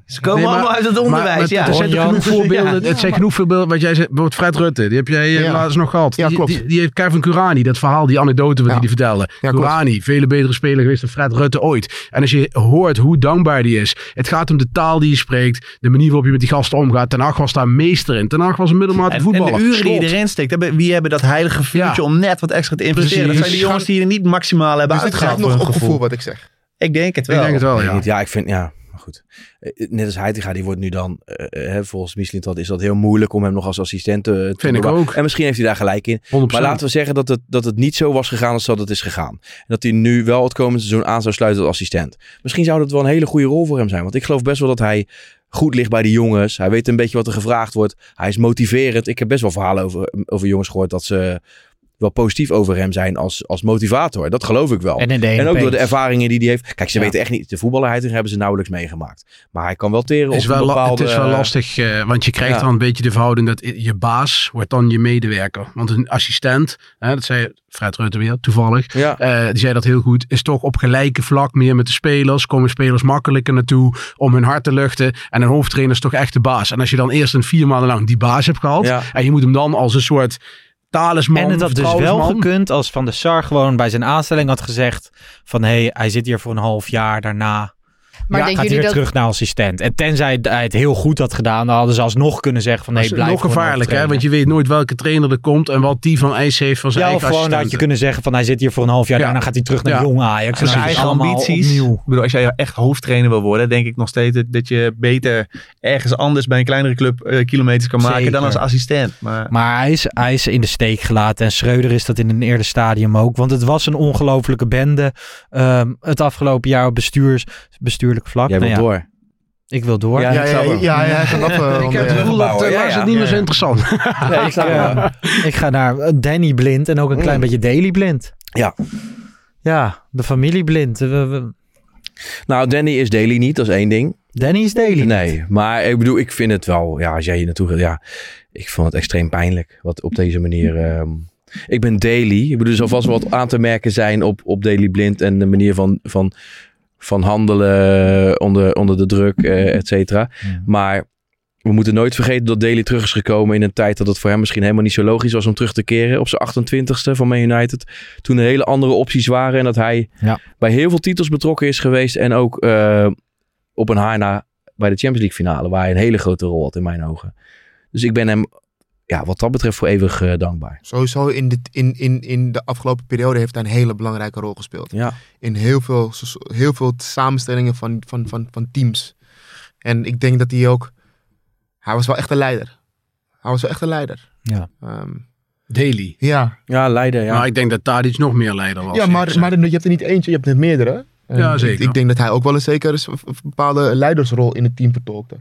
Speaker 11: Ze komen
Speaker 9: Nee, maar-
Speaker 11: allemaal uit het onderwijs.
Speaker 9: Maar,
Speaker 11: ja.
Speaker 9: maar er zijn toch genoeg voorbeelden.
Speaker 11: Ja.
Speaker 9: Het zijn genoeg voorbeelden. Wat jij zei, bijvoorbeeld Fred Rutte. Die heb jij uh,
Speaker 8: Ja.
Speaker 9: laatst nog gehad.
Speaker 8: Ja,
Speaker 9: die,
Speaker 8: klopt.
Speaker 9: Die, die heeft Kevin Kurani, dat verhaal, die anekdote wat
Speaker 8: Ja.
Speaker 9: hij die vertelde.
Speaker 8: Ja, klopt.
Speaker 9: Kurani, vele betere speler geweest dan Fred Rutte ooit. En als je hoort hoe dankbaar die is. Het gaat om de taal die je spreekt. De manier waarop je met die gasten omgaat. Ten Hag was daar meester in. Ten Hag was een middelmatige
Speaker 10: En,
Speaker 9: voetballer.
Speaker 10: en de uren die je
Speaker 9: Slot.
Speaker 10: erin steekt. Hebben, wie hebben dat heilige vuurtje
Speaker 9: Ja.
Speaker 10: om net wat extra te investeren?
Speaker 9: Precies.
Speaker 10: Dat zijn die jongens die er niet maximaal hebben
Speaker 8: Dus het
Speaker 10: uitgehaald
Speaker 8: gaat
Speaker 10: voor
Speaker 8: nog
Speaker 10: hun
Speaker 8: op
Speaker 10: gevoel.
Speaker 8: gevoel wat ik zeg.
Speaker 10: Ik denk het wel.
Speaker 9: Ik denk het wel,
Speaker 7: Ja.
Speaker 9: ja.
Speaker 7: ja, ik vind, ja, maar goed. Eh, Net als Heitinga, die wordt nu dan, uh, volgens Mislintat is dat heel moeilijk om hem nog als assistent te, te
Speaker 9: Vind ik
Speaker 7: bewaren.
Speaker 9: ook.
Speaker 7: En misschien heeft hij daar gelijk in.
Speaker 9: honderd procent.
Speaker 7: Maar laten we zeggen dat het, dat het niet zo was gegaan als dat het is gegaan. En dat hij nu wel het komende seizoen aan zou sluiten als assistent. Misschien zou dat wel een hele goede rol voor hem zijn. Want ik geloof best wel dat hij goed ligt bij de jongens. Hij weet een beetje wat er gevraagd wordt. Hij is motiverend. Ik heb best wel verhalen over, over jongens gehoord dat ze wel positief over hem zijn als, als motivator. Dat geloof ik wel.
Speaker 5: En in de
Speaker 7: En ook door de
Speaker 5: pace.
Speaker 7: ervaringen die hij heeft. Kijk, ze
Speaker 5: Ja.
Speaker 7: weten echt niet. De voetballerheid hebben ze nauwelijks meegemaakt. Maar hij kan wel teren
Speaker 9: Het is,
Speaker 7: op een
Speaker 9: wel, la-
Speaker 7: bepaalde...
Speaker 9: het is wel lastig, eh, want je krijgt
Speaker 7: Ja.
Speaker 9: dan een beetje de verhouding dat i- je baas wordt dan je medewerker. Want een assistent, hè, dat zei Fred Rutte weer, toevallig,
Speaker 7: Ja.
Speaker 9: eh, die zei dat heel goed, is toch op gelijke vlak meer met de spelers. Komen spelers makkelijker naartoe om hun hart te luchten. En een hoofdtrainer is toch echt de baas. En als je dan eerst een vier maanden lang die baas hebt gehad,
Speaker 7: Ja.
Speaker 9: en je moet hem dan als een soort talisman,
Speaker 5: En het had dus wel
Speaker 9: vertrouwensman.
Speaker 5: gekund als Van der Sar gewoon bij zijn aanstelling had gezegd van hé, hey, hij zit hier voor een half jaar, daarna
Speaker 6: Maar
Speaker 5: ja,
Speaker 6: denken
Speaker 5: gaat hij weer
Speaker 6: jullie dat...
Speaker 5: terug naar assistent. En tenzij hij het heel goed had gedaan, dan hadden ze alsnog kunnen zeggen van nee,
Speaker 9: Dat is
Speaker 5: blijf
Speaker 9: nog
Speaker 5: gewoon
Speaker 9: gevaarlijk, hè?
Speaker 5: hoofdtrainer.
Speaker 9: Want je weet nooit welke trainer er komt en wat die van eis heeft van zijn
Speaker 5: Ja, of
Speaker 9: eigen
Speaker 5: gewoon dat je
Speaker 9: assistenten.
Speaker 5: kunnen zeggen van hij zit hier voor een half jaar,
Speaker 9: Ja.
Speaker 5: daarna gaat hij terug naar
Speaker 9: Ja.
Speaker 5: jong Ajax.
Speaker 10: En
Speaker 5: En
Speaker 10: zijn
Speaker 5: dan is
Speaker 10: eigen
Speaker 5: het allemaal
Speaker 10: ambities.
Speaker 5: opnieuw.
Speaker 10: Ik bedoel, als jij echt hoofdtrainer wil worden, denk ik nog steeds dat, dat je beter ergens anders bij een kleinere club eh, kilometers kan maken
Speaker 5: Zeker.
Speaker 10: dan als assistent. Maar
Speaker 5: Maar hij is, hij is in de steek gelaten. En Schreuder is dat in een eerder stadium ook. Want het was een ongelofelijke bende. ehm, het afgelopen jaar op bestuurs, bestuurlijk vlak.
Speaker 7: Jij
Speaker 5: Nou
Speaker 7: wil
Speaker 5: ja,
Speaker 7: door.
Speaker 5: Ik wil door.
Speaker 7: Ja,
Speaker 8: Ja,
Speaker 7: ik
Speaker 8: ja,
Speaker 7: snap
Speaker 8: ja,
Speaker 7: hem.
Speaker 8: ja, ja, hij gaat af, eh,
Speaker 9: Ik heb het
Speaker 8: onder-
Speaker 9: gevoel dat
Speaker 7: gebouwen,
Speaker 9: uh,
Speaker 7: ja,
Speaker 9: laatst
Speaker 7: ja.
Speaker 9: het niet meer
Speaker 8: Ja.
Speaker 9: zo interessant.
Speaker 7: Nee, ik snap hem.
Speaker 5: Eh, ik ga naar eh, Danny Blind en ook een klein
Speaker 7: Mm.
Speaker 5: beetje Daily Blind.
Speaker 7: Ja.
Speaker 5: Ja, de familie Blind. We- we-
Speaker 7: Nou, Danny is Daily niet, dat is één ding.
Speaker 5: Danny is Daily.
Speaker 7: Nee, maar ik bedoel, ik vind het wel, ja, als jij hier naartoe gaat, ja, ik vond het extreem pijnlijk wat op deze manier. ehm, ik ben Daily. Ik bedoel, er zal vast wel wat aan te merken zijn op, op Daily Blind en de manier van, van, van handelen onder, onder de druk, eh, et cetera.
Speaker 5: Ja.
Speaker 7: Maar we moeten nooit vergeten dat Daly terug is gekomen in een tijd dat het voor hem misschien helemaal niet zo logisch was om terug te keren. Op zijn achtentwintigste van Man United. Toen er hele andere opties waren en dat hij
Speaker 5: Ja.
Speaker 7: bij heel veel titels betrokken is geweest. En ook eh, op een haar na bij de Champions League finale, waar hij een hele grote rol had in mijn ogen. Dus ik ben hem, ja, wat dat betreft voor eeuwig eh, dankbaar.
Speaker 8: Sowieso in, dit, in, in, in de afgelopen periode heeft hij een hele belangrijke rol gespeeld.
Speaker 7: Ja.
Speaker 8: In heel veel, heel veel samenstellingen van, van, van, van teams. En ik denk dat hij ook... Hij was wel echt een leider. Hij was wel echt een leider.
Speaker 5: Ja.
Speaker 8: Ehm,
Speaker 9: Daily.
Speaker 8: ja.
Speaker 7: Ja, Leiden, ja.
Speaker 9: Maar ik denk dat Tadic nog meer leider was.
Speaker 8: Ja, maar, maar je hebt er niet eentje, je hebt er meerdere. En
Speaker 9: Ja,
Speaker 8: ik-
Speaker 9: zeker.
Speaker 8: Ik, denk dat hij ook wel een zekere s- een bepaalde leidersrol in het team vertolkte.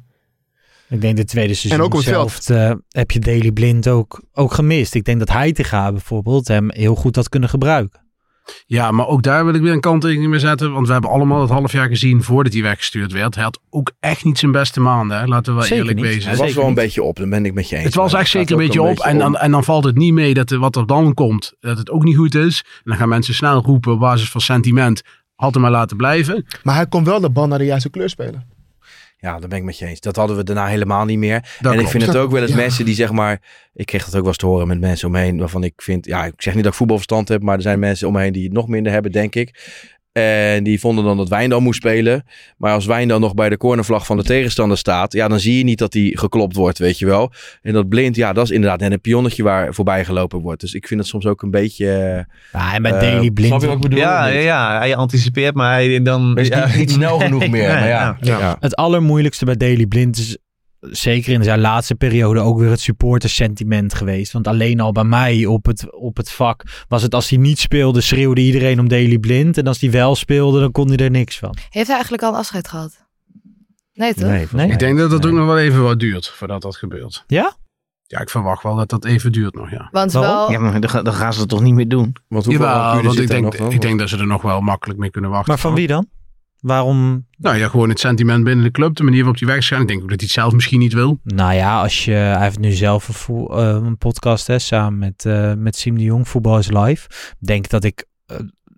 Speaker 5: Ik denk de tweede seizoen
Speaker 8: En ook op het veld.
Speaker 5: zelf eh, heb je Daily Blind ook, ook gemist. Ik denk dat Heitinga bijvoorbeeld hem heel goed had kunnen gebruiken.
Speaker 9: Ja, maar ook daar wil ik weer een kanttekening mee zetten. Want we hebben allemaal het half jaar gezien voordat hij weggestuurd werd. Hij had ook echt niet zijn beste maanden. Hè? Laten we wel
Speaker 5: Zeker
Speaker 9: eerlijk
Speaker 5: niet.
Speaker 9: wezen.
Speaker 7: Het was wel een beetje op, dan ben ik met je eens.
Speaker 9: Het was
Speaker 7: Maar
Speaker 9: echt
Speaker 7: gaat
Speaker 9: zeker een
Speaker 7: ook
Speaker 9: beetje op. En dan, en dan valt het niet mee dat er, wat er dan komt, dat het ook niet goed is. En dan gaan mensen snel roepen op basis van sentiment. Had hem maar laten blijven.
Speaker 8: Maar hij kon wel de bal naar de juiste kleur spelen.
Speaker 7: Ja, daar ben ik met je eens. Dat hadden we daarna helemaal niet meer.
Speaker 9: Dat
Speaker 7: en ik
Speaker 9: klopt.
Speaker 7: vind het ook wel eens
Speaker 8: Ja.
Speaker 7: mensen die zeg maar... Ik kreeg dat ook wel eens te horen met mensen omheen. Waarvan ik vind... Ja, ik zeg niet dat ik voetbalverstand heb. Maar er zijn mensen omheen die het nog minder hebben, denk ik. En die vonden dan dat Wijndal moest spelen. Maar als Wijndal nog bij de cornervlag van de tegenstander staat... Ja, dan zie je niet dat hij geklopt wordt, weet je wel. En dat Blind, ja, dat is inderdaad net een pionnetje waar voorbij gelopen wordt. Dus ik vind het soms ook een beetje...
Speaker 5: Ja, en met
Speaker 7: eh,
Speaker 5: Daily Blind...
Speaker 7: Snap je wat ik bedoel?
Speaker 10: ja, ja,
Speaker 7: Niet?
Speaker 10: ja, hij anticipeert, maar hij dan...
Speaker 7: Is
Speaker 10: ja,
Speaker 7: niet, niet snel genoeg meer.
Speaker 10: Ja,
Speaker 7: maar ja.
Speaker 10: ja.
Speaker 7: ja.
Speaker 5: Het allermoeilijkste bij Daily Blind is zeker in zijn laatste periode ook weer het supportersentiment geweest. Want alleen al bij mij op het, op het vak was het als hij niet speelde schreeuwde iedereen om Daily Blind. En als hij wel speelde dan kon hij er niks van.
Speaker 6: Heeft hij eigenlijk al een afscheid gehad? Nee, toch?
Speaker 7: Nee, volgens
Speaker 5: Nee?
Speaker 7: mij.
Speaker 9: Ik denk dat het
Speaker 7: Nee.
Speaker 9: ook nog wel even wat duurt voordat dat gebeurt.
Speaker 5: Ja?
Speaker 9: Ja, ik verwacht wel dat dat even duurt nog, ja.
Speaker 6: Want
Speaker 5: Waarom?
Speaker 6: wel...
Speaker 11: Ja, maar dan, ga- dan gaan ze het toch niet meer doen?
Speaker 7: Want hoeveel
Speaker 9: Jawel,
Speaker 7: rancune
Speaker 9: want
Speaker 7: zit
Speaker 9: ik
Speaker 7: er
Speaker 9: denk,
Speaker 7: nog dan?
Speaker 9: ik denk dat ze er nog wel makkelijk mee kunnen wachten.
Speaker 5: Maar van wie dan? Waarom?
Speaker 9: Nou ja, gewoon het sentiment binnen de club, de manier waarop hij weg is gegaan. Ik denk ook dat hij het zelf misschien niet wil.
Speaker 5: Nou ja, als je, hij heeft nu zelf een, vo- eh, een podcast hè, samen met, eh met Siem de Jong, Voetbal is Live. Denk dat ik, eh,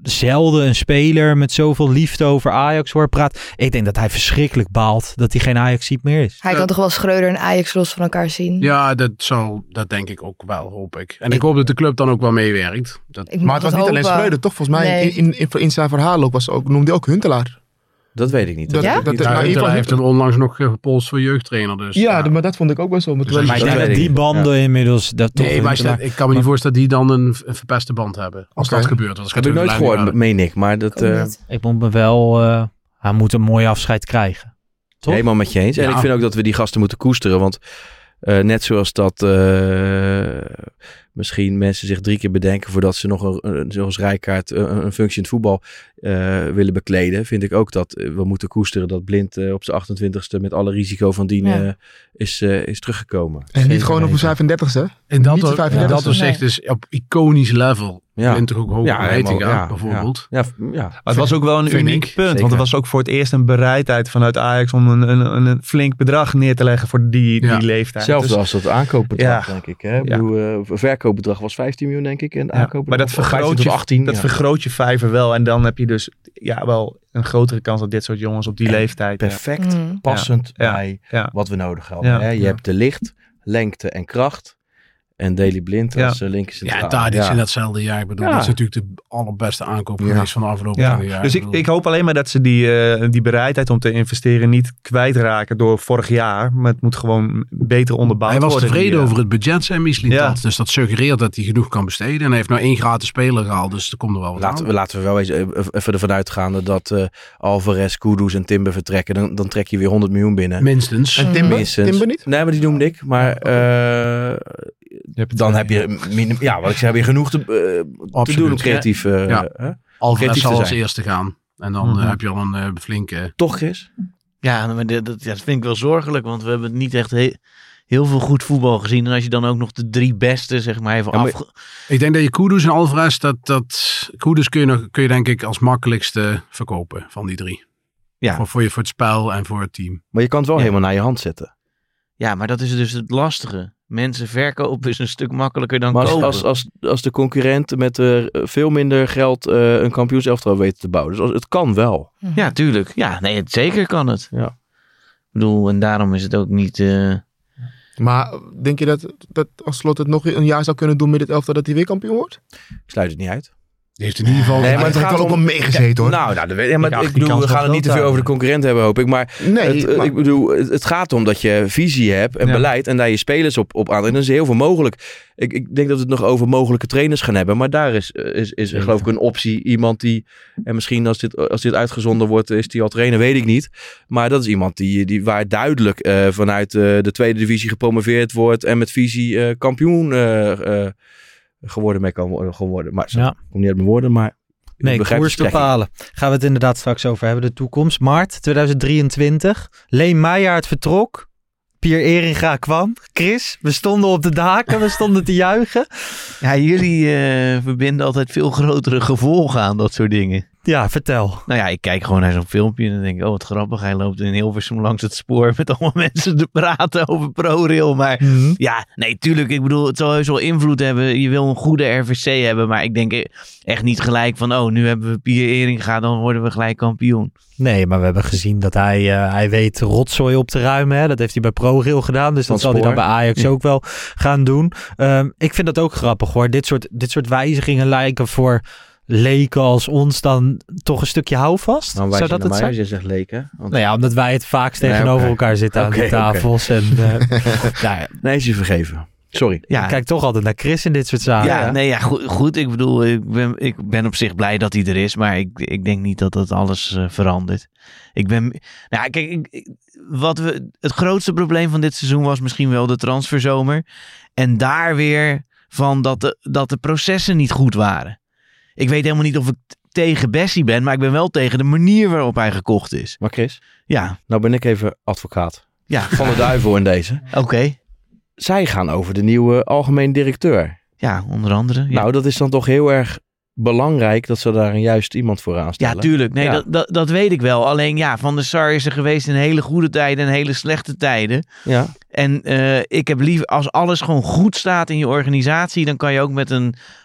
Speaker 5: zelden een speler met zoveel liefde over Ajax hoor praten. Ik denk dat hij verschrikkelijk baalt dat hij geen Ajax-ziet meer is.
Speaker 6: Hij kan toch wel Schreuder en Ajax los van elkaar zien?
Speaker 9: Ja, dat, zal, dat denk ik ook wel, hoop ik. En ik, ik hoop dat de club dan ook wel meewerkt. Dat...
Speaker 8: Maar het was niet alleen Schreuder, toch? Volgens mij nee. in, in, in zijn verhaal ook was ook, noemde hij ook Huntelaar.
Speaker 7: Dat weet ik niet.
Speaker 8: Dat,
Speaker 6: ja?
Speaker 8: dat, dat,
Speaker 9: ja,
Speaker 8: nou,
Speaker 9: Huntelaar heeft hem onlangs nog gepolst voor jeugdtrainer. Dus,
Speaker 8: ja,
Speaker 9: ja,
Speaker 8: maar dat vond ik ook wel zo.
Speaker 5: Dus maar ik denk dat die banden ja. inmiddels... Dat
Speaker 9: nee,
Speaker 5: toch
Speaker 9: maar Huntelaar, ik kan me niet voorstellen dat die dan een, een verpeste band hebben. Als okay. dat gebeurt. Dat
Speaker 7: heb ik nooit gehoord, meen ik. Maar dat, uh...
Speaker 5: ik vond me wel... Uh, hij moet een mooi afscheid krijgen. Toch?
Speaker 7: Helemaal met je eens. Ja. En ik vind ook dat we die gasten moeten koesteren. Want uh, net zoals dat... Uh, misschien mensen zich drie keer bedenken voordat ze nog een, zoals Rijkaard een, een functie in het voetbal uh, willen bekleden. Vind ik ook dat we moeten koesteren dat Blind uh, op zijn achtentwintigste met alle risico van dien ja. uh, is, uh, is teruggekomen.
Speaker 8: En niet gewoon op zijn vijfendertigste?
Speaker 9: En dat, er, ja, dat er zegt is op iconisch level. Ja. Blind toch ook hoog ja, rating aan, ja, bijvoorbeeld.
Speaker 10: Ja, ja, ja. Maar het was ook wel een Vind uniek ik. punt. Zeker. Want er was ook voor het eerst een bereidheid vanuit Ajax om een, een, een flink bedrag neer te leggen voor die, ja. die leeftijd.
Speaker 7: Zelfs dus, als dat aankoopbedrag, ja. denk ik. Hè? Ik ja. bedoel, uh, verkoopbedrag was vijftien miljoen, denk ik. En ja. aankoopbedrag
Speaker 10: maar dat vergroot je, achttien, dat
Speaker 7: ja.
Speaker 10: vergroot je vijver wel. En dan heb je dus ja, wel een grotere kans dat dit soort jongens op die en leeftijd...
Speaker 7: Perfect, ja. passend ja. bij ja. wat we nodig hadden. Ja. Hè? Je ja. hebt de licht, lengte en kracht. En Daley Blind als ja. linker centraal.
Speaker 9: Ja, Tadic ja. in datzelfde jaar. Ik bedoel, ja. dat is natuurlijk de allerbeste aankoop geweest ja. van de afgelopen
Speaker 10: ja.
Speaker 9: jaar.
Speaker 10: Dus ik, ik hoop alleen maar dat ze die, uh, die bereidheid om te investeren niet kwijtraken door vorig jaar. Maar het moet gewoon beter onderbouwd worden.
Speaker 9: Hij was tevreden
Speaker 10: die, uh,
Speaker 9: over het budget, zei Misling ja. dat. Dus dat suggereert dat hij genoeg kan besteden. En hij heeft nou één gratis speler gehaald, dus er komt er wel wat
Speaker 7: laten
Speaker 9: aan.
Speaker 7: We, laten we wel eens even ervan uitgaan dat uh, Alvarez, Kudus en Timber vertrekken. Dan, dan trek je weer honderd miljoen binnen.
Speaker 9: Minstens.
Speaker 8: En Timber?
Speaker 7: Minstens.
Speaker 8: Timber niet?
Speaker 7: Nee, maar die noemde ik. Maar uh, dan heb je Minim, ja, wat ik zei, heb je genoeg te, uh, te doen om creatief uh,
Speaker 9: ja.
Speaker 7: uh,
Speaker 9: Alvarez zal als eerste gaan. En dan mm-hmm. uh, heb je al een uh, flinke...
Speaker 7: Toch, Chris?
Speaker 11: Ja, maar dat, dat, ja, dat vind ik wel zorgelijk. Want we hebben niet echt he- heel veel goed voetbal gezien. En als je dan ook nog de drie beste, zeg maar, even ja, maar afge...
Speaker 9: Ik denk dat je Kudus en Alvarez, dat, dat Kudus kun je, nog, kun je denk ik als makkelijkste verkopen van die drie. Ja. Voor, voor, je, voor het spel en voor het team.
Speaker 7: Maar je kan het wel ja. helemaal naar je hand zetten.
Speaker 11: Ja, maar dat is dus het lastige. Mensen verkopen is een stuk makkelijker dan
Speaker 7: maar als,
Speaker 11: kopen.
Speaker 7: Als, als, als de concurrent met uh, veel minder geld uh, een kampioenselftal weet te bouwen. Dus als, het kan wel.
Speaker 11: Ja, tuurlijk. Ja, nee, het, zeker kan het.
Speaker 7: Ja.
Speaker 11: Ik bedoel, en daarom is het ook niet... Uh...
Speaker 8: Maar denk je dat, dat als Slot het nog een jaar zou kunnen doen met het elftal dat hij weer kampioen wordt?
Speaker 7: Ik sluit het niet uit.
Speaker 9: Die heeft in ieder geval...
Speaker 8: Nee, maar het gaat ook wel meegezeten hoor.
Speaker 7: Nou, nou ja, maar ik bedoel, we gaan het niet te veel over de concurrent hebben, hoop ik. Maar,
Speaker 8: nee,
Speaker 7: het,
Speaker 8: maar...
Speaker 7: ik bedoel, het, het gaat om dat je visie hebt en ja. beleid en daar je spelers op, op aan. En dan is heel veel mogelijk. Ik, ik denk dat we het nog over mogelijke trainers gaan hebben. Maar daar is, is, is ja. geloof ik een optie. Iemand die, en misschien als dit, als dit uitgezonden wordt, is die al trainer, weet ik niet. Maar dat is iemand die, die waar duidelijk uh, vanuit uh, de tweede divisie gepromoveerd wordt en met visie uh, kampioen uh, uh, geworden mee kan worden. Maar zo, ja. ik kom niet uit mijn woorden, maar...
Speaker 5: Nee, koers bepalen. Gaan we het inderdaad straks over hebben. De toekomst. Maart tweeduizend drieëntwintig. Leen Meijaard vertrok. Pier Eringa kwam. Chris, we stonden op de daken. We stonden te juichen.
Speaker 11: Ja, jullie uh, verbinden altijd veel grotere gevolgen aan dat soort dingen.
Speaker 5: Ja, vertel.
Speaker 11: Nou ja, ik kijk gewoon naar zo'n filmpje en dan denk ik, oh wat grappig. Hij loopt in Hilversum langs het spoor met allemaal mensen te praten over ProRail. Maar mm-hmm. ja, nee, tuurlijk. Ik bedoel, het zal heus wel invloed hebben. Je wil een goede R V C hebben, maar ik denk echt niet gelijk van, oh, nu hebben we Pier Eringa, dan worden we gelijk kampioen.
Speaker 5: Nee, maar we hebben gezien dat hij, uh, hij weet rotzooi op te ruimen. Hè? Dat heeft hij bij ProRail gedaan. Dus dat zal hij dan bij Ajax ja. ook wel gaan doen. Um, ik vind dat ook grappig hoor. Dit soort, dit soort wijzigingen lijken voor leken als ons dan toch een stukje houvast.
Speaker 7: Nou,
Speaker 5: zou dat het zijn?
Speaker 7: Als je zegt leken. Want...
Speaker 5: Nou ja, omdat wij het vaakst tegenover nee, okay. elkaar zitten aan okay, die tafels. Okay. En, uh,
Speaker 7: nou ja. Nee, is je vergeven. Sorry.
Speaker 5: Ja. Ik kijk toch altijd naar Chris in dit soort zaken.
Speaker 11: Ja, nee, ja goed, goed. Ik bedoel, ik ben, ik ben op zich blij dat hij er is. Maar ik, ik denk niet dat dat alles uh, verandert. Ik ben... Nou, kijk, ik, ik, wat we, het grootste probleem van dit seizoen was misschien wel de transferzomer. En daar weer van dat de, dat de processen niet goed waren. Ik weet helemaal niet of ik t- tegen Bessie ben, maar ik ben wel tegen de manier waarop hij gekocht is.
Speaker 7: Maar Chris?
Speaker 11: Ja.
Speaker 7: Nou ben ik even advocaat.
Speaker 11: Ja.
Speaker 7: Van de duivel in deze.
Speaker 11: Oké. Okay.
Speaker 7: Zij gaan over de nieuwe algemeen directeur.
Speaker 11: Ja, onder andere. Ja.
Speaker 7: Nou, dat is dan toch heel erg belangrijk dat ze daar een juist iemand voor aanstellen.
Speaker 11: Ja, tuurlijk. Nee, ja. Dat, dat, dat weet ik wel. Alleen ja, Van der Sar is er geweest in hele goede tijden en hele slechte tijden.
Speaker 7: Ja.
Speaker 11: En uh, ik heb liever, als alles gewoon goed staat in je organisatie, dan kan je ook met een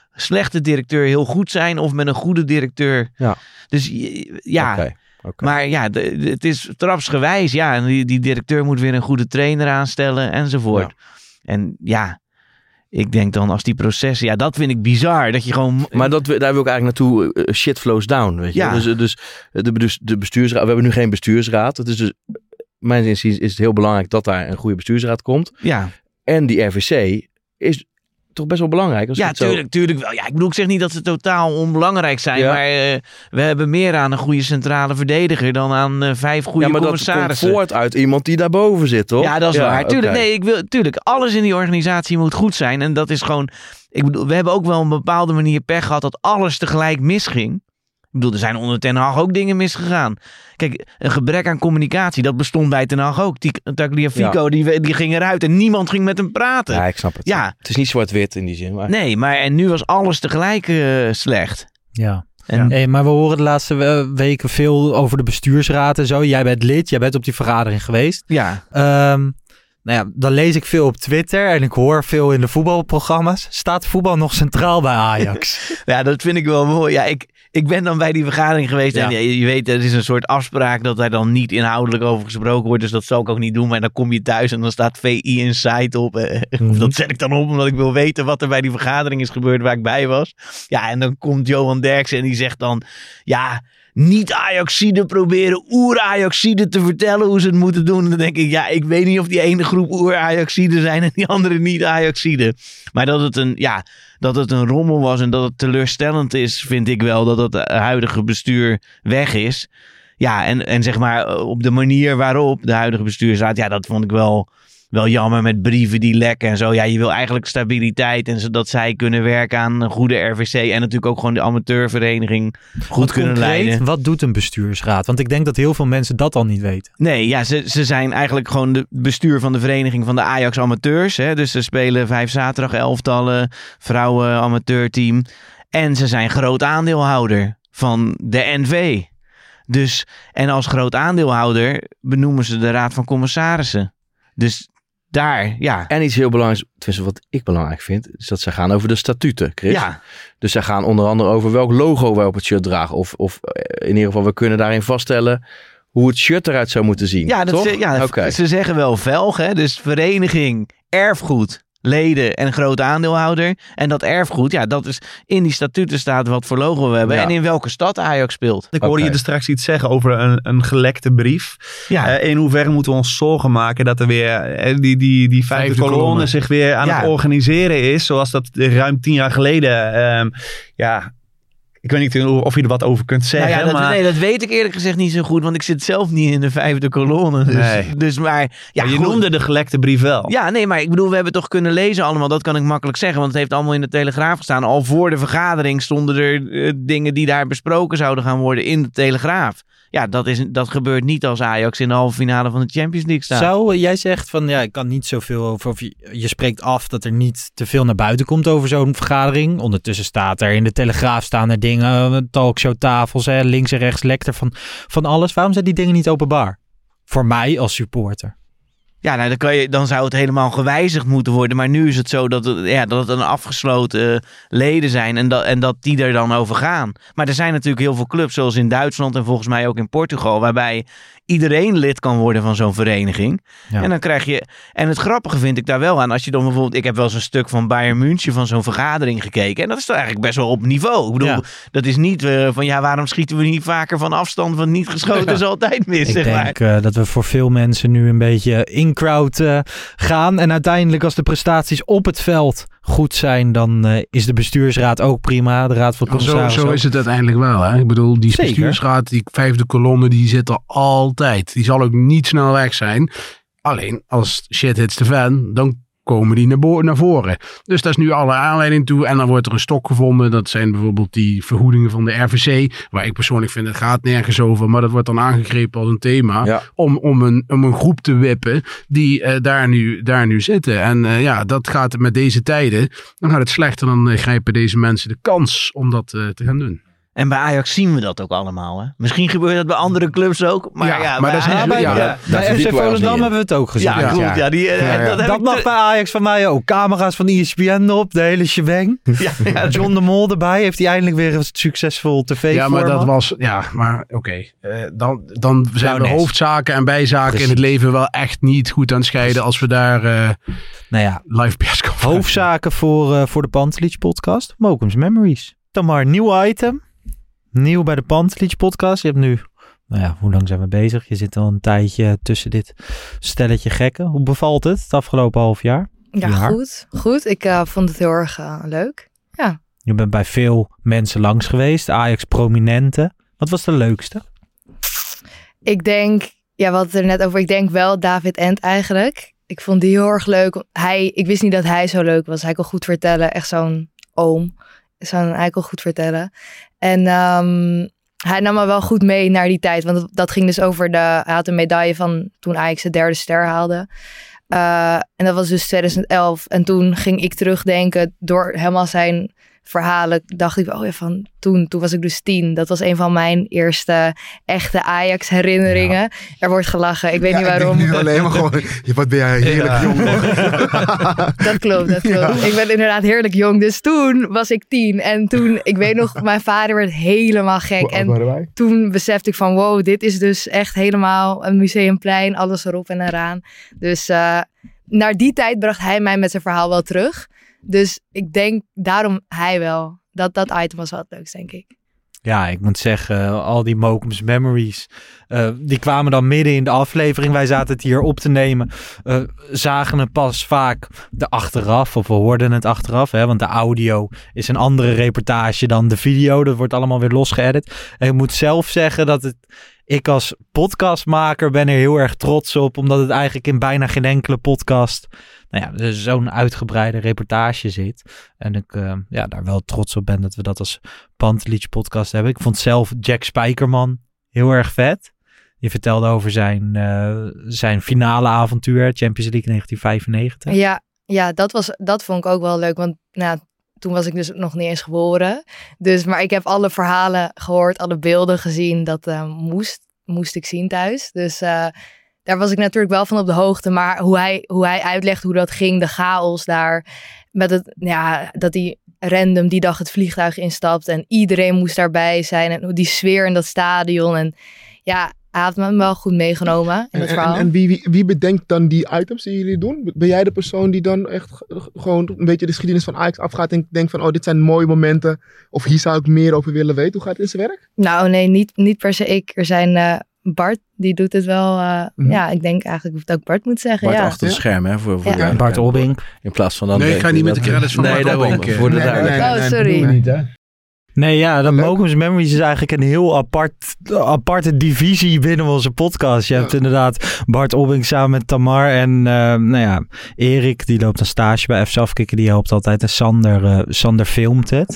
Speaker 11: slechte directeur heel goed zijn of met een goede directeur.
Speaker 7: Ja.
Speaker 11: Dus ja,
Speaker 7: okay, okay.
Speaker 11: maar ja, de, de, het is trapsgewijs. Ja, en die, die directeur moet weer een goede trainer aanstellen enzovoort. Ja. En ja, ik denk dan als die processen, ja, dat vind ik bizar. Dat je gewoon...
Speaker 7: Maar dat, daar wil ik eigenlijk naartoe, uh, shit flows down, weet je.
Speaker 11: Ja.
Speaker 7: Dus, dus de, dus de bestuursraad, we hebben nu geen bestuursraad. Het is dus, mijn inziens is het heel belangrijk dat daar een goede bestuursraad komt.
Speaker 11: Ja.
Speaker 7: En die R V C is toch best wel belangrijk. Als
Speaker 11: ja,
Speaker 7: het zo...
Speaker 11: tuurlijk, tuurlijk wel. Ja, ik bedoel, ik zeg niet dat ze totaal onbelangrijk zijn, ja. maar uh, we hebben meer aan een goede centrale verdediger dan aan uh, vijf goede
Speaker 7: ja, maar
Speaker 11: commissarissen.
Speaker 7: Dat komt voort uit iemand die daarboven zit, toch?
Speaker 11: Ja, dat is
Speaker 7: ja,
Speaker 11: waar. Tuurlijk,
Speaker 7: okay.
Speaker 11: nee, ik wil, tuurlijk, alles in die organisatie moet goed zijn en dat is gewoon, ik bedoel, we hebben ook wel een bepaalde manier pech gehad dat alles tegelijk misging. Ik bedoel, er zijn onder Ten Hag ook dingen misgegaan. Kijk, een gebrek aan communicatie, dat bestond bij Ten Hag ook. Tagliafico, ja. die, die ging eruit en niemand ging met hem praten.
Speaker 7: Ja, ik snap het.
Speaker 11: Ja.
Speaker 7: Het is niet zwart-wit in die zin. Maar...
Speaker 11: Nee, maar en nu was alles tegelijk uh, slecht.
Speaker 5: Ja.
Speaker 11: En...
Speaker 5: Ja. Hey, maar we horen de laatste weken veel over de bestuursraad en zo. Jij bent lid, jij bent op die vergadering geweest.
Speaker 11: Ja.
Speaker 5: Um, nou ja, dan lees ik veel op Twitter en ik hoor veel in de voetbalprogramma's. Staat voetbal nog centraal bij Ajax?
Speaker 11: Ja, dat vind ik wel mooi. Ja, ik, ik ben dan bij die vergadering geweest ja. en je, je weet, er is een soort afspraak dat daar dan niet inhoudelijk over gesproken wordt. Dus dat zal ik ook niet doen. Maar dan kom je thuis en dan staat V I Insight op. Mm-hmm. Dat zet ik dan op omdat ik wil weten wat er bij die vergadering is gebeurd waar ik bij was. Ja, en dan komt Johan Derksen en die zegt dan, ja... niet Ajaxiden proberen oer-Ajaxiden te vertellen hoe ze het moeten doen. En dan denk ik, ja, ik weet niet of die ene groep oer-Ajaxiden zijn en die andere niet Ajaxiden. Maar dat het een, ja, dat het een rommel was en dat het teleurstellend is, vind ik wel dat het huidige bestuur weg is. Ja, en, en zeg maar op de manier waarop de huidige bestuursraad, ja, dat vond ik wel... Wel jammer met brieven die lekken en zo. Ja, je wil eigenlijk stabiliteit en zodat zij kunnen werken aan een goede R V C. En natuurlijk ook gewoon de amateurvereniging goed
Speaker 5: wat
Speaker 11: kunnen
Speaker 5: concreet,
Speaker 11: leiden.
Speaker 5: Wat doet een bestuursraad? Want ik denk dat heel veel mensen dat al niet weten.
Speaker 11: Nee, ja, ze, ze zijn eigenlijk gewoon de bestuur van de vereniging van de Ajax amateurs. Hè? Dus ze spelen vijf zaterdag elftallen, vrouwen amateurteam. En ze zijn groot aandeelhouder van de N V. Dus, en als groot aandeelhouder benoemen ze de raad van commissarissen. Dus daar, ja.
Speaker 7: En iets heel belangrijks, tenminste wat ik belangrijk vind, is dat ze gaan over de statuten, Chris.
Speaker 11: Ja.
Speaker 7: Dus ze gaan onder andere over welk logo wij op het shirt dragen. Of, of in ieder geval, we kunnen daarin vaststellen hoe het shirt eruit zou moeten zien.
Speaker 11: Ja, dat
Speaker 7: toch?
Speaker 11: Ze, ja
Speaker 7: okay.
Speaker 11: ze zeggen wel velg, hè? Dus vereniging, erfgoed, leden en grote aandeelhouder. En dat erfgoed, ja, dat is in die statuten staat wat voor logo we hebben. Ja. En in welke stad Ajax speelt.
Speaker 10: Ik hoorde okay. je er straks iets zeggen over een, een gelekte brief.
Speaker 11: Ja.
Speaker 10: Uh, in hoeverre moeten we ons zorgen maken dat er weer uh, die, die, die vijfde kolonne zich weer aan ja. het organiseren is. Zoals dat ruim tien jaar geleden, uh, ja... Ik weet niet of je er wat over kunt zeggen.
Speaker 11: Nou ja, dat,
Speaker 10: maar...
Speaker 11: Nee, dat weet ik eerlijk gezegd niet zo goed. Want ik zit zelf niet in de vijfde kolonne. Dus,
Speaker 10: nee.
Speaker 11: dus maar, ja,
Speaker 10: maar je
Speaker 11: goed.
Speaker 10: noemde de gelekte brief wel.
Speaker 11: Ja, nee, maar ik bedoel, we hebben toch kunnen lezen allemaal. Dat kan ik makkelijk zeggen. Want het heeft allemaal in de Telegraaf gestaan. Al voor de vergadering stonden er uh, dingen die daar besproken zouden gaan worden in de Telegraaf. Ja, dat, is, dat gebeurt niet als Ajax in de halve finale van de Champions League staat.
Speaker 5: Zou, jij zegt van, ja, ik kan niet zoveel over... Of je, je spreekt af dat er niet te veel naar buiten komt over zo'n vergadering. Ondertussen staat er in de Telegraaf staan er dingen, talkshowtafels, hè, links en rechts lekt er van, van alles. Waarom zijn die dingen niet openbaar? Voor mij als supporter.
Speaker 11: Ja, nou, dan, kan je, dan zou het helemaal gewijzigd moeten worden. Maar nu is het zo dat het, ja, dat het een afgesloten uh, leden zijn en dat, en dat die er dan over gaan. Maar er zijn natuurlijk heel veel clubs, zoals in Duitsland en volgens mij ook in Portugal, waarbij iedereen lid kan worden van zo'n vereniging. Ja. En dan krijg je... En het grappige vind ik daar wel aan, als je dan bijvoorbeeld... Ik heb wel eens een stuk van Bayern München van zo'n vergadering gekeken. En dat is toch eigenlijk best wel op niveau. Ik bedoel, ja. dat is niet uh, van, ja, waarom schieten we niet vaker van afstand? Want niet geschoten ja. is altijd mis,
Speaker 5: ik
Speaker 11: zeg maar.
Speaker 5: Ik denk uh, dat we voor veel mensen nu een beetje in-crowd uh, gaan. En uiteindelijk als de prestaties op het veld goed zijn, dan uh, is de bestuursraad ook prima. De raad van commissarissen.
Speaker 9: Zo, zo is het uiteindelijk wel. Hè? Ik bedoel, die Zeker. bestuursraad, die vijfde kolonne, die zit er altijd. Die zal ook niet snel weg zijn. Alleen, als shit hits the fan, dan komen die naar, bo- naar voren. Dus daar is nu alle aanleiding toe. En dan wordt er een stok gevonden. Dat zijn bijvoorbeeld die vergoedingen van de R V C. Waar ik persoonlijk vind, het gaat nergens over. Maar dat wordt dan aangegrepen als een thema. Ja. Om, om, een, om een groep te wippen die uh, daar, nu, daar nu zitten. En uh, ja, dat gaat met deze tijden. Dan gaat het slechter. Dan uh, grijpen deze mensen de kans om dat uh, te gaan doen.
Speaker 11: En bij Ajax zien we dat ook allemaal. Hè? Misschien gebeurt dat bij andere clubs ook. Maar ja, ja
Speaker 9: maar
Speaker 11: bij
Speaker 9: dat is
Speaker 11: Ajax-
Speaker 9: bij- ja,
Speaker 11: ja.
Speaker 5: Bij F C Volendam hebben we het ook gezien.
Speaker 11: Ja, klopt. Ja, die, eh,
Speaker 8: Ja, ja.
Speaker 11: Dat, heb
Speaker 5: Dat
Speaker 11: ik
Speaker 5: mag
Speaker 11: te-
Speaker 5: bij Ajax van mij ook. Camera's van E S P N erop, de hele shebang.
Speaker 11: Ja, ja,
Speaker 5: John de Mol erbij. Heeft hij eindelijk weer een succesvol tv-format.
Speaker 9: Ja, maar dat was... Ja, maar oké. Okay. Uh, dan, dan zijn
Speaker 5: Nou,
Speaker 9: we
Speaker 5: Nes.
Speaker 9: hoofdzaken en bijzaken
Speaker 5: Precies.
Speaker 9: in het leven wel echt niet goed aan het scheiden als we daar uh,
Speaker 5: Nou ja,
Speaker 9: live persconferentie.
Speaker 5: hoofdzaken voor, uh, voor de Pantelic podcast. Mokum's Memories. Dan maar een nieuw item. Nieuw bij de Pantelic podcast. Je hebt nu... Nou ja, hoe lang zijn we bezig? Je zit al een tijdje tussen dit stelletje gekken. Hoe bevalt het het afgelopen half jaar?
Speaker 6: Ja,
Speaker 5: jaar?
Speaker 6: goed. Goed. Ik uh, vond het heel erg uh, leuk. Ja.
Speaker 5: Je bent bij veel mensen langs geweest. Ajax prominenten. Wat was de leukste?
Speaker 6: Ik denk, ja, wat er net over, ik denk wel David Ent eigenlijk. Ik vond die heel erg leuk. Hij, ik wist niet dat hij zo leuk was. Hij kon goed vertellen. Echt zo'n oom. Zo'n, hij kon goed vertellen. En um, hij nam me wel goed mee naar die tijd. Want dat, dat ging dus over de... Hij had een medaille van toen Ajax de derde ster haalde. Uh, en dat was dus twintig elf. En toen ging ik terugdenken door helemaal zijn verhalen. Dacht ik, oh ja, van toen, toen was ik dus tien. Dat was een van mijn eerste echte Ajax herinneringen. Ja. Er wordt gelachen. Ik weet
Speaker 8: ja,
Speaker 6: niet waarom.
Speaker 8: Ik denk nu alleen maar gewoon, wat ben jij heerlijk
Speaker 6: ja.
Speaker 8: jong.
Speaker 6: Dat klopt, dat klopt. Ja. Ik ben inderdaad heerlijk jong. Dus toen was ik tien. En toen, ik weet nog, mijn vader werd helemaal gek. En toen besefte ik van, wow, dit is dus echt helemaal een museumplein. Alles erop en eraan. Dus uh, naar die tijd bracht hij mij met zijn verhaal wel terug. Dus ik denk daarom hij wel. Dat, dat item was wel het leukst, denk ik.
Speaker 5: Ja, ik moet zeggen, al die Mokum's Memories, uh, die kwamen dan midden in de aflevering. Wij zaten het hier op te nemen, uh, zagen het pas vaak de achteraf, of we hoorden het achteraf, hè, want de audio is een andere reportage dan de video. Dat wordt allemaal weer losgeëdit. En ik moet zelf zeggen dat het, ik als podcastmaker ben er heel erg trots op, omdat het eigenlijk in bijna geen enkele podcast, nou ja, er zo'n uitgebreide reportage zit. En ik uh, ja, daar wel trots op ben dat we dat als Pantelic podcast hebben. Ik vond zelf Jack Spijkerman heel erg vet. Die vertelde over zijn, uh, zijn finale avontuur, Champions League negentien vijfennegentig.
Speaker 6: Ja, ja dat, was, dat vond ik ook wel leuk, want nou, toen was ik dus nog niet eens geboren. Dus, maar ik heb alle verhalen gehoord, alle beelden gezien. Dat uh, moest, moest ik zien thuis. Dus uh, daar was ik natuurlijk wel van op de hoogte. Maar hoe hij, hoe hij uitlegt hoe dat ging, de chaos daar. Met het, ja, dat hij random die dag het vliegtuig instapt. En iedereen moest daarbij zijn. En die sfeer in dat stadion. En ja, hij had me wel goed meegenomen in het
Speaker 8: en,
Speaker 6: verhaal.
Speaker 8: En, en wie, wie, wie bedenkt dan die items die jullie doen? Ben jij de persoon die dan echt g- gewoon een beetje de geschiedenis van Ajax afgaat en denkt van, oh, dit zijn mooie momenten, of hier zou ik meer over willen weten? Hoe gaat het in zijn werk?
Speaker 6: Nou nee, niet, niet per se ik. Er zijn uh, Bart, die doet het wel. Uh, mm-hmm. Ja, ik denk eigenlijk dat ik Bart moet zeggen.
Speaker 7: Bart
Speaker 6: ja.
Speaker 7: achter het scherm, hè? Voor, voor
Speaker 6: ja.
Speaker 7: de,
Speaker 5: Bart Obbink.
Speaker 7: In plaats van dan...
Speaker 9: Nee, ik ga niet met de credits van
Speaker 7: nee,
Speaker 9: Bart Obbink.
Speaker 7: Nee, voor de
Speaker 8: nee,
Speaker 7: duidelijkheid.
Speaker 8: nee,
Speaker 6: Oh, sorry.
Speaker 8: niet, hè?
Speaker 5: Nee, ja, dat Mokum's Memories is eigenlijk een heel apart, aparte divisie binnen onze podcast. Je ja. hebt inderdaad Bart Obbink samen met Tamar en uh, nou ja, Erik, die loopt een stage bij F C Afkikken, die helpt altijd. En Sander, uh, Sander filmt het.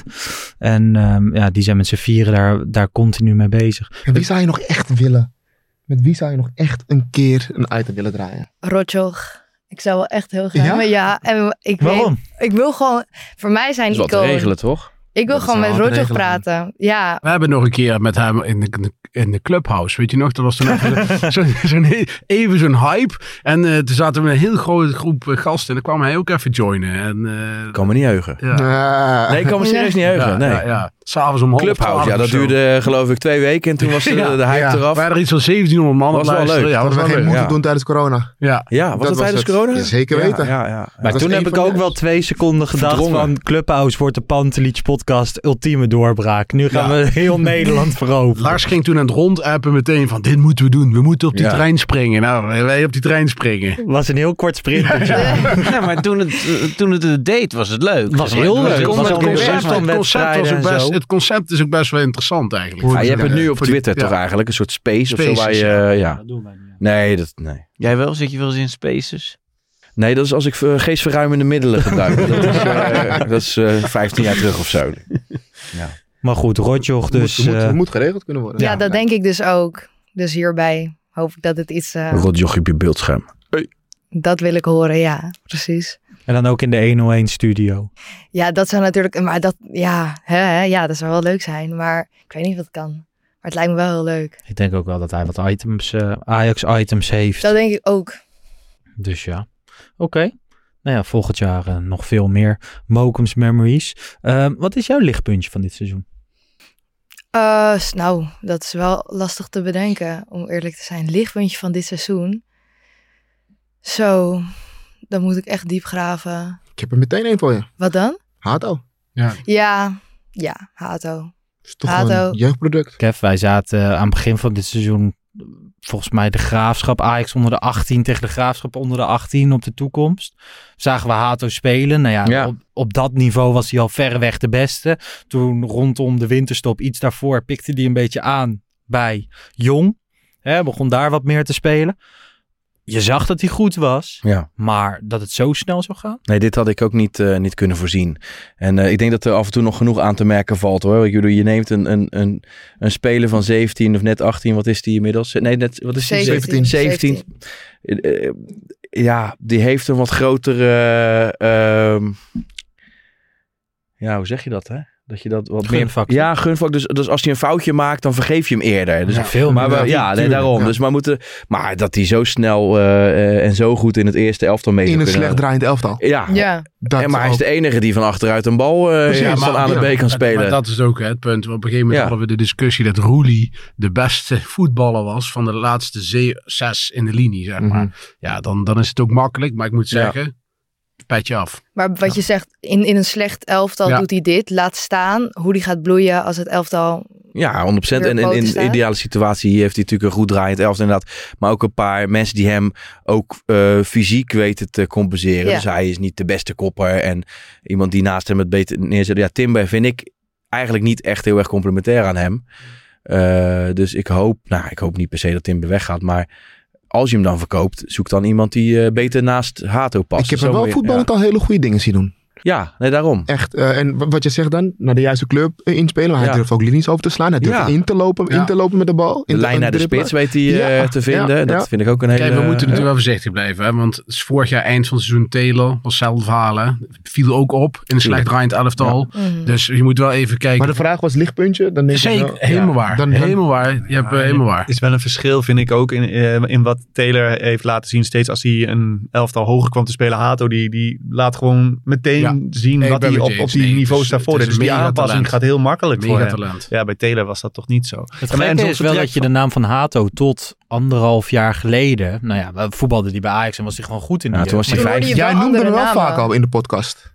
Speaker 5: En uh, ja, die zijn met z'n vieren daar, daar continu mee bezig.
Speaker 8: En wie zou je nog echt willen? Met wie zou je nog echt een keer een item willen draaien?
Speaker 6: Rotjoch. Ik zou wel echt heel graag.
Speaker 8: Ja?
Speaker 6: ja en ik
Speaker 5: Waarom?
Speaker 6: Weet, ik wil gewoon, voor mij zijn
Speaker 7: dat is
Speaker 6: iconen.
Speaker 7: wat te regelen, toch?
Speaker 6: Ik wil
Speaker 8: dat
Speaker 6: gewoon met Rotjoch praten. Ja.
Speaker 9: We hebben nog een keer met hem in de, in de, in de clubhouse. Weet je nog? Dat was toen even, zo, zo, even zo'n hype. En uh, toen zaten we met een heel grote groep gasten. En dan kwam hij ook even joinen. En, uh,
Speaker 7: ik kan me niet heugen.
Speaker 9: Ja.
Speaker 8: Uh,
Speaker 7: nee, ik kan me serieus niet heugen.
Speaker 9: Ja,
Speaker 7: nee.
Speaker 9: ja, ja. S'avonds om half
Speaker 7: Clubhouse, ja, dat duurde geloof ik twee weken. En toen was de,
Speaker 9: ja,
Speaker 7: de hype
Speaker 8: ja.
Speaker 7: eraf.
Speaker 9: We hadden er iets van zeventienhonderd man op luisteren. Ja,
Speaker 8: dat
Speaker 9: was
Speaker 8: we
Speaker 9: wel
Speaker 8: geen
Speaker 9: leuk.
Speaker 8: moeten
Speaker 7: ja.
Speaker 8: doen tijdens corona.
Speaker 9: Ja,
Speaker 7: Ja, was
Speaker 8: dat
Speaker 7: dat tijdens
Speaker 8: het.
Speaker 7: corona?
Speaker 8: Ja, zeker weten.
Speaker 7: Ja, ja, ja.
Speaker 5: Maar
Speaker 8: dat
Speaker 5: toen
Speaker 8: is
Speaker 5: heb
Speaker 8: een
Speaker 5: ik
Speaker 8: van
Speaker 5: ook
Speaker 8: de-
Speaker 5: wel twee seconden gedacht
Speaker 7: Verdrongen.
Speaker 5: van Clubhouse wordt de Pantelic podcast ultieme doorbraak. Nu gaan
Speaker 9: Ja.
Speaker 5: we heel Nederland veroveren.
Speaker 9: Lars ging toen aan het rondappen meteen van dit moeten we doen. We moeten op die
Speaker 7: Ja.
Speaker 9: trein springen. Nou, wij op die trein springen.
Speaker 5: Was een heel kort sprintje.
Speaker 11: Ja, maar toen het, uh, toen het het deed, was het leuk.
Speaker 5: Het was
Speaker 11: Zeg maar,
Speaker 5: heel
Speaker 11: het
Speaker 5: leuk.
Speaker 11: was
Speaker 5: Het was
Speaker 11: een
Speaker 5: ook
Speaker 11: concept
Speaker 5: best
Speaker 11: van
Speaker 5: wel
Speaker 9: Het concept, was
Speaker 5: wedstrijden
Speaker 9: ook
Speaker 5: en
Speaker 9: best,
Speaker 5: zo.
Speaker 9: het concept is ook best wel interessant eigenlijk.
Speaker 7: Ja, je hebt het nu op
Speaker 9: Voor die-
Speaker 7: Twitter toch
Speaker 9: ja.
Speaker 7: eigenlijk? Een soort space, of zo
Speaker 9: Spaces,
Speaker 7: waar je...
Speaker 9: ja.
Speaker 7: uh, ja. Nee, dat, nee.
Speaker 11: Jij wel? Zit je wel eens in Spaces?
Speaker 7: Nee, dat is als ik uh, geestverruimende middelen gebruik. Dat is, uh, dat is uh, vijftien jaar terug of zo. Ja.
Speaker 5: Maar goed, Rotjoch dus...
Speaker 8: moet, moet,
Speaker 5: uh,
Speaker 8: moet geregeld kunnen worden.
Speaker 6: Ja, ja, dat denk ik dus ook. Dus hierbij hoop ik dat het iets... Uh,
Speaker 7: Rotjoch op je beeldscherm. Hey.
Speaker 6: Dat wil ik horen, ja. Precies.
Speaker 5: En dan ook in de honderdéén studio.
Speaker 6: Ja, dat zou natuurlijk... Maar dat, ja, hè, hè, ja, dat zou wel leuk zijn. Maar ik weet niet wat kan. Maar het lijkt me wel heel leuk.
Speaker 5: Ik denk ook wel dat hij wat items, uh, Ajax-items heeft.
Speaker 6: Dat denk ik ook.
Speaker 5: Dus ja, oké. Okay. Nou ja, volgend jaar uh, nog veel meer Mokum's Memories. Uh, wat is jouw lichtpuntje van dit seizoen?
Speaker 6: Uh, nou, dat is wel lastig te bedenken, om eerlijk te zijn. Lichtpuntje van dit seizoen. Zo, dan moet ik echt diep graven.
Speaker 8: Ik heb er meteen één voor je.
Speaker 6: Wat dan?
Speaker 8: Hato.
Speaker 9: Ja,
Speaker 6: ja, ja Hato.
Speaker 8: Is toch
Speaker 6: Hato.
Speaker 8: een jeugdproduct.
Speaker 5: Kev, wij zaten uh, aan het begin van dit seizoen... volgens mij de Graafschap, Ajax onder de achttien... tegen de Graafschap onder de achttien op de toekomst. Zagen we Hato spelen. Nou ja,
Speaker 7: ja.
Speaker 5: Op, op dat niveau was hij al verreweg de beste. Toen rondom de winterstop, iets daarvoor... pikte hij een beetje aan bij Jong. Hè, begon daar wat meer te spelen. Je zag dat hij goed was,
Speaker 7: ja.
Speaker 5: maar dat het zo snel zou gaan?
Speaker 7: Nee, dit had ik ook niet, uh, niet kunnen voorzien. En uh, ik denk dat er af en toe nog genoeg aan te merken valt, hoor. Ik bedoel, je neemt een, een, een, een speler van zeventien of net achttien, wat is die inmiddels? Nee, net, wat is die?
Speaker 6: zeventien.
Speaker 7: zeventien. Uh, ja, die heeft een wat grotere... Uh, uh, ja, hoe zeg je dat, hè? Dat je dat wat
Speaker 5: gunfactor.
Speaker 7: Ja, gunfactor. Dus, dus als hij een foutje maakt, dan vergeef je hem eerder. Dus
Speaker 5: ja, veel
Speaker 7: maar we, ja, nee, daarom. Ja. Dus maar moeten, maar dat hij zo snel uh, uh, en zo goed in het eerste elftal mee
Speaker 8: in een
Speaker 7: kunnen,
Speaker 8: slecht draaiend elftal.
Speaker 7: Ja.
Speaker 6: ja.
Speaker 7: En maar hij is de enige die van achteruit een bal uh, ja, van A naar B kan spelen.
Speaker 9: Maar dat is ook hè, het punt. Op een gegeven moment ja. hadden we de discussie dat Roelie de beste voetballer was van de laatste ze- zes in de linie, zeg maar. Mm-hmm. Ja, dan, dan is het ook makkelijk. Maar ik moet zeggen. Ja. Petje af.
Speaker 6: Maar wat ja. je zegt, in, in een slecht elftal ja. doet hij dit. Laat staan hoe die gaat bloeien als het elftal...
Speaker 7: Ja, honderd procent. En in, in de ideale situatie heeft hij natuurlijk een goed draaiend elftal inderdaad. Maar ook een paar mensen die hem ook uh, fysiek weten te compenseren. Ja. Dus hij is niet de beste kopper. En iemand die naast hem het beter neerzet. Ja, Timber vind ik eigenlijk niet echt heel erg complementair aan hem. Uh, dus ik hoop, nou ik hoop niet per se dat Timber weggaat, maar... Als je hem dan verkoopt, zoek dan iemand die uh, beter naast Hato past.
Speaker 8: Ik heb er wel voetballend ja. al hele goede dingen zien doen.
Speaker 7: Ja, nee, daarom.
Speaker 8: Echt. Uh, en wat je zegt dan, naar de juiste club uh, inspelen. Maar hij ja. durft ook linies over te slaan. Hij durft ja. in, te lopen, ja. in te lopen met de bal.
Speaker 7: De lijn naar de spits weet hij uh, ja. te vinden. Ja. Dat ja. vind ik ook een hele...
Speaker 9: Kijk, we moeten natuurlijk uh, wel voorzichtig blijven. Hè? Want het is vorig jaar eind van het seizoen Taylor. Was hetzelfde verhaal. Hè? Viel ook op in een slecht draaiend elftal. Ja. Mm. Dus je moet wel even kijken.
Speaker 8: Maar de vraag was lichtpuntje. Dan denk
Speaker 9: Zeker,
Speaker 8: wel,
Speaker 9: helemaal ja. waar. Dan, dan, helemaal waar. Je hebt uh, helemaal waar.
Speaker 10: Het is wel een verschil, vind ik ook, in, uh, in wat Taylor heeft laten zien. Steeds als hij een elftal hoger kwam te spelen. Hato, die, die laat gewoon meteen ja. zien hey, wat hij op, op die niveaus daarvoor. Dus die aanpassing talent. gaat heel makkelijk mega voor talent. hem. Ja, bij Taylor was dat toch niet zo.
Speaker 5: Het ja, gekke is wel dat je de naam van Hato tot anderhalf jaar geleden... Nou ja, voetbalde die bij Ajax en was hij gewoon goed in die...
Speaker 7: Ja, toen was hij vijf.
Speaker 8: Jij noemde hem wel vaak al in de podcast.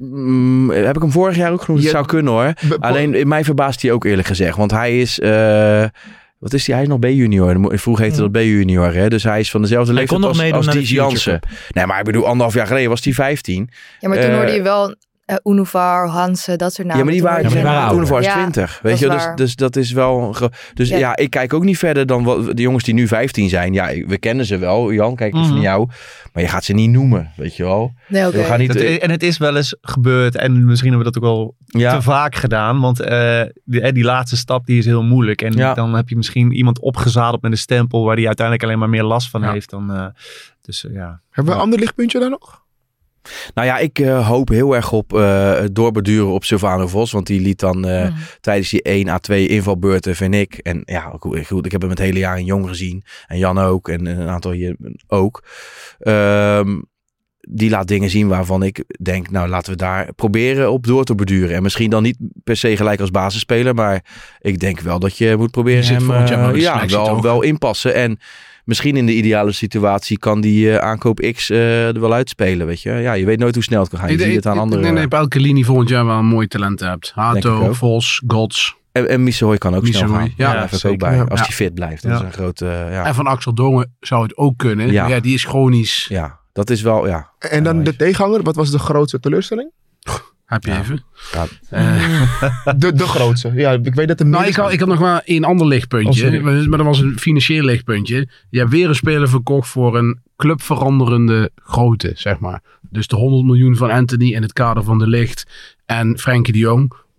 Speaker 7: Mm, heb ik hem vorig jaar ook genoemd? Het zou kunnen hoor. Be- Alleen mij verbaast hij ook eerlijk gezegd. Want hij is... Uh, wat is hij? Hij is nog B-junior. Vroeger heette dat B-junior. Hè? Dus hij is van dezelfde hij leeftijd als, als Dies Jansen. Nee, maar ik bedoel, anderhalf jaar geleden was hij vijftien.
Speaker 6: Ja, maar toen uh, hoorde je wel... Uh, Unuvar, Hansen, dat soort namen.
Speaker 7: Ja, maar die waren, ja, waren Unuvar is ja, twintig. Weet je, dus, dus dat is wel... Gro- dus ja. ja, ik kijk ook niet verder dan wat, de jongens die nu vijftien zijn. Ja, we kennen ze wel. Jan, kijk eens mm-hmm. naar jou. Maar je gaat ze niet noemen, weet je wel.
Speaker 6: Nee, okay.
Speaker 10: we gaan niet, dat, en het is wel eens gebeurd. En misschien hebben we dat ook wel ja. te vaak gedaan. Want uh, die, die laatste stap die is heel moeilijk. En ja. dan heb je misschien iemand opgezadeld met een stempel... waar die uiteindelijk alleen maar meer last van ja. heeft. Dan, uh, dus, uh, ja.
Speaker 8: Hebben we een ander lichtpuntje daar nog?
Speaker 7: Nou ja, ik uh, hoop heel erg op uh, het doorbeduren op Silvano Vos. Want die liet dan uh, mm. tijdens die één à twee invalbeurten, vind ik. En ja, goed, ik heb hem het hele jaar in Jong gezien. En Jan ook. En een aantal hier ook. Um, die laat dingen zien waarvan ik denk, nou laten we daar proberen op door te beduren. En misschien dan niet per se gelijk als basisspeler. Maar ik denk wel dat je moet proberen je hem uh, ja, wel, wel inpassen. En misschien in de ideale situatie kan die uh, aankoop X uh, er wel uitspelen, weet je. Ja, je weet nooit hoe snel het kan gaan. Je ik, ziet het aan
Speaker 9: ik,
Speaker 7: andere...
Speaker 9: Ik denk dat je op elke linie volgend jaar wel een mooi talent hebt. Hato, Vos, Gods.
Speaker 7: En, en Missehoy kan ook
Speaker 9: Missehoy.
Speaker 7: snel gaan.
Speaker 9: Ja,
Speaker 7: ja,
Speaker 9: ja
Speaker 7: ook bij.
Speaker 9: Ja.
Speaker 7: Als hij fit blijft. Dat ja. is een grote... Uh, ja.
Speaker 9: En van Axel Dongen zou het ook kunnen. Ja, ja die is chronisch.
Speaker 7: Ja, dat is wel, ja.
Speaker 8: En dan de tegenhanger. Wat was de grootste teleurstelling?
Speaker 9: Heb je
Speaker 7: ja.
Speaker 9: even?
Speaker 7: Ja.
Speaker 9: Uh.
Speaker 8: De, de grootste. Ja, ik weet dat er
Speaker 9: nou, ik, had, ik had nog wel een ander lichtpuntje. Oh, maar dat was een financieel lichtpuntje. Je hebt weer een speler verkocht voor een clubveranderende grootte, zeg maar. Dus de honderd miljoen van Anthony in het kader van de Ligt en Frenkie de Jong.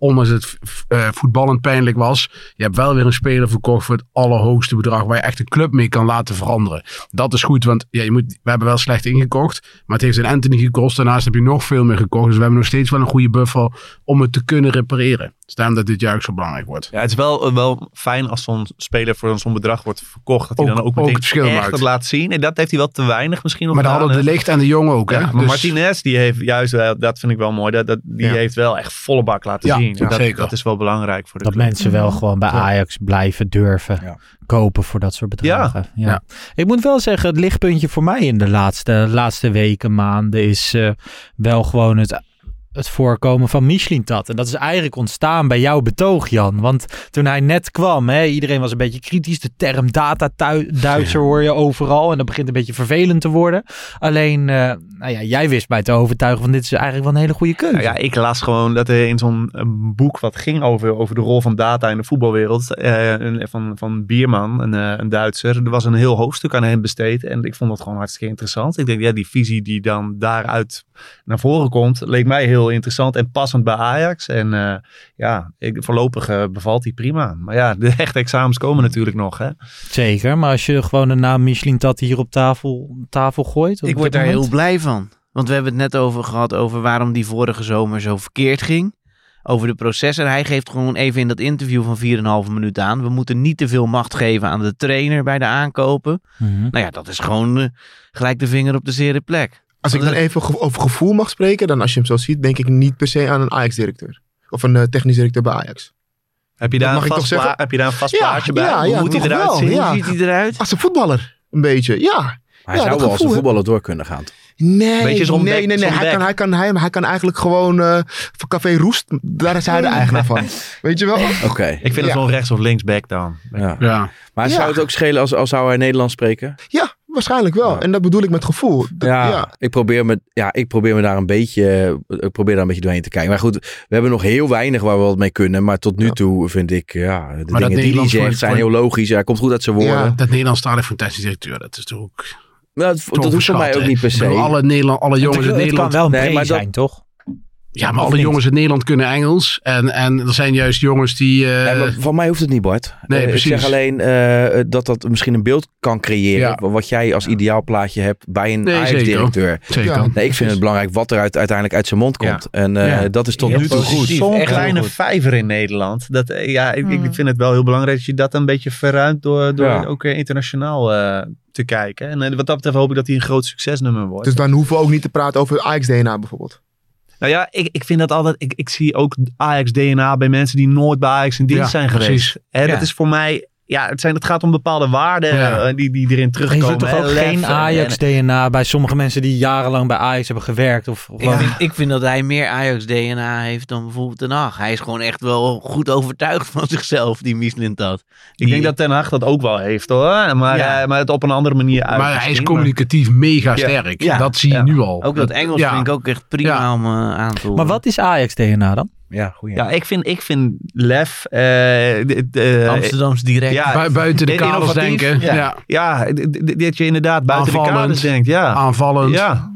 Speaker 9: ondanks het uh, voetballend pijnlijk was, je hebt wel weer een speler verkocht voor het allerhoogste bedrag waar je echt een club mee kan laten veranderen. Dat is goed, want ja, je moet, we hebben wel slecht ingekocht, maar het heeft een Anthony gekost. Daarnaast heb je nog veel meer gekocht. Dus we hebben nog steeds wel een goede buffer om het te kunnen repareren. Dus daarom dat dit juist zo belangrijk wordt.
Speaker 10: Ja, het is wel, wel fijn als zo'n speler voor zo'n bedrag wordt verkocht. Dat hij
Speaker 9: ook,
Speaker 10: dan ook,
Speaker 9: ook
Speaker 10: meteen
Speaker 9: het verschil
Speaker 10: echt
Speaker 9: maakt.
Speaker 10: het laat zien. En dat heeft hij wel te weinig misschien nog
Speaker 9: Maar dan
Speaker 10: gedaan,
Speaker 9: hadden de Ligt en de Jong ook.
Speaker 10: Ja,
Speaker 9: Hè?
Speaker 10: maar
Speaker 9: Dus,
Speaker 10: Martinez, die heeft juist wel, dat vind ik wel mooi. Dat, dat, die
Speaker 9: Ja.
Speaker 10: heeft wel echt volle bak laten
Speaker 9: Ja,
Speaker 10: zien.
Speaker 9: ja,
Speaker 10: dat,
Speaker 9: zeker.
Speaker 10: dat is wel belangrijk voor de
Speaker 5: Dat
Speaker 10: club.
Speaker 5: mensen wel gewoon bij Ajax blijven durven
Speaker 7: Ja.
Speaker 5: kopen voor dat soort bedragen. Ja.
Speaker 9: Ja.
Speaker 5: Ik moet wel zeggen, het lichtpuntje voor mij in de laatste, laatste weken, maanden is uh, wel gewoon het, het voorkomen van Mislintat. En dat is eigenlijk ontstaan bij jouw betoog, Jan. Want toen hij net kwam, hè, iedereen was een beetje kritisch. De term data-Duitser hoor je overal. En dat begint een beetje vervelend te worden. Alleen, uh, nou ja, jij wist mij te overtuigen van dit is eigenlijk wel een hele goede keuze.
Speaker 10: Nou ja, ik las gewoon dat er in zo'n een boek wat ging over, over de rol van data in de voetbalwereld. Uh, een, van, van Bierman, een, uh, een Duitser. Er was een heel hoofdstuk aan hem besteed. En ik vond dat gewoon hartstikke interessant. Ik denk, ja, die visie die dan daaruit naar voren komt, leek mij heel interessant en passend bij Ajax. En uh, ja, ik, voorlopig uh, bevalt hij prima. Maar ja, de echte examens komen natuurlijk nog. Hè?
Speaker 5: Zeker, maar als je gewoon de naam Mislintat hier op tafel, tafel gooit.
Speaker 11: Ik word daar moment? heel blij van. Want we hebben het net over gehad over waarom die vorige zomer zo verkeerd ging. Over de processen. Hij geeft gewoon even in dat interview van vier komma vijf minuut aan. We moeten niet te veel macht geven aan de trainer bij de aankopen.
Speaker 5: Mm-hmm.
Speaker 11: Nou ja, dat is gewoon uh, gelijk de vinger op de zere plek.
Speaker 8: Als ik dan even ge- over gevoel mag spreken, dan als je hem zo ziet, denk ik niet per se aan een Ajax-directeur. Of een uh, technisch directeur bij Ajax.
Speaker 10: Heb je daar, een vast, pla- heb je daar een vast
Speaker 8: ja,
Speaker 10: plaatje bij?
Speaker 8: Ja,
Speaker 10: Hoe
Speaker 8: ja,
Speaker 10: moet hij eruit
Speaker 8: wel,
Speaker 10: zien?
Speaker 8: Ja.
Speaker 11: Hoe ziet hij eruit?
Speaker 8: Als een voetballer, een beetje, ja.
Speaker 7: Maar hij
Speaker 8: ja,
Speaker 7: zou wel als een
Speaker 8: gevoel,
Speaker 7: voetballer door kunnen gaan.
Speaker 8: Nee,
Speaker 10: Beetje zo'n
Speaker 8: nee,
Speaker 10: bek,
Speaker 8: nee, nee.
Speaker 10: zo'n
Speaker 8: Hij,
Speaker 10: bek.
Speaker 8: kan, hij, kan, hij, hij kan eigenlijk gewoon uh, voor Café Roest, daar is hij de eigenaar van. Weet je wel?
Speaker 7: Oké. Okay.
Speaker 10: Ik vind
Speaker 8: ja.
Speaker 10: het wel rechts of linksback dan.
Speaker 7: Ja.
Speaker 9: Ja.
Speaker 7: Maar
Speaker 8: Ja.
Speaker 7: zou het ook schelen als, als zou hij Nederlands spreken?
Speaker 8: Ja, waarschijnlijk wel.
Speaker 7: Ja.
Speaker 8: En dat bedoel ik met gevoel. Dat,
Speaker 7: Ja,
Speaker 8: ja.
Speaker 7: Ik, probeer me, ja, ik probeer me daar een beetje, ik probeer daar een beetje doorheen te kijken. Maar goed, we hebben nog heel weinig waar we wat mee kunnen. Maar tot nu
Speaker 8: Ja.
Speaker 7: toe vind ik, ja, de
Speaker 9: Maar
Speaker 7: dingen
Speaker 9: dat
Speaker 7: die hij
Speaker 9: Nederlands
Speaker 7: zegt
Speaker 9: voor-
Speaker 7: zijn
Speaker 9: voor-
Speaker 7: heel logisch. Hij komt goed uit zijn woorden.
Speaker 8: Ja.
Speaker 9: Dat Nederlands staat voor een technisch directeur. Dat is toch ook...
Speaker 7: Maar dat, dat hoeft voor mij ook niet per
Speaker 9: Ik bedoel,
Speaker 7: se.
Speaker 9: alle, Nederland, alle jongens
Speaker 5: het,
Speaker 9: in
Speaker 5: het kan
Speaker 9: Nederland...
Speaker 5: wel een
Speaker 7: Nee,
Speaker 5: nee,
Speaker 7: maar dat-
Speaker 5: zijn, toch?
Speaker 9: Ja, maar
Speaker 5: Of
Speaker 9: alle
Speaker 5: niet?
Speaker 9: jongens in Nederland kunnen Engels. En, en er zijn juist jongens die... Uh,
Speaker 7: Nee, maar van mij hoeft het niet, Bart.
Speaker 9: Nee,
Speaker 7: Uh, ik
Speaker 9: precies.
Speaker 7: zeg alleen uh, dat dat misschien een beeld kan creëren.
Speaker 9: Ja.
Speaker 7: Wat jij als ideaal plaatje hebt bij een
Speaker 9: Nee,
Speaker 7: Ajax-directeur.
Speaker 9: zeker.
Speaker 8: Ja.
Speaker 7: Nee, ik vind het belangrijk wat er uit, uiteindelijk uit zijn mond komt.
Speaker 10: Ja.
Speaker 7: En uh,
Speaker 9: Ja.
Speaker 7: dat is tot
Speaker 10: Heel
Speaker 7: nu toe goed.
Speaker 10: positief. Zo'n
Speaker 11: Echt heel
Speaker 10: kleine
Speaker 11: goed.
Speaker 10: vijver in Nederland. Dat, eh, ja, ik,
Speaker 6: Hmm.
Speaker 10: ik vind het wel heel belangrijk dat je dat een beetje verruimt door, door
Speaker 7: Ja.
Speaker 10: ook eh, internationaal uh, te kijken. En uh, wat dat betreft hoop ik dat hij een groot succesnummer wordt.
Speaker 8: Dus dan hoeven we ook niet te praten over Ajax-D N A bijvoorbeeld.
Speaker 10: Nou ja, ik, ik vind dat altijd... Ik, ik zie ook Ajax-D N A bij mensen die nooit bij Ajax in dienst
Speaker 9: Ja,
Speaker 10: zijn geweest.
Speaker 9: precies.
Speaker 10: En
Speaker 11: Ja.
Speaker 10: dat is voor mij... Ja, het, zijn, het gaat om bepaalde waarden
Speaker 9: Ja.
Speaker 10: uh, die, die erin
Speaker 5: Er
Speaker 10: terugkomen.
Speaker 5: zit toch
Speaker 10: hè,
Speaker 5: ook
Speaker 10: lef
Speaker 5: geen
Speaker 10: en-
Speaker 5: Ajax-D N A bij sommige mensen die jarenlang bij Ajax hebben gewerkt? Of, of
Speaker 11: Ik,
Speaker 5: wat?
Speaker 11: vind, ik vind dat hij meer Ajax-D N A heeft dan bijvoorbeeld Ten Hag. Hij is gewoon echt wel goed overtuigd van zichzelf, die Mislintat.
Speaker 10: Ik denk dat Ten Hag dat ook wel heeft hoor. Maar,
Speaker 11: Ja.
Speaker 10: uh, maar het op een andere manier uit.
Speaker 9: maar hij is
Speaker 10: misschien,
Speaker 9: communicatief mega sterk.
Speaker 11: Ja.
Speaker 9: Dat zie je
Speaker 10: Ja.
Speaker 9: nu al.
Speaker 11: Ook dat Engels
Speaker 9: ja.
Speaker 11: vind ik ook echt prima
Speaker 9: Ja.
Speaker 11: om uh, aan te horen.
Speaker 5: Maar wat is Ajax-D N A dan?
Speaker 7: Ja, goeie.
Speaker 10: Ja, ik vind, ik vind lef... Uh, de, de,
Speaker 11: Amsterdams direct.
Speaker 10: ja,
Speaker 9: Bu- buiten de kaders
Speaker 10: innovatief.
Speaker 9: denken.
Speaker 10: Ja,
Speaker 9: Ja.
Speaker 10: ja d- d- dat je inderdaad buiten de
Speaker 9: Aanvallend.
Speaker 10: kaders denkt. Ja.
Speaker 9: Aanvallend.
Speaker 10: Ja.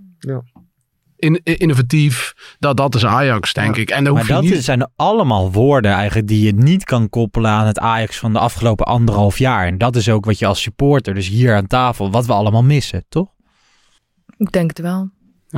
Speaker 9: In, innovatief. Dat, dat is Ajax, denk ik. En dan
Speaker 5: Maar
Speaker 9: hoef je
Speaker 5: dat
Speaker 9: niet...
Speaker 5: is- zijn allemaal woorden eigenlijk die je niet kan koppelen aan het Ajax van de afgelopen anderhalf jaar. En dat is ook wat je als supporter, dus hier aan tafel, wat we allemaal missen, toch?
Speaker 6: Ik denk het wel.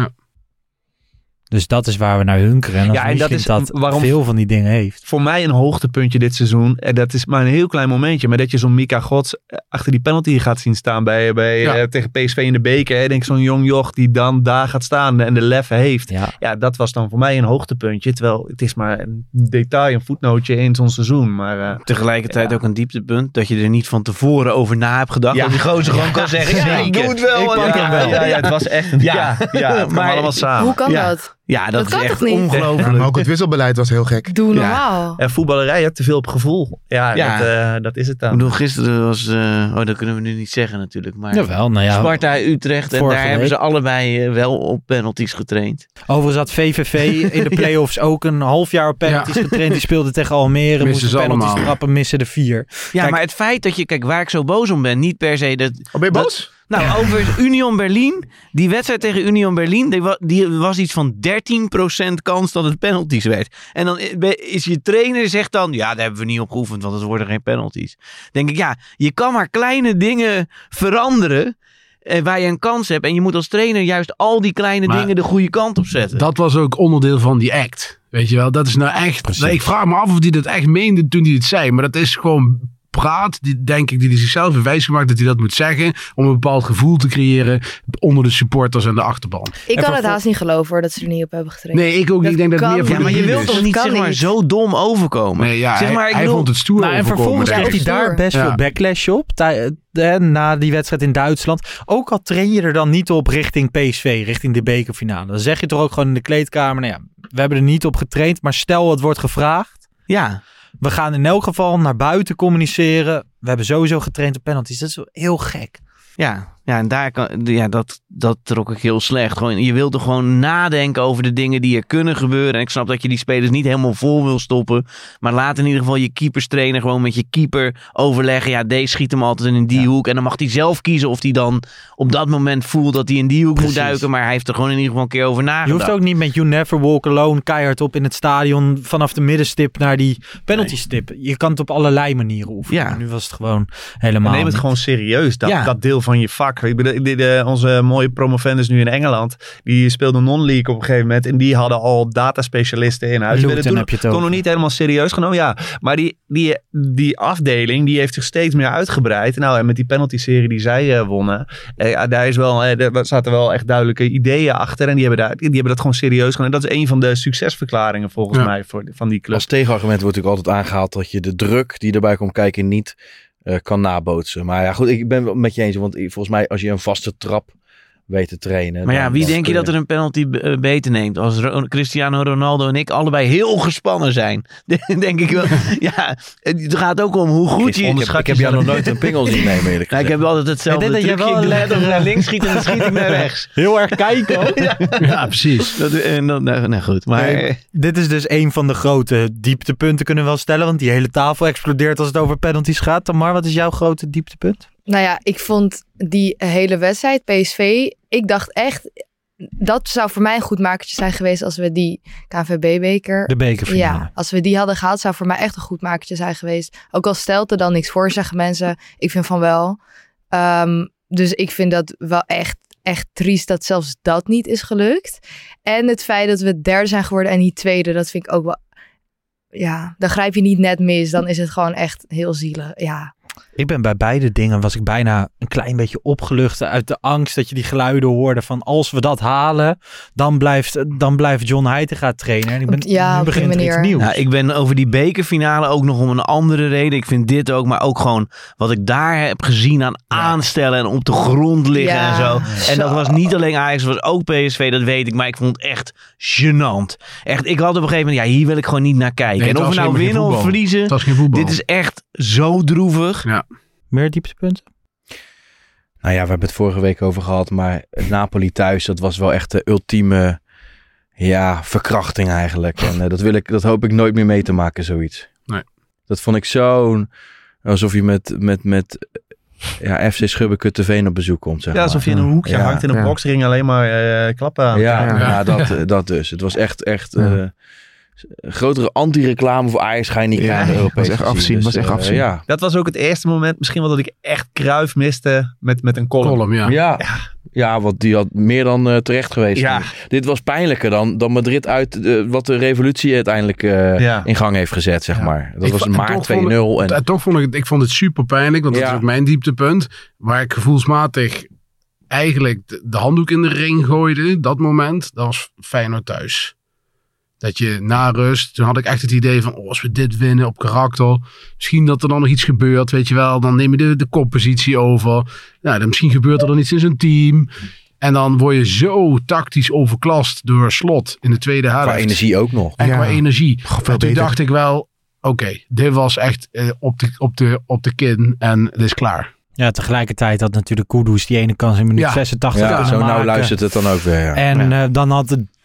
Speaker 5: Dus dat is waar we naar hunkeren. En als
Speaker 10: Ja, en dat
Speaker 5: Mislintat
Speaker 10: is waarom-
Speaker 5: veel van die dingen heeft.
Speaker 10: Voor mij een hoogtepuntje dit seizoen. En dat is maar een heel klein momentje. Maar dat je zo'n Mika Gods achter die penalty gaat zien staan bij, bij,
Speaker 9: Ja.
Speaker 10: uh, tegen P S V in de beker. Ik denk zo'n jong joch die dan daar gaat staan en de lef heeft.
Speaker 5: Ja.
Speaker 10: Ja, dat was dan voor mij een hoogtepuntje. Terwijl het is maar een detail, een voetnootje in zo'n seizoen. Maar uh,
Speaker 11: Tegelijkertijd
Speaker 10: Ja.
Speaker 11: ook een dieptepunt. Dat je er niet van tevoren over na hebt gedacht.
Speaker 10: Ja.
Speaker 11: Dat die gozer gewoon kan zeggen.
Speaker 10: ja,
Speaker 11: zeker.
Speaker 10: doe het wel.
Speaker 11: Ik pak
Speaker 10: ja,
Speaker 11: hem wel.
Speaker 10: Ja, ja, het was echt een... Ja, ja, ja het kwam
Speaker 11: Maar-
Speaker 10: allemaal samen.
Speaker 6: Hoe kan
Speaker 11: Ja.
Speaker 6: dat?
Speaker 11: Ja, dat,
Speaker 6: Dat
Speaker 11: is
Speaker 6: kan
Speaker 11: echt
Speaker 6: toch niet?
Speaker 11: ongelooflijk.
Speaker 8: Maar ook het wisselbeleid was heel gek.
Speaker 6: Doe
Speaker 11: Ja.
Speaker 6: normaal.
Speaker 10: En voetballerij, je hebt te veel op gevoel. Ja,
Speaker 11: Ja.
Speaker 10: Dat, uh, dat is het
Speaker 11: Ik
Speaker 10: dan.
Speaker 11: bedoel, gisteren was... uh, oh, dat kunnen we nu niet zeggen natuurlijk. Maar
Speaker 5: Jawel, nou ja.
Speaker 11: Sparta, Utrecht. En
Speaker 5: Vorige
Speaker 11: daar hebben
Speaker 5: week.
Speaker 11: ze allebei uh, wel op penalties getraind.
Speaker 5: Overigens had V V V in de play-offs ook een half jaar op penalties
Speaker 9: Ja.
Speaker 5: getraind. Die speelde tegen Almere,
Speaker 9: Missen
Speaker 5: moesten
Speaker 9: ze
Speaker 5: penalties
Speaker 9: allemaal.
Speaker 5: trappen, missen er vier.
Speaker 11: Ja,
Speaker 5: Kijk-
Speaker 11: maar het feit dat je... Kijk, waar ik zo boos om ben. Niet per se dat...
Speaker 8: Oh, ben je
Speaker 11: dat-
Speaker 8: boos?
Speaker 11: Nou, over Union Berlin. Die wedstrijd tegen Union Berlin, die was, die was iets van dertien procent kans dat het penalties werd. En dan is je trainer zegt dan, ja, daar hebben we niet op geoefend, want het worden geen penalties. Denk ik, ja, je kan maar kleine dingen veranderen eh, waar je een kans hebt. En je moet als trainer juist al die kleine maar dingen de goede kant op zetten.
Speaker 9: Dat was ook onderdeel van die act. Weet je wel, dat is nou echt... Nou, ik vraag me af of hij dat echt meende toen hij het zei. Maar dat is gewoon praat, die, denk ik, die hij zichzelf heeft wijsgemaakt dat hij dat moet zeggen. Om een bepaald gevoel te creëren onder de supporters en de achterban.
Speaker 6: Ik kan het haast niet geloven hoor, dat ze er niet op hebben getraind.
Speaker 9: Nee, ik ook niet. Ik denk dat het meer voor
Speaker 11: ja, maar je wilt toch niet, zeg maar, zo dom overkomen?
Speaker 9: Nee, ja,
Speaker 11: zeg maar,
Speaker 9: hij,
Speaker 11: ik
Speaker 9: hij
Speaker 11: bedoel,
Speaker 9: vond het stoer
Speaker 5: nou, en vervolgens kreeg hij daar best ja. veel backlash op. Tij, de, na die wedstrijd in Duitsland. Ook al train je er dan niet op richting P S V, richting de bekerfinale. Dan zeg je toch ook gewoon in de kleedkamer, nou ja, we hebben er niet op getraind, maar stel het wordt gevraagd.
Speaker 11: Ja.
Speaker 5: We gaan in elk geval naar buiten communiceren. We hebben sowieso getraind op penalties. Dat is heel gek.
Speaker 11: Ja, ja en daar kan, ja, dat, dat trok ik heel slecht. Gewoon, je wilt er gewoon nadenken over de dingen die er kunnen gebeuren. En ik snap dat je die spelers niet helemaal vol wil stoppen. Maar laat in ieder geval je keeperstrainer gewoon met je keeper overleggen. Ja, deze schiet hem altijd in die ja. hoek. En dan mag hij zelf kiezen of hij dan op dat moment voelt dat hij in die hoek Precies. moet duiken. Maar hij heeft er gewoon in ieder geval een keer over nagedacht.
Speaker 5: Je hoeft ook niet met You Never Walk Alone keihard op in het stadion vanaf de middenstip naar die penaltystip. Nee. Je kan het op allerlei manieren oefenen. Ja. Nu was het gewoon helemaal
Speaker 10: Neem het
Speaker 5: niet.
Speaker 10: gewoon serieus, dat,
Speaker 5: ja.
Speaker 10: dat deel van je vak. Ik bedoel, de, de, onze mooie promovendus nu in Engeland, die speelden non-league op een gegeven moment en die hadden al dataspecialisten in huis.
Speaker 5: Luton heb je het ook.
Speaker 10: Kon nog niet helemaal serieus genomen, ja. Maar die, die, die afdeling, die heeft zich steeds meer uitgebreid. Nou, en met die penalty-serie die zij uh, wonnen, uh, daar, is wel, uh, daar zaten wel echt duidelijke ideeën achter en die hebben, daar, die hebben dat gewoon serieus genomen. En dat is een van de succesverklaringen volgens ja. mij voor, van die club.
Speaker 7: Als tegenargument wordt natuurlijk altijd aangehaald dat je de druk die erbij komt kijken niet uh, kan nabootsen. Maar ja, goed, ik ben het met je eens, want volgens mij als je een vaste trap weet te trainen.
Speaker 11: Maar ja, wie denk je dat er een penalty uh, beter neemt? Als Ro- Cristiano Ronaldo en ik allebei heel gespannen zijn. denk ik wel. Ja, het gaat ook om hoe goed
Speaker 7: Chris,
Speaker 11: je...
Speaker 7: Ik heb, ik heb jou nog nooit een pingel zien nemen, eerlijk
Speaker 11: nou, ik heb altijd hetzelfde
Speaker 5: ik
Speaker 11: trucje.
Speaker 5: wel
Speaker 11: Ik doe net of naar links schiet en dan schiet ik naar rechts.
Speaker 5: Heel erg kijken ook.
Speaker 11: ja.
Speaker 9: ja, precies.
Speaker 11: Dat, en dan, nou, nou goed, maar...
Speaker 5: Nee, dit is dus een van de grote dieptepunten kunnen we wel stellen. Want die hele tafel explodeert als het over penalties gaat. Tamar, wat is jouw grote dieptepunt?
Speaker 6: Nou ja, ik vond die hele wedstrijd, P S V, ik dacht echt, dat zou voor mij een goed makertje zijn geweest als we die K N V B-beker...
Speaker 5: De bekerfinale.
Speaker 6: Ja, als we die hadden gehaald, zou voor mij echt een goed makertje zijn geweest. Ook al stelt er dan niks voor, zeggen mensen. Ik vind van wel. Um, dus ik vind dat wel echt, echt triest dat zelfs dat niet is gelukt. En het feit dat we derde zijn geworden en niet tweede, dat vind ik ook wel... Ja, dan grijp je niet net mis. Dan is het gewoon echt heel zielig. Ja.
Speaker 5: Ik ben bij beide dingen was ik bijna een klein beetje opgelucht uit de angst dat je die geluiden hoorde van als we dat halen, dan blijft, dan blijft John Heitinga trainer. En ik ben,
Speaker 6: ja,
Speaker 5: nu begint er iets nieuws.
Speaker 11: Ja, ik ben over die bekerfinale ook nog om een andere reden. Ik vind dit ook, maar ook gewoon wat ik daar heb gezien aan ja. aanstellen en op de grond liggen ja, en zo. En zo. Dat was niet alleen Ajax, dat was ook P S V, dat weet ik. Maar ik vond het echt gênant. Echt, ik had op een gegeven moment, ja, hier wil ik gewoon niet naar kijken. Nee, en of we nou winnen of verliezen, dit is echt zo droevig.
Speaker 9: Ja.
Speaker 5: Meer dieptepunten?
Speaker 7: Nou ja, we hebben het vorige week over gehad, maar Napoli thuis, dat was wel echt de ultieme ja, verkrachting eigenlijk. En uh, dat, wil ik, dat hoop ik nooit meer mee te maken, zoiets.
Speaker 9: Nee.
Speaker 7: Dat vond ik zo'n, alsof je met, met, met ja, F C Schubbeke-Veen op bezoek komt, zeg
Speaker 10: ja, alsof je in een hoekje ja. hangt in een ja. boxring alleen maar uh, klappen aan.
Speaker 7: Ja, ja. ja dat, dat dus. Het was echt, echt... Ja. Uh, grotere anti-reclame voor Ajax ga je niet krijgen.
Speaker 8: Ja, was echt afzien. Dus, was echt afzien. Uh,
Speaker 10: ja. Dat was ook het eerste moment misschien wel dat ik echt Cruyff miste met, met een column.
Speaker 9: column ja.
Speaker 7: Ja. ja. Ja, want die had meer dan uh, terecht geweest.
Speaker 10: Ja.
Speaker 7: Dit was pijnlijker dan, dan Madrid uit uh, wat de revolutie uiteindelijk uh, ja. in gang heeft gezet, zeg ja. maar. Dat ik was maart twee nul.
Speaker 9: En... en toch vond ik het, ik vond het super pijnlijk, want dat ja. is ook mijn dieptepunt. Waar ik gevoelsmatig eigenlijk de, de handdoek in de ring gooide, dat moment, dat was Feyenoord thuis. Dat je na rust, toen had ik echt het idee van, oh, als we dit winnen op karakter, misschien dat er dan nog iets gebeurt, weet je wel. Dan neem je de, de koppositie over. Nou, dan misschien gebeurt er dan iets in zo'n team. En dan word je zo tactisch overklast door Slot in de tweede helft.
Speaker 7: Qua energie ook nog.
Speaker 9: En
Speaker 7: ja.
Speaker 9: qua energie.
Speaker 8: Goh,
Speaker 9: en toen
Speaker 8: beter.
Speaker 9: dacht ik wel, oké, okay, dit was echt uh, op, de, op, de, op de kin en het is klaar.
Speaker 5: Ja, tegelijkertijd had natuurlijk Kudus die ene kans in minuut ja. zesentachtig
Speaker 7: ja,
Speaker 5: kunnen
Speaker 7: zo
Speaker 5: maken.
Speaker 7: nou luistert het dan ook weer. Ja.
Speaker 5: En
Speaker 7: ja.
Speaker 5: uh, dan had het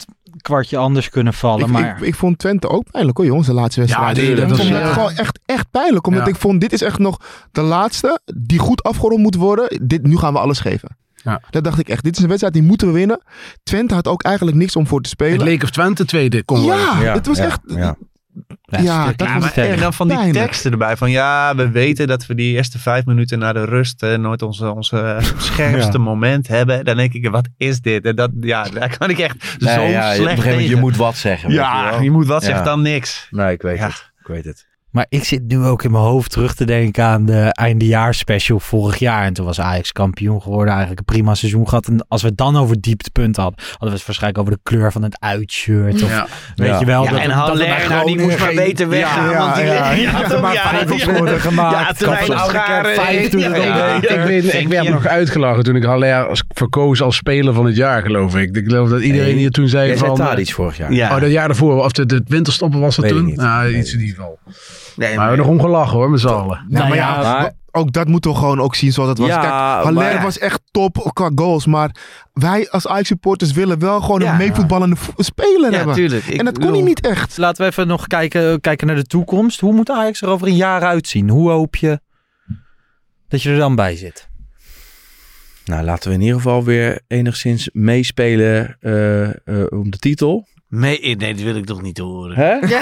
Speaker 5: kwartje anders kunnen vallen.
Speaker 8: Ik,
Speaker 5: maar...
Speaker 8: ik, ik vond Twente ook pijnlijk hoor jongens, de laatste wedstrijd.
Speaker 9: Ja, nee, dat
Speaker 8: ik
Speaker 9: was,
Speaker 8: vond
Speaker 9: ja.
Speaker 8: het gewoon echt, echt pijnlijk. Omdat
Speaker 9: Ja.
Speaker 8: ik vond, dit is echt nog de laatste die goed afgerond moet worden. Dit, nu gaan we alles geven.
Speaker 9: Ja.
Speaker 8: Dat dacht ik echt. Dit is een wedstrijd die moeten we winnen. Twente had ook eigenlijk niks om voor te spelen.
Speaker 9: Het leek of Twente tweede kon worden.
Speaker 8: Ja,
Speaker 7: Ja,
Speaker 8: het was
Speaker 7: ja,
Speaker 8: echt...
Speaker 7: ja.
Speaker 8: Ja, dat
Speaker 10: Ja,
Speaker 8: was
Speaker 10: maar,
Speaker 8: echt
Speaker 10: en dan van die
Speaker 8: pijnlijk.
Speaker 10: teksten erbij. Van ja, we weten dat we die eerste vijf minuten na de rust eh, nooit onze, onze scherpste
Speaker 7: Ja.
Speaker 10: moment hebben. Dan denk ik, wat is dit? En dat, ja, daar kan ik echt
Speaker 7: Nee,
Speaker 10: zo
Speaker 7: ja, op een
Speaker 10: slecht
Speaker 7: gegeven moment, je
Speaker 10: tegen.
Speaker 7: moet wat zeggen. weet je
Speaker 10: Ja,
Speaker 7: wel.
Speaker 10: je moet wat
Speaker 7: Ja.
Speaker 10: zeggen dan niks.
Speaker 7: Nee, ik weet
Speaker 10: Ja.
Speaker 7: het. Ik weet het.
Speaker 5: Maar ik zit nu ook in mijn hoofd terug te denken aan de eindejaarsspecial vorig jaar. En toen was Ajax kampioen geworden. Eigenlijk een prima seizoen gehad. En als we het dan over dieptepunten hadden, hadden we het waarschijnlijk over de kleur van het uitshirt. Of
Speaker 9: Ja.
Speaker 5: weet
Speaker 7: Ja.
Speaker 5: je wel.
Speaker 11: Ja,
Speaker 5: dat,
Speaker 11: en
Speaker 5: dat
Speaker 11: Haller,
Speaker 5: het bij
Speaker 11: nou, die
Speaker 5: Groningen
Speaker 11: moest maar
Speaker 5: geen-
Speaker 11: beter weggaan.
Speaker 5: Ja,
Speaker 11: want die,
Speaker 5: ja, ja,
Speaker 11: die
Speaker 5: ja,
Speaker 11: had
Speaker 5: er
Speaker 11: ook-
Speaker 5: maar
Speaker 11: ja,
Speaker 5: vijf op
Speaker 11: ja.
Speaker 5: worden gemaakt.
Speaker 11: Ja, te weinig
Speaker 5: Kapsel-
Speaker 11: scharen.
Speaker 5: vijf toen er
Speaker 11: Ja,
Speaker 5: ook
Speaker 11: ja,
Speaker 5: bij.
Speaker 9: Ik, weet, ik werd nog uitgelachen toen ik Haller als- verkoos als speler van het jaar, geloof ik. Ik geloof dat iedereen
Speaker 7: Nee.
Speaker 9: hier toen zei
Speaker 7: Jij
Speaker 9: van...
Speaker 7: zei Tadic vorig jaar.
Speaker 11: Ja.
Speaker 9: Oh, dat jaar daarvoor, of de, de winterstoppen was dat
Speaker 7: Weet ik
Speaker 9: toen?
Speaker 7: niet.
Speaker 9: Nou,
Speaker 7: Weet
Speaker 9: iets
Speaker 7: ik
Speaker 9: in ieder geval.
Speaker 11: Nee,
Speaker 9: Maar we hebben nog om gelachen hoor, met z'n allen.
Speaker 8: Nou,
Speaker 5: Nou
Speaker 8: maar
Speaker 5: ja,
Speaker 8: ja,
Speaker 7: maar-
Speaker 8: ook dat moeten we gewoon ook zien zoals het was.
Speaker 7: Ja,
Speaker 8: Kijk, Haller
Speaker 7: maar-
Speaker 8: was echt top qua goals. Maar wij als Ajax-supporters willen wel gewoon
Speaker 11: Ja.
Speaker 8: een meevoetballende vo- speler
Speaker 11: Ja,
Speaker 8: hebben.
Speaker 11: tuurlijk. Ik
Speaker 8: En dat kon hij
Speaker 11: bedoel-
Speaker 8: niet echt.
Speaker 5: Laten we even nog kijken, kijken naar de toekomst. Hoe moet Ajax er over een jaar uitzien? Hoe hoop je dat je er dan bij zit?
Speaker 7: Nou, laten we in ieder geval weer enigszins meespelen uh, uh, om de titel.
Speaker 11: Nee, nee, dat wil ik toch niet horen.
Speaker 7: Hè?
Speaker 11: Ja,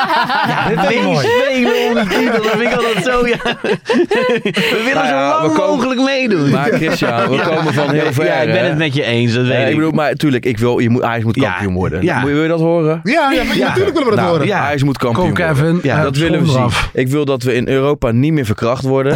Speaker 11: meespelen om die titel. Dat vind ik altijd zo, ja. We willen
Speaker 7: Nou ja,
Speaker 11: zo lang
Speaker 7: we komen-
Speaker 11: mogelijk meedoen.
Speaker 7: Maar Christian, we
Speaker 11: Ja.
Speaker 7: komen van heel ver.
Speaker 11: Ja, ik ben
Speaker 7: hè?
Speaker 11: het met je eens, dat weet
Speaker 7: Eh,
Speaker 11: ik.
Speaker 7: ik bedoel, maar natuurlijk, ik wil, je moet, Ajax moet
Speaker 11: Ja.
Speaker 7: kampioen worden.
Speaker 11: Ja.
Speaker 7: Wil je dat horen?
Speaker 8: Ja, ja, maar
Speaker 11: Ja.
Speaker 8: natuurlijk willen we dat
Speaker 7: Nou,
Speaker 8: horen.
Speaker 11: Ja.
Speaker 7: Ajax moet kampioen
Speaker 9: Kom
Speaker 7: worden.
Speaker 9: Kevin,
Speaker 11: Ja,
Speaker 9: ja,
Speaker 7: Dat willen we zien.
Speaker 9: eraf.
Speaker 7: Ik wil dat we in Europa niet meer verkracht worden.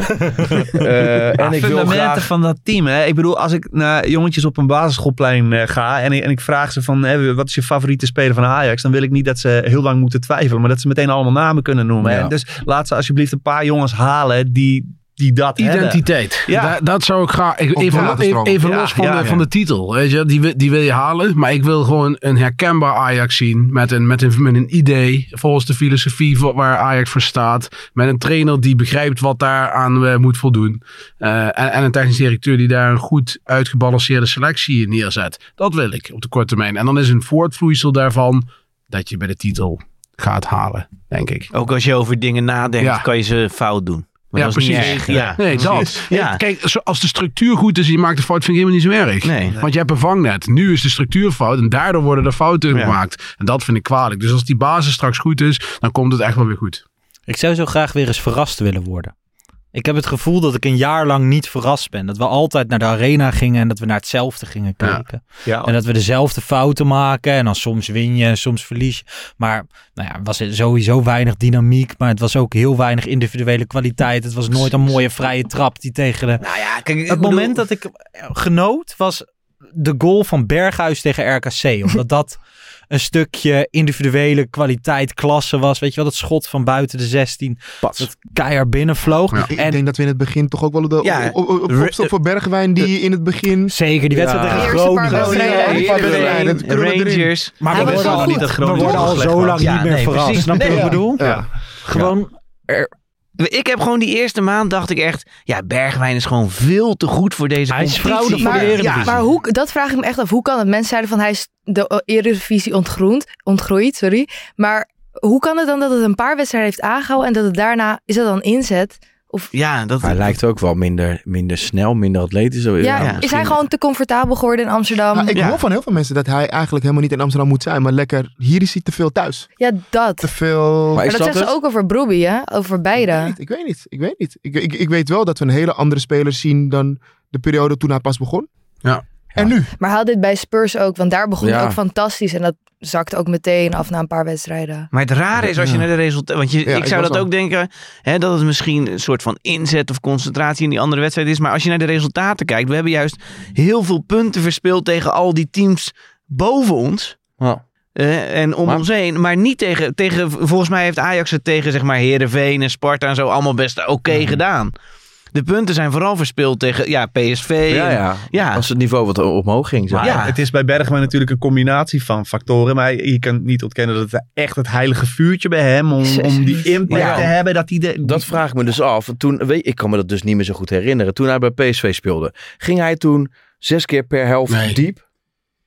Speaker 7: uh, en ik wil
Speaker 10: Fundamenten
Speaker 7: graag...
Speaker 10: van dat team. Hè? Ik bedoel, als ik naar jongetjes op een basisschoolplein uh, ga en ik, en ik vraag ze van hè, wat is je favoriete speler van Ajax, dan wil ik niet dat ze heel lang moeten twijfelen, maar dat ze meteen allemaal namen kunnen noemen.
Speaker 7: Ja.
Speaker 10: Hè? Dus laat ze alsjeblieft een paar jongens halen die, die dat hebben.
Speaker 9: Identiteit.
Speaker 10: Ja.
Speaker 9: Da- dat zou ik graag... Ik,
Speaker 8: Op
Speaker 9: even
Speaker 8: de
Speaker 9: even, even
Speaker 10: Ja,
Speaker 9: los van,
Speaker 10: ja,
Speaker 9: de,
Speaker 10: ja.
Speaker 9: van de titel. Weet je, die, wil- die wil je halen. Maar ik wil gewoon een herkenbaar Ajax zien. Met een, met een, met een idee. Volgens de filosofie voor- waar Ajax voor staat. Met een trainer die begrijpt wat daaraan uh, moet voldoen. Uh, en, en een technisch directeur die daar een goed uitgebalanceerde selectie in neerzet. Dat wil ik op de korte termijn. En dan is een voortvloeisel daarvan dat je bij de titel gaat halen, denk ik.
Speaker 11: Ook als je over dingen nadenkt,
Speaker 9: Ja.
Speaker 11: kan je ze fout doen. Maar
Speaker 9: Ja,
Speaker 11: dat is niet
Speaker 9: precies.
Speaker 11: erg. Ja.
Speaker 9: Nee, dat.
Speaker 11: Ja.
Speaker 9: Kijk, zo- als de structuur goed is en je maakt een fout, vind ik helemaal niet zo erg.
Speaker 11: Nee.
Speaker 9: Want je hebt een vangnet. Nu is de structuur fout en daardoor worden er fouten
Speaker 11: Ja.
Speaker 9: gemaakt. En dat vind ik kwalijk. Dus als die basis straks goed is, dan komt het echt wel weer goed.
Speaker 5: Ik zou zo graag weer eens verrast willen worden. Ik heb het gevoel dat ik een jaar lang niet verrast ben. Dat we altijd naar de arena gingen en dat we naar hetzelfde gingen kijken.
Speaker 10: Ja.
Speaker 5: En dat we dezelfde fouten maken en dan soms win je en soms verlies je. Maar nou ja, was er sowieso weinig dynamiek, maar het was ook heel weinig individuele kwaliteit. Het was nooit een mooie vrije trap die tegen de...
Speaker 11: Nou ja, kijk, ik
Speaker 5: Het
Speaker 11: bedoel-
Speaker 5: moment dat ik genoot was de goal van Berghuis tegen R K C. Omdat dat een stukje individuele kwaliteit, klasse was. Weet je wel, dat schot van buiten de zestien.
Speaker 7: Pats.
Speaker 5: Dat keihard binnenvloog.
Speaker 8: Ik, ik
Speaker 5: En
Speaker 8: denk dat we in het begin toch ook wel de
Speaker 11: Ja,
Speaker 8: op, op, op,
Speaker 11: re-
Speaker 8: opstel voor Bergwijn die in het begin...
Speaker 5: zeker, die wedstrijd
Speaker 7: Ja.
Speaker 5: tegen
Speaker 6: De eerste paar
Speaker 5: Groningen.
Speaker 6: wedstrijden.
Speaker 8: die paar wedstrijden, dat kunnen we erin.
Speaker 11: Rangers.
Speaker 5: Maar
Speaker 6: Hij
Speaker 5: we
Speaker 6: was
Speaker 5: worden,
Speaker 6: wel
Speaker 5: al,
Speaker 6: goed.
Speaker 10: dat
Speaker 5: we
Speaker 10: Groningen
Speaker 5: worden al
Speaker 10: slecht
Speaker 5: zo
Speaker 10: was.
Speaker 5: lang
Speaker 11: Ja,
Speaker 5: niet meer
Speaker 11: nee,
Speaker 5: verrast.
Speaker 11: precies.
Speaker 5: Snap je
Speaker 11: Nee,
Speaker 5: wat ik
Speaker 11: ja.
Speaker 5: bedoel?
Speaker 8: Ja.
Speaker 5: Gewoon... er-
Speaker 11: Ik heb gewoon die eerste maand dacht ik echt, ja, Bergwijn is gewoon veel te goed voor deze
Speaker 5: Hij is
Speaker 11: competitie.
Speaker 5: fraude voor de
Speaker 6: Maar,
Speaker 5: Eredivisie.
Speaker 6: maar hoe, dat vraag ik me echt af. Hoe kan het? Mensen zeiden van hij is de Eredivisie ontgroend, ontgroeid, sorry. Maar hoe kan het dan dat het een paar wedstrijden heeft aangehouden en dat het daarna, is dat dan inzet? Of
Speaker 11: Ja, dat
Speaker 7: Hij lijkt ook wel minder, minder snel, minder atletisch. Zo,
Speaker 6: ja,
Speaker 11: ja,
Speaker 6: is
Speaker 7: misschien-
Speaker 6: hij gewoon te comfortabel geworden in Amsterdam?
Speaker 8: Ja, ik
Speaker 11: Ja.
Speaker 8: hoor van heel veel mensen dat hij eigenlijk helemaal niet in Amsterdam moet zijn. Maar lekker, hier is hij te veel thuis.
Speaker 6: Ja, dat.
Speaker 8: Te veel...
Speaker 7: Maar
Speaker 6: Maar
Speaker 7: is
Speaker 6: dat
Speaker 7: dat
Speaker 6: zeggen ze
Speaker 7: het?
Speaker 6: ook over Brobbey, hè? Over
Speaker 8: Ik weet
Speaker 6: beide.
Speaker 8: niet, ik weet niet. Ik weet niet. Ik, ik, ik weet wel dat we een hele andere speler zien dan de periode toen hij pas begon.
Speaker 9: Ja.
Speaker 8: En nu?
Speaker 6: Maar haal dit bij Spurs ook, want daar begon
Speaker 7: Ja.
Speaker 6: het ook fantastisch. En dat zakt ook meteen af na een paar wedstrijden.
Speaker 11: Maar het rare is als je naar de resultaten... Want je,
Speaker 8: Ja,
Speaker 11: ik
Speaker 8: ik
Speaker 11: zou
Speaker 8: was
Speaker 11: dat
Speaker 8: al.
Speaker 11: ook denken, hè, dat het misschien een soort van inzet of concentratie in die andere wedstrijd is. Maar als je naar de resultaten kijkt, we hebben juist heel veel punten verspeeld tegen al die teams boven ons.
Speaker 7: Ja.
Speaker 11: eh, en om
Speaker 7: Maar-
Speaker 11: ons heen. Maar niet tegen, tegen... Volgens mij heeft Ajax het tegen zeg maar Heerenveen en Sparta en zo allemaal best oké gedaan. De punten zijn vooral verspeeld tegen ja, P S V.
Speaker 7: Ja,
Speaker 11: en-
Speaker 7: ja.
Speaker 11: ja.
Speaker 7: Als het niveau wat omhoog ging. Zeg.
Speaker 10: Maar
Speaker 11: Ja.
Speaker 10: het is bij Bergwijn natuurlijk een combinatie van factoren. Maar je kan niet ontkennen dat het echt het heilige vuurtje bij hem... om, om die impact
Speaker 7: Ja.
Speaker 10: te hebben. Dat hij de,
Speaker 7: Dat vraag ik me dus af. Want toen, weet, ik kan me dat dus niet meer zo goed herinneren. Toen hij bij P S V speelde. Ging hij toen zes keer per helft
Speaker 9: Nee.
Speaker 7: diep?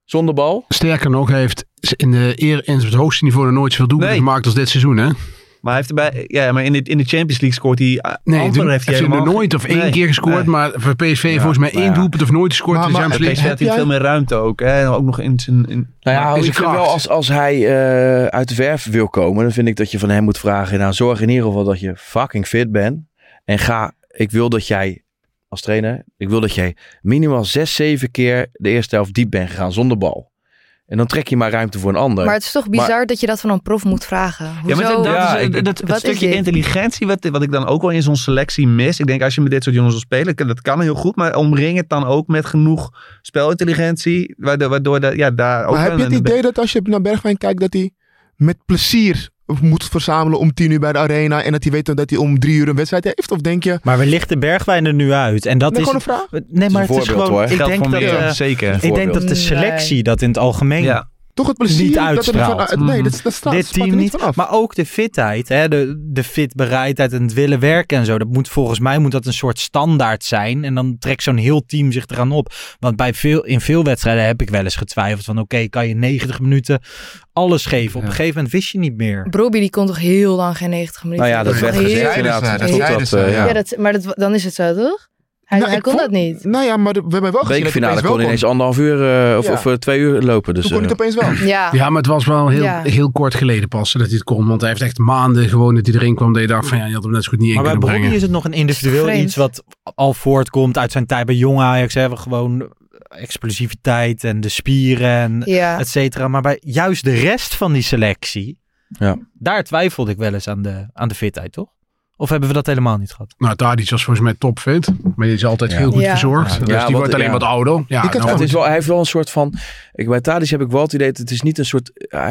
Speaker 7: Zonder bal.
Speaker 9: Sterker nog, hij heeft in, de, in het hoogste niveau nog nooit zoveel doelpunten
Speaker 10: Nee.
Speaker 9: gemaakt als dit seizoen, hè?
Speaker 10: Maar, hij heeft erbij, ja, maar in, de, in de Champions League scoort hij... Uh,
Speaker 9: Nee,
Speaker 10: Amper
Speaker 9: toen
Speaker 10: heeft hij
Speaker 9: heeft hij er
Speaker 10: helemaal
Speaker 9: nooit of één
Speaker 10: nee.
Speaker 9: keer gescoord.
Speaker 10: Nee.
Speaker 9: Maar voor P S V
Speaker 7: Ja,
Speaker 9: volgens mij één
Speaker 7: ja.
Speaker 9: doelpunt of nooit gescoord
Speaker 8: Maar-
Speaker 9: in de
Speaker 8: maar-
Speaker 9: Champions
Speaker 10: P S V
Speaker 9: League.
Speaker 10: had hij
Speaker 8: Heb jij-
Speaker 10: veel meer ruimte ook. Hè? En ook nog in zijn... In,
Speaker 7: Nou ja,
Speaker 9: is
Speaker 7: ik
Speaker 9: een
Speaker 7: vind wel
Speaker 9: kracht.
Speaker 7: als, als hij uh, uit de verf wil komen, dan vind ik dat je van hem moet vragen. Nou, zorg in ieder geval dat je fucking fit bent. En ga, ik wil dat jij als trainer, ik wil dat jij minimaal zes, zeven keer de eerste helft diep bent gegaan zonder bal. En dan trek je maar ruimte voor een ander.
Speaker 6: Maar het is toch bizar dat je dat van een prof moet vragen.
Speaker 10: Ja,
Speaker 6: Hoezo?
Speaker 10: maar dat, dat,
Speaker 7: Ja,
Speaker 10: is,
Speaker 7: ik-
Speaker 10: dat, dat
Speaker 6: wat is
Speaker 10: stukje
Speaker 6: dit?
Speaker 10: intelligentie, wat, wat ik dan ook wel in zo'n selectie mis. Ik denk, als je met dit soort jongens wil spelen, dat kan heel goed. Maar omring het dan ook met genoeg spelintelligentie. Waardoor, waardoor dat, ja, daar ook
Speaker 8: Maar heb
Speaker 10: wel
Speaker 8: je het
Speaker 10: een-
Speaker 8: idee dat als je naar Bergwijn kijkt, dat hij met plezier moet verzamelen om tien uur bij de arena en dat hij weet dat hij om drie uur een wedstrijd heeft? Of denk je...
Speaker 5: Maar we lichten Bergwijn er nu uit. En dat
Speaker 8: Nee,
Speaker 5: is...
Speaker 8: gewoon een vraag.
Speaker 5: Nee, maar
Speaker 7: een
Speaker 5: het is
Speaker 7: voorbeeld,
Speaker 5: gewoon...
Speaker 7: hoor.
Speaker 5: Ik
Speaker 10: Geldt
Speaker 5: denk,
Speaker 10: voor
Speaker 5: dat,
Speaker 10: meer,
Speaker 5: eh,
Speaker 10: zeker.
Speaker 5: ik denk dat de selectie dat in het algemeen...
Speaker 10: Ja.
Speaker 8: Toch het plezier
Speaker 5: Niet
Speaker 8: dat er
Speaker 5: uitstraalt.
Speaker 8: van, nee, dat, dat straalt,
Speaker 5: dit
Speaker 8: spat er
Speaker 5: team
Speaker 8: niet
Speaker 5: niet,
Speaker 8: vanaf.
Speaker 5: maar ook de fitheid, hè, de, de fitbereidheid en het willen werken en zo. Dat moet volgens mij moet dat een soort standaard zijn en dan trekt zo'n heel team zich eraan op. Want bij veel, in veel wedstrijden heb ik wel eens getwijfeld van oké, okay, kan je negentig minuten alles geven? Op
Speaker 10: Ja.
Speaker 5: een gegeven moment wist je niet meer.
Speaker 6: Brobbey die kon toch heel lang geen negentig minuten.
Speaker 7: Nou ja, dat
Speaker 6: is
Speaker 7: werd
Speaker 6: toch heel-
Speaker 7: gezegd
Speaker 12: zeiden ze,
Speaker 7: inderdaad.
Speaker 12: dat
Speaker 7: Tot
Speaker 12: zeiden
Speaker 7: dat,
Speaker 12: ze,
Speaker 7: uh,
Speaker 12: ja.
Speaker 7: ja.
Speaker 6: Ja, dat, maar dat, dan is het zo, toch? Hij,
Speaker 8: Nou,
Speaker 6: hij
Speaker 8: ik
Speaker 6: kon
Speaker 8: vond-
Speaker 6: dat niet.
Speaker 8: Nou ja, maar de- we hebben wel gezien dat hij
Speaker 7: Bekerfinale
Speaker 8: opeens
Speaker 7: kon
Speaker 8: wel
Speaker 7: ineens
Speaker 8: kon.
Speaker 7: anderhalf uur uh, of,
Speaker 8: Ja.
Speaker 7: of uh, twee uur lopen. Dus,
Speaker 8: Toen kon
Speaker 7: uh,
Speaker 8: hij het opeens wel.
Speaker 6: Ja.
Speaker 9: Ja, maar het was wel heel,
Speaker 6: Ja.
Speaker 9: heel kort geleden pas dat hij het kon. Want hij heeft echt maanden gewoon dat hij erin kwam. Dat je dacht van ja, je had hem net zo goed niet in
Speaker 5: Maar bij
Speaker 9: kunnen
Speaker 5: Brobbey
Speaker 9: brengen.
Speaker 5: is het nog een individueel
Speaker 6: Vreemd.
Speaker 5: iets wat al voortkomt uit zijn tijd bij jong Ajax. Hebben gewoon explosiviteit en de spieren en
Speaker 6: Ja.
Speaker 5: et cetera. Maar bij juist de rest van die selectie,
Speaker 7: Ja.
Speaker 5: daar twijfelde ik wel eens aan de, aan de fitheid, toch? Of hebben we dat helemaal niet gehad?
Speaker 9: Nou, Tadic was volgens mij topfit. Maar die is altijd
Speaker 7: Ja.
Speaker 9: heel goed
Speaker 6: Ja.
Speaker 9: verzorgd.
Speaker 7: Ja,
Speaker 9: Dus
Speaker 7: ja,
Speaker 9: die
Speaker 7: wat-
Speaker 9: wordt alleen
Speaker 7: ja.
Speaker 9: wat ouder. Ja,
Speaker 8: Ik had
Speaker 9: nou,
Speaker 7: Ja, het
Speaker 9: goed.
Speaker 7: is wel, hij heeft wel een soort van... Ik, bij Tadic heb ik wel het idee dat het is niet een soort... Uh,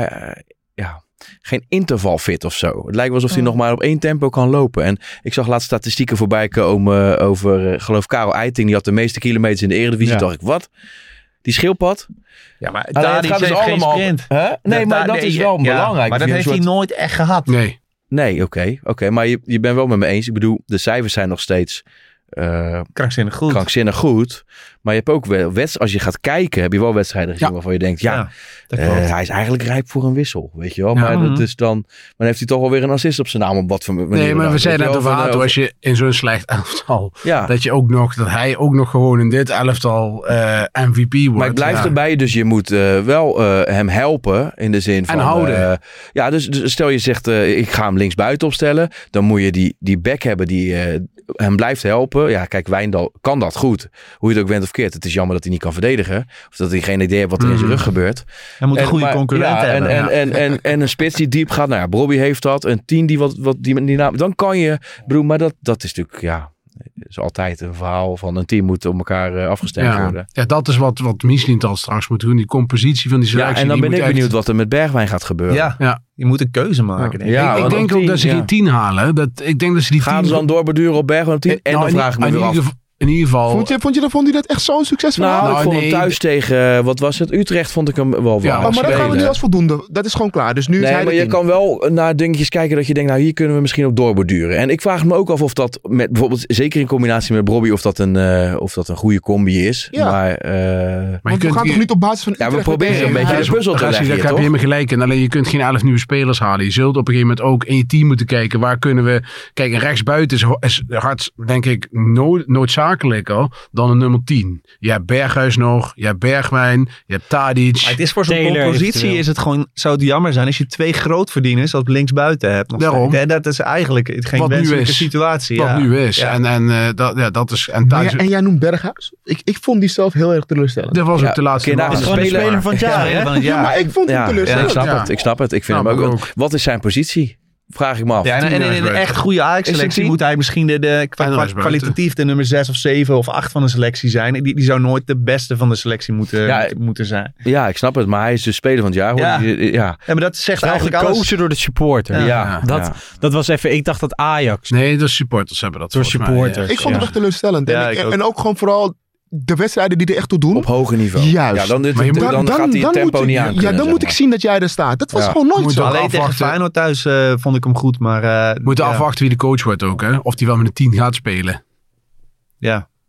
Speaker 7: ja, geen intervalfit of zo. Het lijkt wel alsof hij
Speaker 6: Oh.
Speaker 7: nog maar op één tempo kan lopen. En ik zag laatst statistieken voorbij komen uh, over... Uh, geloof Karel Eiting, die had de meeste kilometers in de Eredivisie.
Speaker 9: Ja.
Speaker 7: Dacht ik, wat? Die schildpad?
Speaker 10: Ja, maar
Speaker 7: Alleen,
Speaker 10: Tadic
Speaker 7: het gaat dus
Speaker 10: heeft geen
Speaker 7: allemaal-
Speaker 10: sprint.
Speaker 7: Hè? Nee, maar dat is wel
Speaker 10: ja,
Speaker 7: belangrijk.
Speaker 10: Maar
Speaker 7: Of
Speaker 10: dat
Speaker 7: je een
Speaker 10: heeft hij
Speaker 7: soort-
Speaker 10: nooit echt gehad.
Speaker 9: Nee.
Speaker 7: Nee, oké. Okay, okay. Maar je, je bent wel met me eens. Ik bedoel, de cijfers zijn nog steeds... Uh,
Speaker 10: Krankzinnig goed.
Speaker 7: krankzinnig goed. Maar je hebt ook wel wedstrijden, als je gaat kijken, heb je wel wedstrijden gezien
Speaker 9: Ja.
Speaker 7: waarvan je denkt, ja,
Speaker 10: dat
Speaker 7: uh,
Speaker 10: klopt.
Speaker 7: hij is eigenlijk rijp voor een wissel, weet je wel.
Speaker 9: Ja.
Speaker 7: Maar dat
Speaker 10: Mhm.
Speaker 7: is dan, maar dan heeft hij toch wel weer een assist op zijn naam op wat voor manier.
Speaker 9: Nee, maar
Speaker 7: dan
Speaker 9: we
Speaker 7: ook,
Speaker 9: zeiden
Speaker 7: weet
Speaker 9: net
Speaker 7: je wel,
Speaker 9: over
Speaker 7: van,
Speaker 9: Hato,
Speaker 7: uh,
Speaker 9: als je in zo'n slecht elftal,
Speaker 7: Ja,
Speaker 9: dat je ook nog, dat hij ook nog gewoon in dit elftal uh, M V P wordt.
Speaker 7: maar ik blijf
Speaker 9: ja.
Speaker 7: erbij, dus je moet uh, wel uh, hem helpen in de zin van...
Speaker 9: En houden.
Speaker 7: Uh, ja, dus, dus stel je zegt, uh, ik ga hem linksbuiten opstellen, dan moet je die, die back hebben die uh, hem blijft helpen. Ja, kijk, Wijndal kan dat goed. Hoe je het ook bent of keert. Het is jammer dat hij niet kan verdedigen. Of dat hij geen idee heeft wat er in zijn
Speaker 9: Mm.
Speaker 7: rug gebeurt.
Speaker 10: Hij moet een
Speaker 7: En-
Speaker 10: goede
Speaker 7: maar-
Speaker 10: concurrent
Speaker 7: ja,
Speaker 10: hebben.
Speaker 7: En, en,
Speaker 10: Ja.
Speaker 7: en, en, en een spits die diep gaat. Nou ja, Brobbey heeft dat. Een tien die wat, wat die, die naam. Dan kan je, bedoel, maar dat, dat is natuurlijk, ja, is altijd een verhaal van een team moet op elkaar uh, afgestemd
Speaker 9: Ja.
Speaker 7: worden.
Speaker 9: ja, dat is wat, wat Mislintat straks moet doen. Die compositie van die selectie.
Speaker 7: Ja, en dan
Speaker 9: die
Speaker 7: ben ik
Speaker 9: moet echt-
Speaker 7: benieuwd wat er met Bergwijn gaat gebeuren.
Speaker 10: Ja,
Speaker 9: Ja.
Speaker 10: je moet een keuze maken, denk ik.
Speaker 7: Ja,
Speaker 9: ik
Speaker 7: want
Speaker 9: denk
Speaker 7: op
Speaker 9: ook
Speaker 7: tien,
Speaker 9: dat ze
Speaker 7: ja.
Speaker 9: geen tien halen. Dat, ik denk dat ze die
Speaker 7: Gaan
Speaker 9: tien...
Speaker 7: ze dan doorbeduren op Bergwijn op tien? En
Speaker 9: Nou,
Speaker 7: dan
Speaker 9: in-
Speaker 7: vraag ik me
Speaker 9: in
Speaker 7: weer
Speaker 9: ieder
Speaker 7: af.
Speaker 9: geval- In ieder geval...
Speaker 8: Vond je, vond je, dat, vond je dat echt zo'n succesverhaal?
Speaker 7: Nou,
Speaker 9: Nou,
Speaker 7: ik vond
Speaker 9: nee,
Speaker 7: hem thuis tegen, wat was het? Utrecht vond ik hem wel wel
Speaker 9: Ja,
Speaker 8: Oh, maar dat gaan we
Speaker 7: spelen.
Speaker 8: nu als voldoende. Dat is gewoon klaar. Dus nu is
Speaker 7: Nee,
Speaker 8: hij
Speaker 7: maar
Speaker 8: de
Speaker 7: je
Speaker 8: tien.
Speaker 7: kan wel naar dingetjes kijken dat je denkt, nou hier kunnen we misschien op doorborduren. En ik vraag me ook af of dat, met, bijvoorbeeld zeker in combinatie met Brobbey, of dat een, uh, of dat een goede combi is.
Speaker 8: Ja.
Speaker 7: Maar, uh,
Speaker 9: Maar
Speaker 8: Want
Speaker 9: je
Speaker 8: we gaan
Speaker 9: kunt,
Speaker 8: toch niet op basis van
Speaker 7: ja, we
Speaker 8: Utrecht
Speaker 7: proberen
Speaker 8: meteen
Speaker 7: een beetje
Speaker 8: zeggen,
Speaker 7: de puzzel te
Speaker 9: Gassi,
Speaker 7: leggen
Speaker 9: daar
Speaker 7: hier,
Speaker 9: heb je
Speaker 7: toch?
Speaker 9: helemaal gelijk in. Alleen je kunt geen elf nieuwe spelers halen. Je zult op een gegeven moment ook in je team moeten kijken. Waar kunnen we... Kijk, rechtsbuiten is, ho- is hard, denk ik, nood, noodzakelijker dan een nummer tien. Je hebt Berghuis nog. Je hebt Bergwijn. Je hebt Tadic.
Speaker 10: Maar het is voor zo'n
Speaker 5: Taylor
Speaker 10: positie
Speaker 5: eventueel.
Speaker 10: is het gewoon, zou het jammer zijn als je twee grootverdieners als linksbuiten hebt. Nog
Speaker 9: Daarom.
Speaker 10: steeds. En dat is eigenlijk geen
Speaker 9: Wat nu
Speaker 10: wenselijke
Speaker 9: is.
Speaker 10: situatie.
Speaker 9: Wat
Speaker 10: ja.
Speaker 9: nu is.
Speaker 10: Ja.
Speaker 9: En, en, uh, dat, ja, dat is... En
Speaker 8: Maar
Speaker 9: thuis,
Speaker 8: ja, en jij noemt Berghuis. Ik, ik vond die zelf heel erg teleurstellend.
Speaker 9: dat was
Speaker 7: Ja,
Speaker 9: ook de laatste
Speaker 7: oké, nou,
Speaker 5: Het is
Speaker 9: maand.
Speaker 5: gewoon de
Speaker 7: speler-
Speaker 5: speler van het jaar,
Speaker 10: Ja,
Speaker 5: hè?
Speaker 10: van het
Speaker 8: Ja,
Speaker 10: jaar.
Speaker 8: maar ik vond hem
Speaker 7: Ja, ja, ik
Speaker 8: teleurstellend.
Speaker 7: snap
Speaker 9: Ja.
Speaker 7: het. Ik snap het. Ik vind
Speaker 9: Nou,
Speaker 7: hem ook,
Speaker 9: maar
Speaker 7: wel-
Speaker 9: ook.
Speaker 7: Wat is zijn positie? Vraag ik me af.
Speaker 10: Ja, en, en in een echt goede Ajax-selectie
Speaker 7: tien?
Speaker 10: moet hij misschien de, de kwa-
Speaker 9: En
Speaker 10: kwa-
Speaker 9: rechtsbuiten.
Speaker 10: kwalitatief de nummer zes of zeven of acht van de selectie zijn. Die, die zou nooit de beste van de selectie moeten,
Speaker 7: Ja,
Speaker 10: moeten, moeten zijn.
Speaker 7: Ja, ik snap het. Maar hij is dus speler van het jaar.
Speaker 10: Ja.
Speaker 7: Ja. ja.
Speaker 10: Ja, maar dat zegt
Speaker 5: Wel
Speaker 10: eigenlijk
Speaker 5: gekozen
Speaker 10: alles.
Speaker 5: door de supporter.
Speaker 7: Ja.
Speaker 10: Ja.
Speaker 5: Dat,
Speaker 7: ja.
Speaker 5: dat was even, ik dacht dat Ajax.
Speaker 9: Nee, de supporters hebben dat
Speaker 5: Door
Speaker 9: volgens mij,
Speaker 5: supporters.
Speaker 9: ja.
Speaker 8: Ik vond hem
Speaker 5: Ja.
Speaker 8: echt teleurstellend.
Speaker 10: Ja,
Speaker 8: en,
Speaker 10: ik
Speaker 8: ik-
Speaker 10: ook.
Speaker 8: en ook gewoon vooral de wedstrijden die er echt toe doen.
Speaker 7: Op hoger niveau.
Speaker 8: Juist.
Speaker 7: Ja, dan, dit,
Speaker 9: Maar je
Speaker 7: dan,
Speaker 9: moet-
Speaker 7: dan, gaat hij het tempo
Speaker 8: moet
Speaker 7: niet
Speaker 8: je-
Speaker 7: aan.
Speaker 8: Ja, dan moet ik zien dat jij er staat. Dat was
Speaker 7: Ja.
Speaker 8: gewoon nooit
Speaker 9: Moet
Speaker 8: zo.
Speaker 9: wel
Speaker 10: Alleen tegen
Speaker 9: afwachten.
Speaker 10: Feyenoord thuis eh, vond ik hem goed, maar... eh,
Speaker 9: We moeten
Speaker 10: ja.
Speaker 9: afwachten wie de coach wordt ook. Hè? Of die wel met een tien gaat spelen.
Speaker 10: Ja.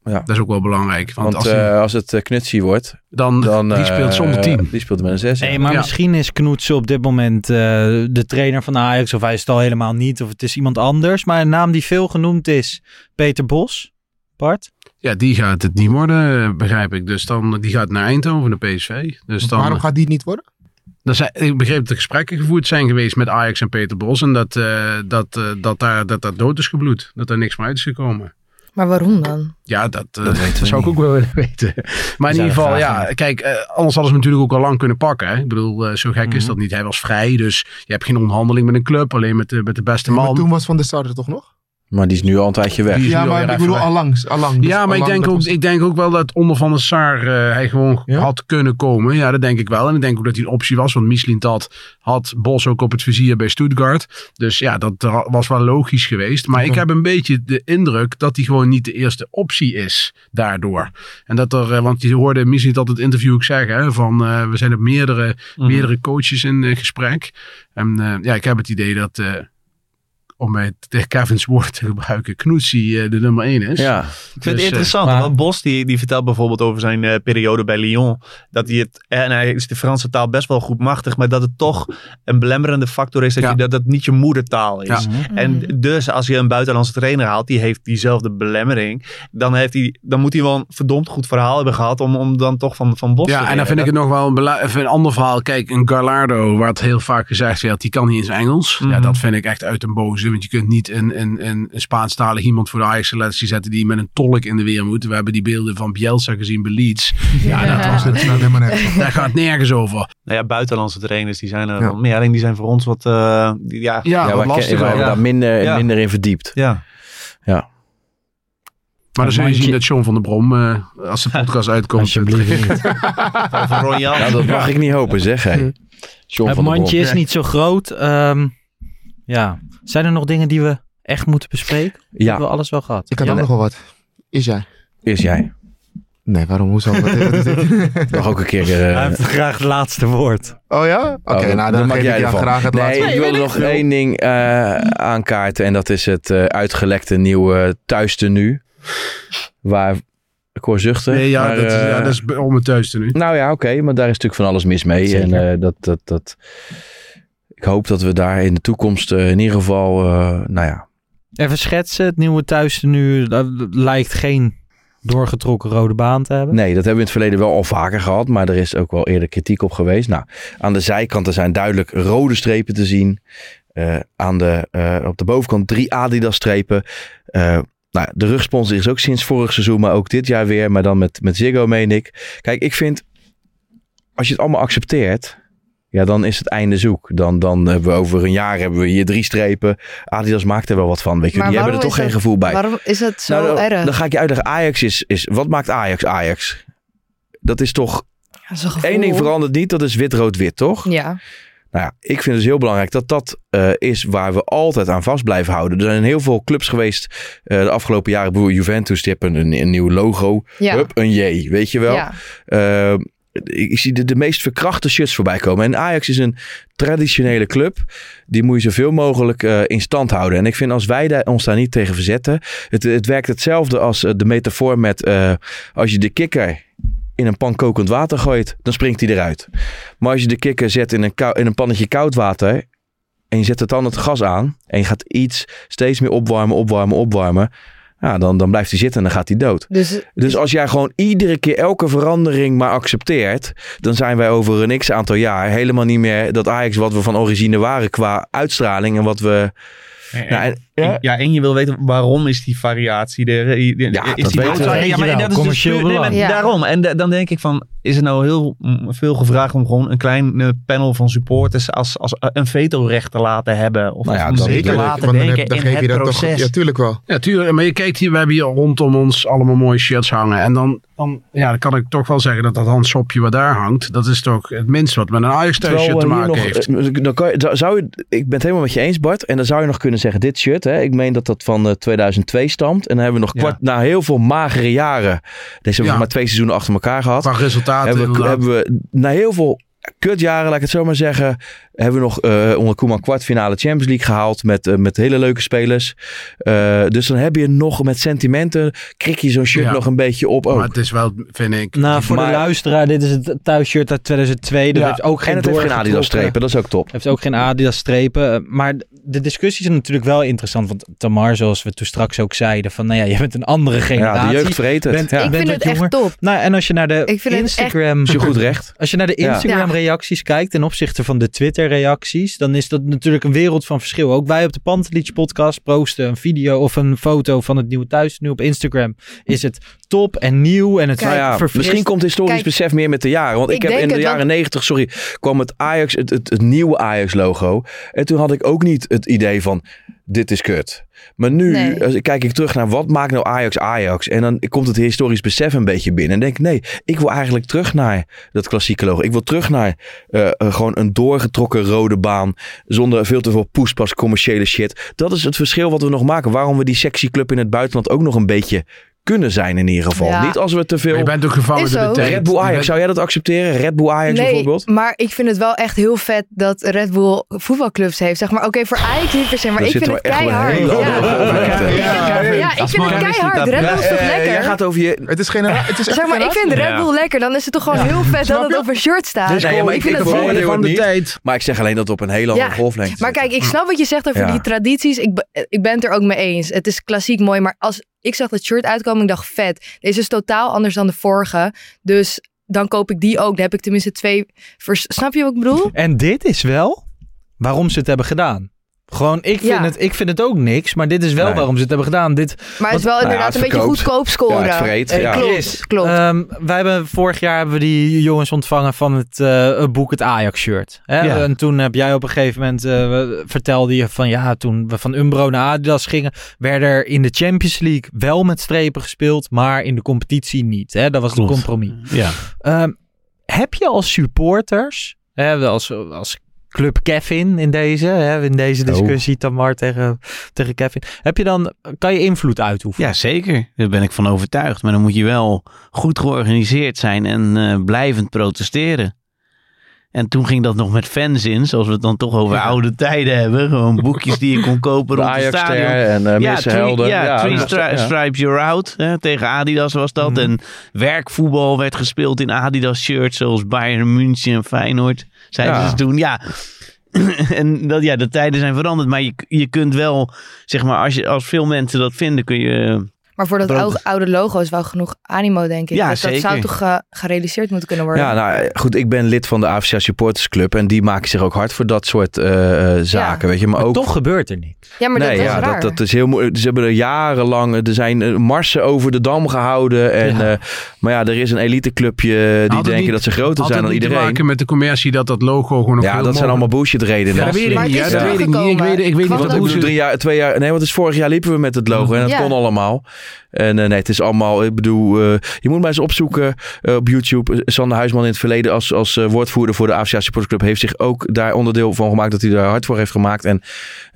Speaker 7: Ja.
Speaker 9: Dat is ook wel belangrijk. Want,
Speaker 7: Want
Speaker 9: als,
Speaker 7: uh,
Speaker 9: hij,
Speaker 7: als het uh, Knutsie wordt,
Speaker 9: dan,
Speaker 7: dan
Speaker 9: die speelt
Speaker 7: uh,
Speaker 9: zonder team.
Speaker 7: Die speelt met een zes.
Speaker 5: Nee, maar
Speaker 9: ja.
Speaker 5: misschien is Knoetsen op dit moment uh, de trainer van Ajax. Of hij is het al helemaal niet. Of het is iemand anders. Maar een naam die veel genoemd is, Peter Bos. Bart?
Speaker 9: Ja, die gaat het niet worden, begrijp ik. Dus dan, die gaat naar Eindhoven, naar P S V. Dus dan,
Speaker 8: Waarom gaat die het niet worden?
Speaker 9: Dan zijn, ik begreep dat er gesprekken gevoerd zijn geweest met Ajax en Peter Bos. En dat uh, dat, uh, dat, daar, dat dat dood is gebloed. Dat er niks meer uit is gekomen.
Speaker 6: Maar waarom dan?
Speaker 9: Ja, dat, uh,
Speaker 7: dat,
Speaker 9: dat zou ik ook wel willen weten. Maar in ieder geval, ja, kijk, uh, anders hadden ze hem natuurlijk ook al lang kunnen pakken. Hè? Ik bedoel, uh, zo gek mm-hmm. is dat niet. Hij was vrij, dus je hebt geen onderhandeling met een club. Alleen met de, met de beste man.
Speaker 8: Ja, maar toen was Van der Sar er toch nog?
Speaker 7: Maar die is nu al een tijdje weg.
Speaker 8: Ja, maar ik bedoel allangs. Allang, dus
Speaker 9: ja, maar ik denk, ook, was... ik denk ook wel dat onder Van der Sar uh, hij gewoon ja? had kunnen komen. Ja, dat denk ik wel. En ik denk ook dat hij een optie was. Want Mislintat had Bos ook op het vizier bij Stuttgart. Dus ja, dat was wel logisch geweest. Maar okay. ik heb een beetje de indruk dat hij gewoon niet de eerste optie is daardoor. En dat er, want je hoorde Mislintat het interview ook zeggen. Hè, van uh, we zijn op meerdere, mm. meerdere coaches in uh, gesprek. En uh, ja, ik heb het idee dat... Uh, om met Kevin's woord te gebruiken, Knoetsie uh, de nummer één is.
Speaker 10: Ja, ik vind dus, het interessant. Uh, want Bos die, die vertelt bijvoorbeeld over zijn uh, periode bij Lyon. Dat hij het, en hij is de Franse taal best wel goed machtig, maar dat het toch een belemmerende factor is dat, ja. je, dat het niet je moedertaal is. Ja. Mm-hmm. En dus als je een buitenlandse trainer haalt, die heeft diezelfde belemmering, dan, heeft hij, dan moet hij wel een verdomd goed verhaal hebben gehad om, om dan toch van, van Bos
Speaker 9: ja,
Speaker 10: te leren.
Speaker 9: En dan vind dat... ik het nog wel een, bela- even een ander verhaal. Kijk, een Gallardo, waar het heel vaak gezegd werd, die kan niet in zijn Engels. Mm-hmm. Ja, dat vind ik echt uit een boze. Want je kunt niet een, een, een Spaanstalig iemand voor de Ajax-selectie zetten die met een tolk in de weer moet. We hebben die beelden van Bielsa gezien bij Leeds. Ja, ja. dat was het. Nou, helemaal nergens. Daar gaat nergens over.
Speaker 10: Nou ja, buitenlandse trainers die zijn er ja. wel meer. Alleen die zijn voor ons wat, uh, die, ja,
Speaker 7: ja, ja, wat lastiger. We hebben daar minder, ja. minder in verdiept.
Speaker 10: Ja.
Speaker 7: Ja.
Speaker 9: Maar dan zul je zien dat John van der Brom, uh, als de podcast uitkomt...
Speaker 5: Alsjeblieft niet.
Speaker 7: Nou, dat mag ik niet hopen, zeg. Hey. John
Speaker 5: het
Speaker 7: van der
Speaker 5: mandje
Speaker 7: Brom.
Speaker 5: is niet zo groot. Um, ja. Zijn er nog dingen die we echt moeten bespreken?
Speaker 7: Ja.
Speaker 5: Hebben we alles wel gehad?
Speaker 8: Ik had
Speaker 5: ja,
Speaker 8: ook nog wel wat. Is jij?
Speaker 7: Is jij?
Speaker 8: Nee, waarom? Hoezo?
Speaker 7: Nog ook een keer... Uh...
Speaker 5: Hij heeft graag het laatste woord.
Speaker 8: Oh ja? Oké, okay, oh, nou dan, dan geef ik jou graag het
Speaker 7: nee,
Speaker 8: laatste woord.
Speaker 7: Nee, ik wil nog één ding uh, aankaarten. En dat is het uh, uitgelekte nieuwe thuistenu. Waar... Ik hoor zuchten.
Speaker 9: Nee, ja,
Speaker 7: maar,
Speaker 9: dat, is,
Speaker 7: uh,
Speaker 9: ja, dat is om het thuistenu.
Speaker 7: Nou ja, oké. Okay, maar daar is natuurlijk van alles mis mee. Zeker. En uh, dat... dat, dat ik hoop dat we daar in de toekomst uh, in ieder geval, uh, nou ja.
Speaker 5: Even schetsen, het nieuwe thuistenu lijkt geen doorgetrokken rode baan te hebben.
Speaker 7: Nee, dat hebben we in het verleden wel al vaker gehad, maar er is ook wel eerder kritiek op geweest. Nou, aan de zijkanten zijn duidelijk rode strepen te zien. Uh, aan de, uh, op de bovenkant drie Adidas strepen. Uh, nou, de rugsponsor is ook sinds vorig seizoen, maar ook dit jaar weer, maar dan met, met Ziggo, meen ik. Kijk, ik vind, als je het allemaal accepteert... Ja, dan is het einde zoek. Dan, dan hebben we over een jaar hebben we hier drie strepen. Adidas maakt er wel wat van. Weet je, die hebben er toch geen
Speaker 6: het,
Speaker 7: gevoel bij.
Speaker 6: Waarom is het zo
Speaker 7: nou, dan,
Speaker 6: erg?
Speaker 7: Dan ga ik je uitleggen. Ajax is, is... Wat maakt Ajax Ajax? Dat is toch...
Speaker 6: Ja,
Speaker 7: één ding verandert niet. Dat is wit-rood-wit, toch?
Speaker 6: Ja.
Speaker 7: Nou ja, ik vind het dus heel belangrijk dat dat uh, is waar we altijd aan vast blijven houden. Er zijn heel veel clubs geweest uh, de afgelopen jaren. Bijvoorbeeld Juventus, die hebben een, een nieuw logo.
Speaker 6: Ja.
Speaker 7: Hup, een J, weet je wel. Ja. Uh, Ik zie de, de meest verkrachte shirts voorbij komen. En Ajax is een traditionele club. Die moet je zoveel mogelijk uh, in stand houden. En ik vind als wij daar, ons daar niet tegen verzetten. Het, het werkt hetzelfde als uh, de metafoor met... Uh, als je de kikker in een pan kokend water gooit, dan springt hij eruit. Maar als je de kikker zet in een, kou, in een pannetje koud water... en je zet het dan het gas aan... en je gaat iets steeds meer opwarmen, opwarmen, opwarmen... Ja, dan, dan blijft hij zitten en dan gaat hij dood. Dus, dus als jij gewoon iedere keer elke verandering maar accepteert... dan zijn wij over een x aantal jaar helemaal niet meer dat Ajax wat we van origine waren qua uitstraling en wat we...
Speaker 10: En, nou, en, ja? ja, en je wil weten waarom is die variatie er? Ja, is
Speaker 7: dat
Speaker 10: die
Speaker 7: weet
Speaker 10: ja, ja, maar dat is commercieel dus, nee, maar ja. Daarom. En de, dan denk ik van, is het nou heel veel gevraagd om gewoon een klein panel van supporters als, als een vetorecht te laten hebben? Of
Speaker 7: nou ja,
Speaker 10: om
Speaker 7: dat
Speaker 10: zeker te laten
Speaker 8: dan
Speaker 10: denken
Speaker 8: heb, dan
Speaker 10: in
Speaker 8: geef
Speaker 10: het
Speaker 8: je dat
Speaker 10: proces.
Speaker 8: Toch, ja, tuurlijk wel.
Speaker 9: Ja, tuurlijk. Maar je kijkt hier, we hebben hier rondom ons allemaal mooie shirts hangen. En dan, dan, ja, dan kan ik toch wel zeggen dat dat handsopje wat daar hangt, dat is toch het minst wat met een Ajax thuisshirt te maken
Speaker 7: nog,
Speaker 9: heeft.
Speaker 7: Dan kan je, zou je, ik ben het helemaal met je eens, Bart. En dan zou je nog kunnen zeggen, dit shirt, hè, ik meen dat dat van uh, tweeduizend twee stamt. En dan hebben we nog kwart, ja. na heel veel magere jaren, deze hebben we ja. maar twee seizoenen achter elkaar gehad.
Speaker 9: Qua resultaten
Speaker 7: hebben we, hebben we na heel veel kutjaren, laat ik het zo maar zeggen. Hebben we nog uh, onder Koeman kwartfinale Champions League gehaald. Met, uh, met hele leuke spelers. Uh, dus dan heb je nog met sentimenten. Krik je zo'n shirt ja. nog een beetje op ook.
Speaker 9: Maar het is wel, vind ik.
Speaker 5: Nou, voor maar, de luisteraar. Dit is het thuisshirt uit tweeduizend twee. Dat
Speaker 7: ja.
Speaker 5: heeft ook geen
Speaker 7: en het heeft geen Adidas strepen. Dat is ook top.
Speaker 5: Het heeft ook geen Adidas strepen. Maar de discussie is natuurlijk wel interessant. Want Tamar, zoals we toen straks ook zeiden. Van nou ja, je bent een andere generatie.
Speaker 7: Ja, de jeugd vreet het.
Speaker 5: Bent,
Speaker 7: ja.
Speaker 6: Ik
Speaker 5: bent
Speaker 6: vind het
Speaker 5: jonger.
Speaker 6: echt top.
Speaker 5: Nou, en als je naar de
Speaker 6: ik vind
Speaker 5: Instagram...
Speaker 6: Het
Speaker 7: echt... Is je goed recht.
Speaker 5: Als je naar de Instagram
Speaker 6: ja.
Speaker 5: reacties kijkt ten opzichte van de Twitter reacties, dan is dat natuurlijk een wereld van verschil. Ook wij op de Pantelich podcast posten een video of een foto van het nieuwe thuis. Nu op Instagram is het top en nieuw en het
Speaker 7: Kijk, ja, misschien komt historisch Kijk, besef meer met de jaren. Want ik, ik heb in de jaren negentig, sorry, kwam het Ajax, het, het, het nieuwe Ajax logo. En toen had ik ook niet het idee van, dit is kut. Maar nu nee. kijk ik terug naar wat maakt nou Ajax Ajax. En dan komt het historisch besef een beetje binnen. En denk ik, nee, ik wil eigenlijk terug naar dat klassieke logo. Ik wil terug naar uh, uh, gewoon een doorgetrokken rode baan. Zonder veel te veel poespas commerciële shit. Dat is het verschil wat we nog maken. Waarom we die sexy club in het buitenland ook nog een beetje kunnen zijn in ieder geval. Ja. Niet als we te veel... Maar
Speaker 9: je bent ook gevangen door de tijd.
Speaker 7: Red Bull Ajax, zou jij dat accepteren? Red Bull Ajax
Speaker 6: nee,
Speaker 7: bijvoorbeeld?
Speaker 6: Maar ik vind het wel echt heel vet dat Red Bull voetbalclubs heeft. Zeg maar, oké, okay, voor Ajax niet per se, maar
Speaker 7: Daar
Speaker 6: ik vind het keihard. Ja. Ja. Ja, ja, ik vind het keihard. Red Bull is toch lekker?
Speaker 7: Jij gaat over je...
Speaker 8: Het is geen... Het is
Speaker 6: zeg maar, ik vind Red Bull lekker. Dan is het toch gewoon heel vet dat het op een shirt staat.
Speaker 7: Dus nee, maar ik vind het
Speaker 9: gevangen van de tijd.
Speaker 7: Maar ik zeg alleen dat op een hele andere golflengte.
Speaker 6: Maar kijk, ik snap wat je zegt over die tradities. Ik ben het er ook mee eens. Het is klassiek mooi, maar als ik zag dat shirt uitkomen, ik dacht vet. Deze is totaal anders dan de vorige. Dus dan koop ik die ook. Dan heb ik tenminste twee... Vers- Snap je wat ik bedoel?
Speaker 5: En dit is wel waarom ze het hebben gedaan. Gewoon, ik vind, ja. het, ik vind het ook niks, maar dit is wel nee. waarom ze het hebben gedaan. Dit,
Speaker 6: maar het is wel inderdaad nou ja, een beetje goedkoop scoren.
Speaker 7: Ja, het vreet,
Speaker 6: uh,
Speaker 7: ja.
Speaker 6: Klopt, klopt.
Speaker 5: Um, wij hebben, vorig jaar hebben we die jongens ontvangen van het uh, boek Het Ajax-shirt. Hè? Ja. En toen heb jij op een gegeven moment, uh, vertelde je van ja, toen we van Umbro naar Adidas gingen, werden er in de Champions League wel met strepen gespeeld, maar in de competitie niet. Hè? Dat was klopt. De compromis.
Speaker 11: Ja.
Speaker 5: Um, heb je als supporters, hè, als, als Club Kevin in deze, hè, in deze discussie, oh. Tamar tegen, tegen Kevin. Heb je dan, kan je invloed uitoefenen?
Speaker 11: Ja, zeker. Daar ben ik van overtuigd. Maar dan moet je wel goed georganiseerd zijn en uh, blijvend protesteren. En toen ging dat nog met fanzins, als we het dan toch over ja. oude tijden hebben. Gewoon boekjes die je kon kopen rond het stadion.
Speaker 7: en uh,
Speaker 11: ja,
Speaker 7: Missenhelden.
Speaker 11: Ja, ja, Three stri-
Speaker 7: ja.
Speaker 11: Stripes You're Out. Hè, tegen Adidas was dat. Mm. En werkvoetbal werd gespeeld in Adidas shirts, zoals Bayern München en Feyenoord. Zeiden ja. ze toen, ja... en dat, ja, de tijden zijn veranderd. Maar je, je kunt wel, zeg maar, als, je, als veel mensen dat vinden, kun je...
Speaker 6: Maar voor dat oude, oude logo is wel genoeg animo, denk ik.
Speaker 11: Ja,
Speaker 6: dus
Speaker 11: zeker.
Speaker 6: Dat zou toch uh, gerealiseerd moeten kunnen worden?
Speaker 7: Ja, nou goed, ik ben lid van de A F C Supporters Club en die maken zich ook hard voor dat soort uh, zaken, ja. weet je. Maar,
Speaker 5: maar
Speaker 7: ook
Speaker 5: toch gebeurt er niks.
Speaker 6: Ja, maar
Speaker 7: nee,
Speaker 6: dat is
Speaker 7: ja,
Speaker 6: raar.
Speaker 7: Dat, dat is heel moeilijk. Ze hebben er jarenlang, er zijn marsen over de dam gehouden. En, ja. uh, maar ja, er is een eliteclubje die had denken niet, dat ze groter zijn dan iedereen.
Speaker 9: Had het te maken met de commercie dat dat logo gewoon nog
Speaker 7: Ja, dat zijn allemaal bullshit redenen.
Speaker 9: Ja, dat weet ik niet. Ja, dat weet ik niet. Ik weet, ik weet niet wat
Speaker 7: hoe ze... Drie jaar, twee jaar, nee, want het is vorig jaar liepen we met het logo en dat ja. kon allemaal. En uh, nee, het is allemaal, ik bedoel, uh, je moet maar eens opzoeken uh, op YouTube. Sander Huisman in het verleden als, als uh, woordvoerder voor de A F C Supporters Club heeft zich ook daar onderdeel van gemaakt dat hij daar hard voor heeft gemaakt. En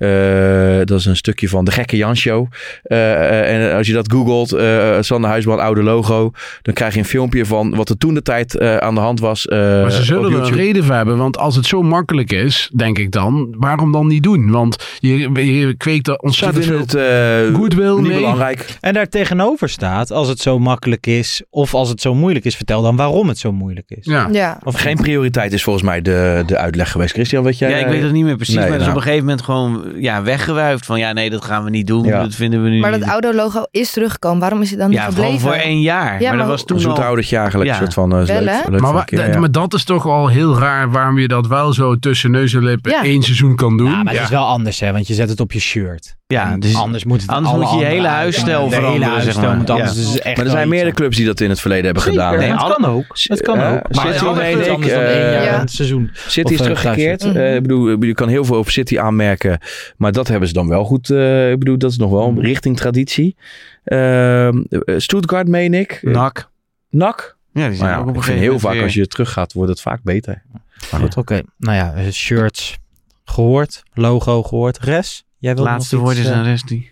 Speaker 7: uh, dat is een stukje van de Gekke Jan Show. Uh, en als je dat googelt, uh, Sander Huisman, oude logo, dan krijg je een filmpje van wat er toen de tijd uh, aan de hand was. Uh,
Speaker 9: maar ze zullen er een reden voor hebben, want als het zo makkelijk is, denk ik dan, waarom dan niet doen? Want je, je kweekt er ontzettend veel
Speaker 7: het, uh,
Speaker 9: goodwill
Speaker 7: niet
Speaker 9: mee.
Speaker 7: Belangrijk.
Speaker 5: En daar tegenover staat, als het zo makkelijk is of als het zo moeilijk is, vertel dan waarom het zo moeilijk is.
Speaker 9: Ja.
Speaker 6: Ja.
Speaker 7: Of geen prioriteit is volgens mij de, de uitleg geweest. Christian, weet jij?
Speaker 11: Ja, ik weet het niet meer precies,
Speaker 7: nee,
Speaker 11: maar
Speaker 7: nou.
Speaker 11: dat is op een gegeven moment gewoon ja, weggewuifd van ja, nee, dat gaan we niet doen.
Speaker 7: Ja.
Speaker 11: Dat vinden we nu
Speaker 6: Maar
Speaker 11: niet.
Speaker 6: dat oude logo is teruggekomen. Waarom is het dan niet
Speaker 11: ja,
Speaker 6: gebleven?
Speaker 11: gewoon voor één jaar.
Speaker 6: Ja,
Speaker 11: maar,
Speaker 6: maar
Speaker 11: dat was toen
Speaker 7: een
Speaker 11: al...
Speaker 7: zoetoudertje eigenlijk.
Speaker 11: Ja.
Speaker 7: Een soort van uh,
Speaker 6: Wel,
Speaker 7: leuk,
Speaker 6: hè?
Speaker 7: leuk
Speaker 9: Maar, wa-
Speaker 7: keer,
Speaker 9: d-
Speaker 7: ja.
Speaker 9: maar dat is toch al heel raar waarom je dat wel zo tussen neus en lippen
Speaker 6: Ja.
Speaker 9: één seizoen kan doen.
Speaker 5: Ja, maar
Speaker 9: Ja.
Speaker 5: het is wel anders, hè, want je zet het op je shirt.
Speaker 11: Ja,
Speaker 5: En
Speaker 11: dus
Speaker 5: anders moet het
Speaker 11: anders
Speaker 5: alle
Speaker 11: moet je je
Speaker 5: andere
Speaker 11: hele
Speaker 5: uit-
Speaker 11: huisstijl
Speaker 5: de
Speaker 11: veranderen,
Speaker 5: hele huisstijl
Speaker 11: zeg maar.
Speaker 5: moet anders.
Speaker 11: Ja.
Speaker 5: Dus het is echt
Speaker 7: Maar er
Speaker 5: wel
Speaker 7: zijn
Speaker 5: iets
Speaker 7: meerdere
Speaker 5: aan.
Speaker 7: clubs die dat in het verleden hebben
Speaker 5: Zeker,
Speaker 7: gedaan.
Speaker 5: nee,
Speaker 7: hè?
Speaker 5: het
Speaker 11: alle-
Speaker 5: kan ook. Het kan
Speaker 7: Ja,
Speaker 5: ook. Maar
Speaker 7: City
Speaker 5: het is wel
Speaker 7: meen
Speaker 5: iets
Speaker 7: ik,
Speaker 5: anders dan één jaar
Speaker 7: uh,
Speaker 5: een seizoen.
Speaker 7: City is
Speaker 5: Of, uh,
Speaker 7: teruggekeerd.
Speaker 6: thuis.
Speaker 7: Uh, ik bedoel, je kan heel veel op City aanmerken. Maar dat hebben ze dan wel goed. Uh, ik bedoel, dat is nog wel een richting traditie. Uh, Stuttgart meen ik.
Speaker 11: N A C.
Speaker 7: N A C.
Speaker 11: Ja, die zijn
Speaker 7: Maar
Speaker 11: ook
Speaker 7: ja,
Speaker 11: op een
Speaker 7: ik vind
Speaker 11: gegeven
Speaker 7: heel
Speaker 11: moment
Speaker 7: vaak
Speaker 11: weer-
Speaker 7: als je terug gaat, wordt het vaak beter. Maar goed.
Speaker 5: Oké, nou ja, shirts gehoord, logo gehoord. Res, jij wil
Speaker 11: Laatste
Speaker 5: nog
Speaker 11: woord
Speaker 5: iets,
Speaker 11: is
Speaker 5: uh,
Speaker 11: aan Resti.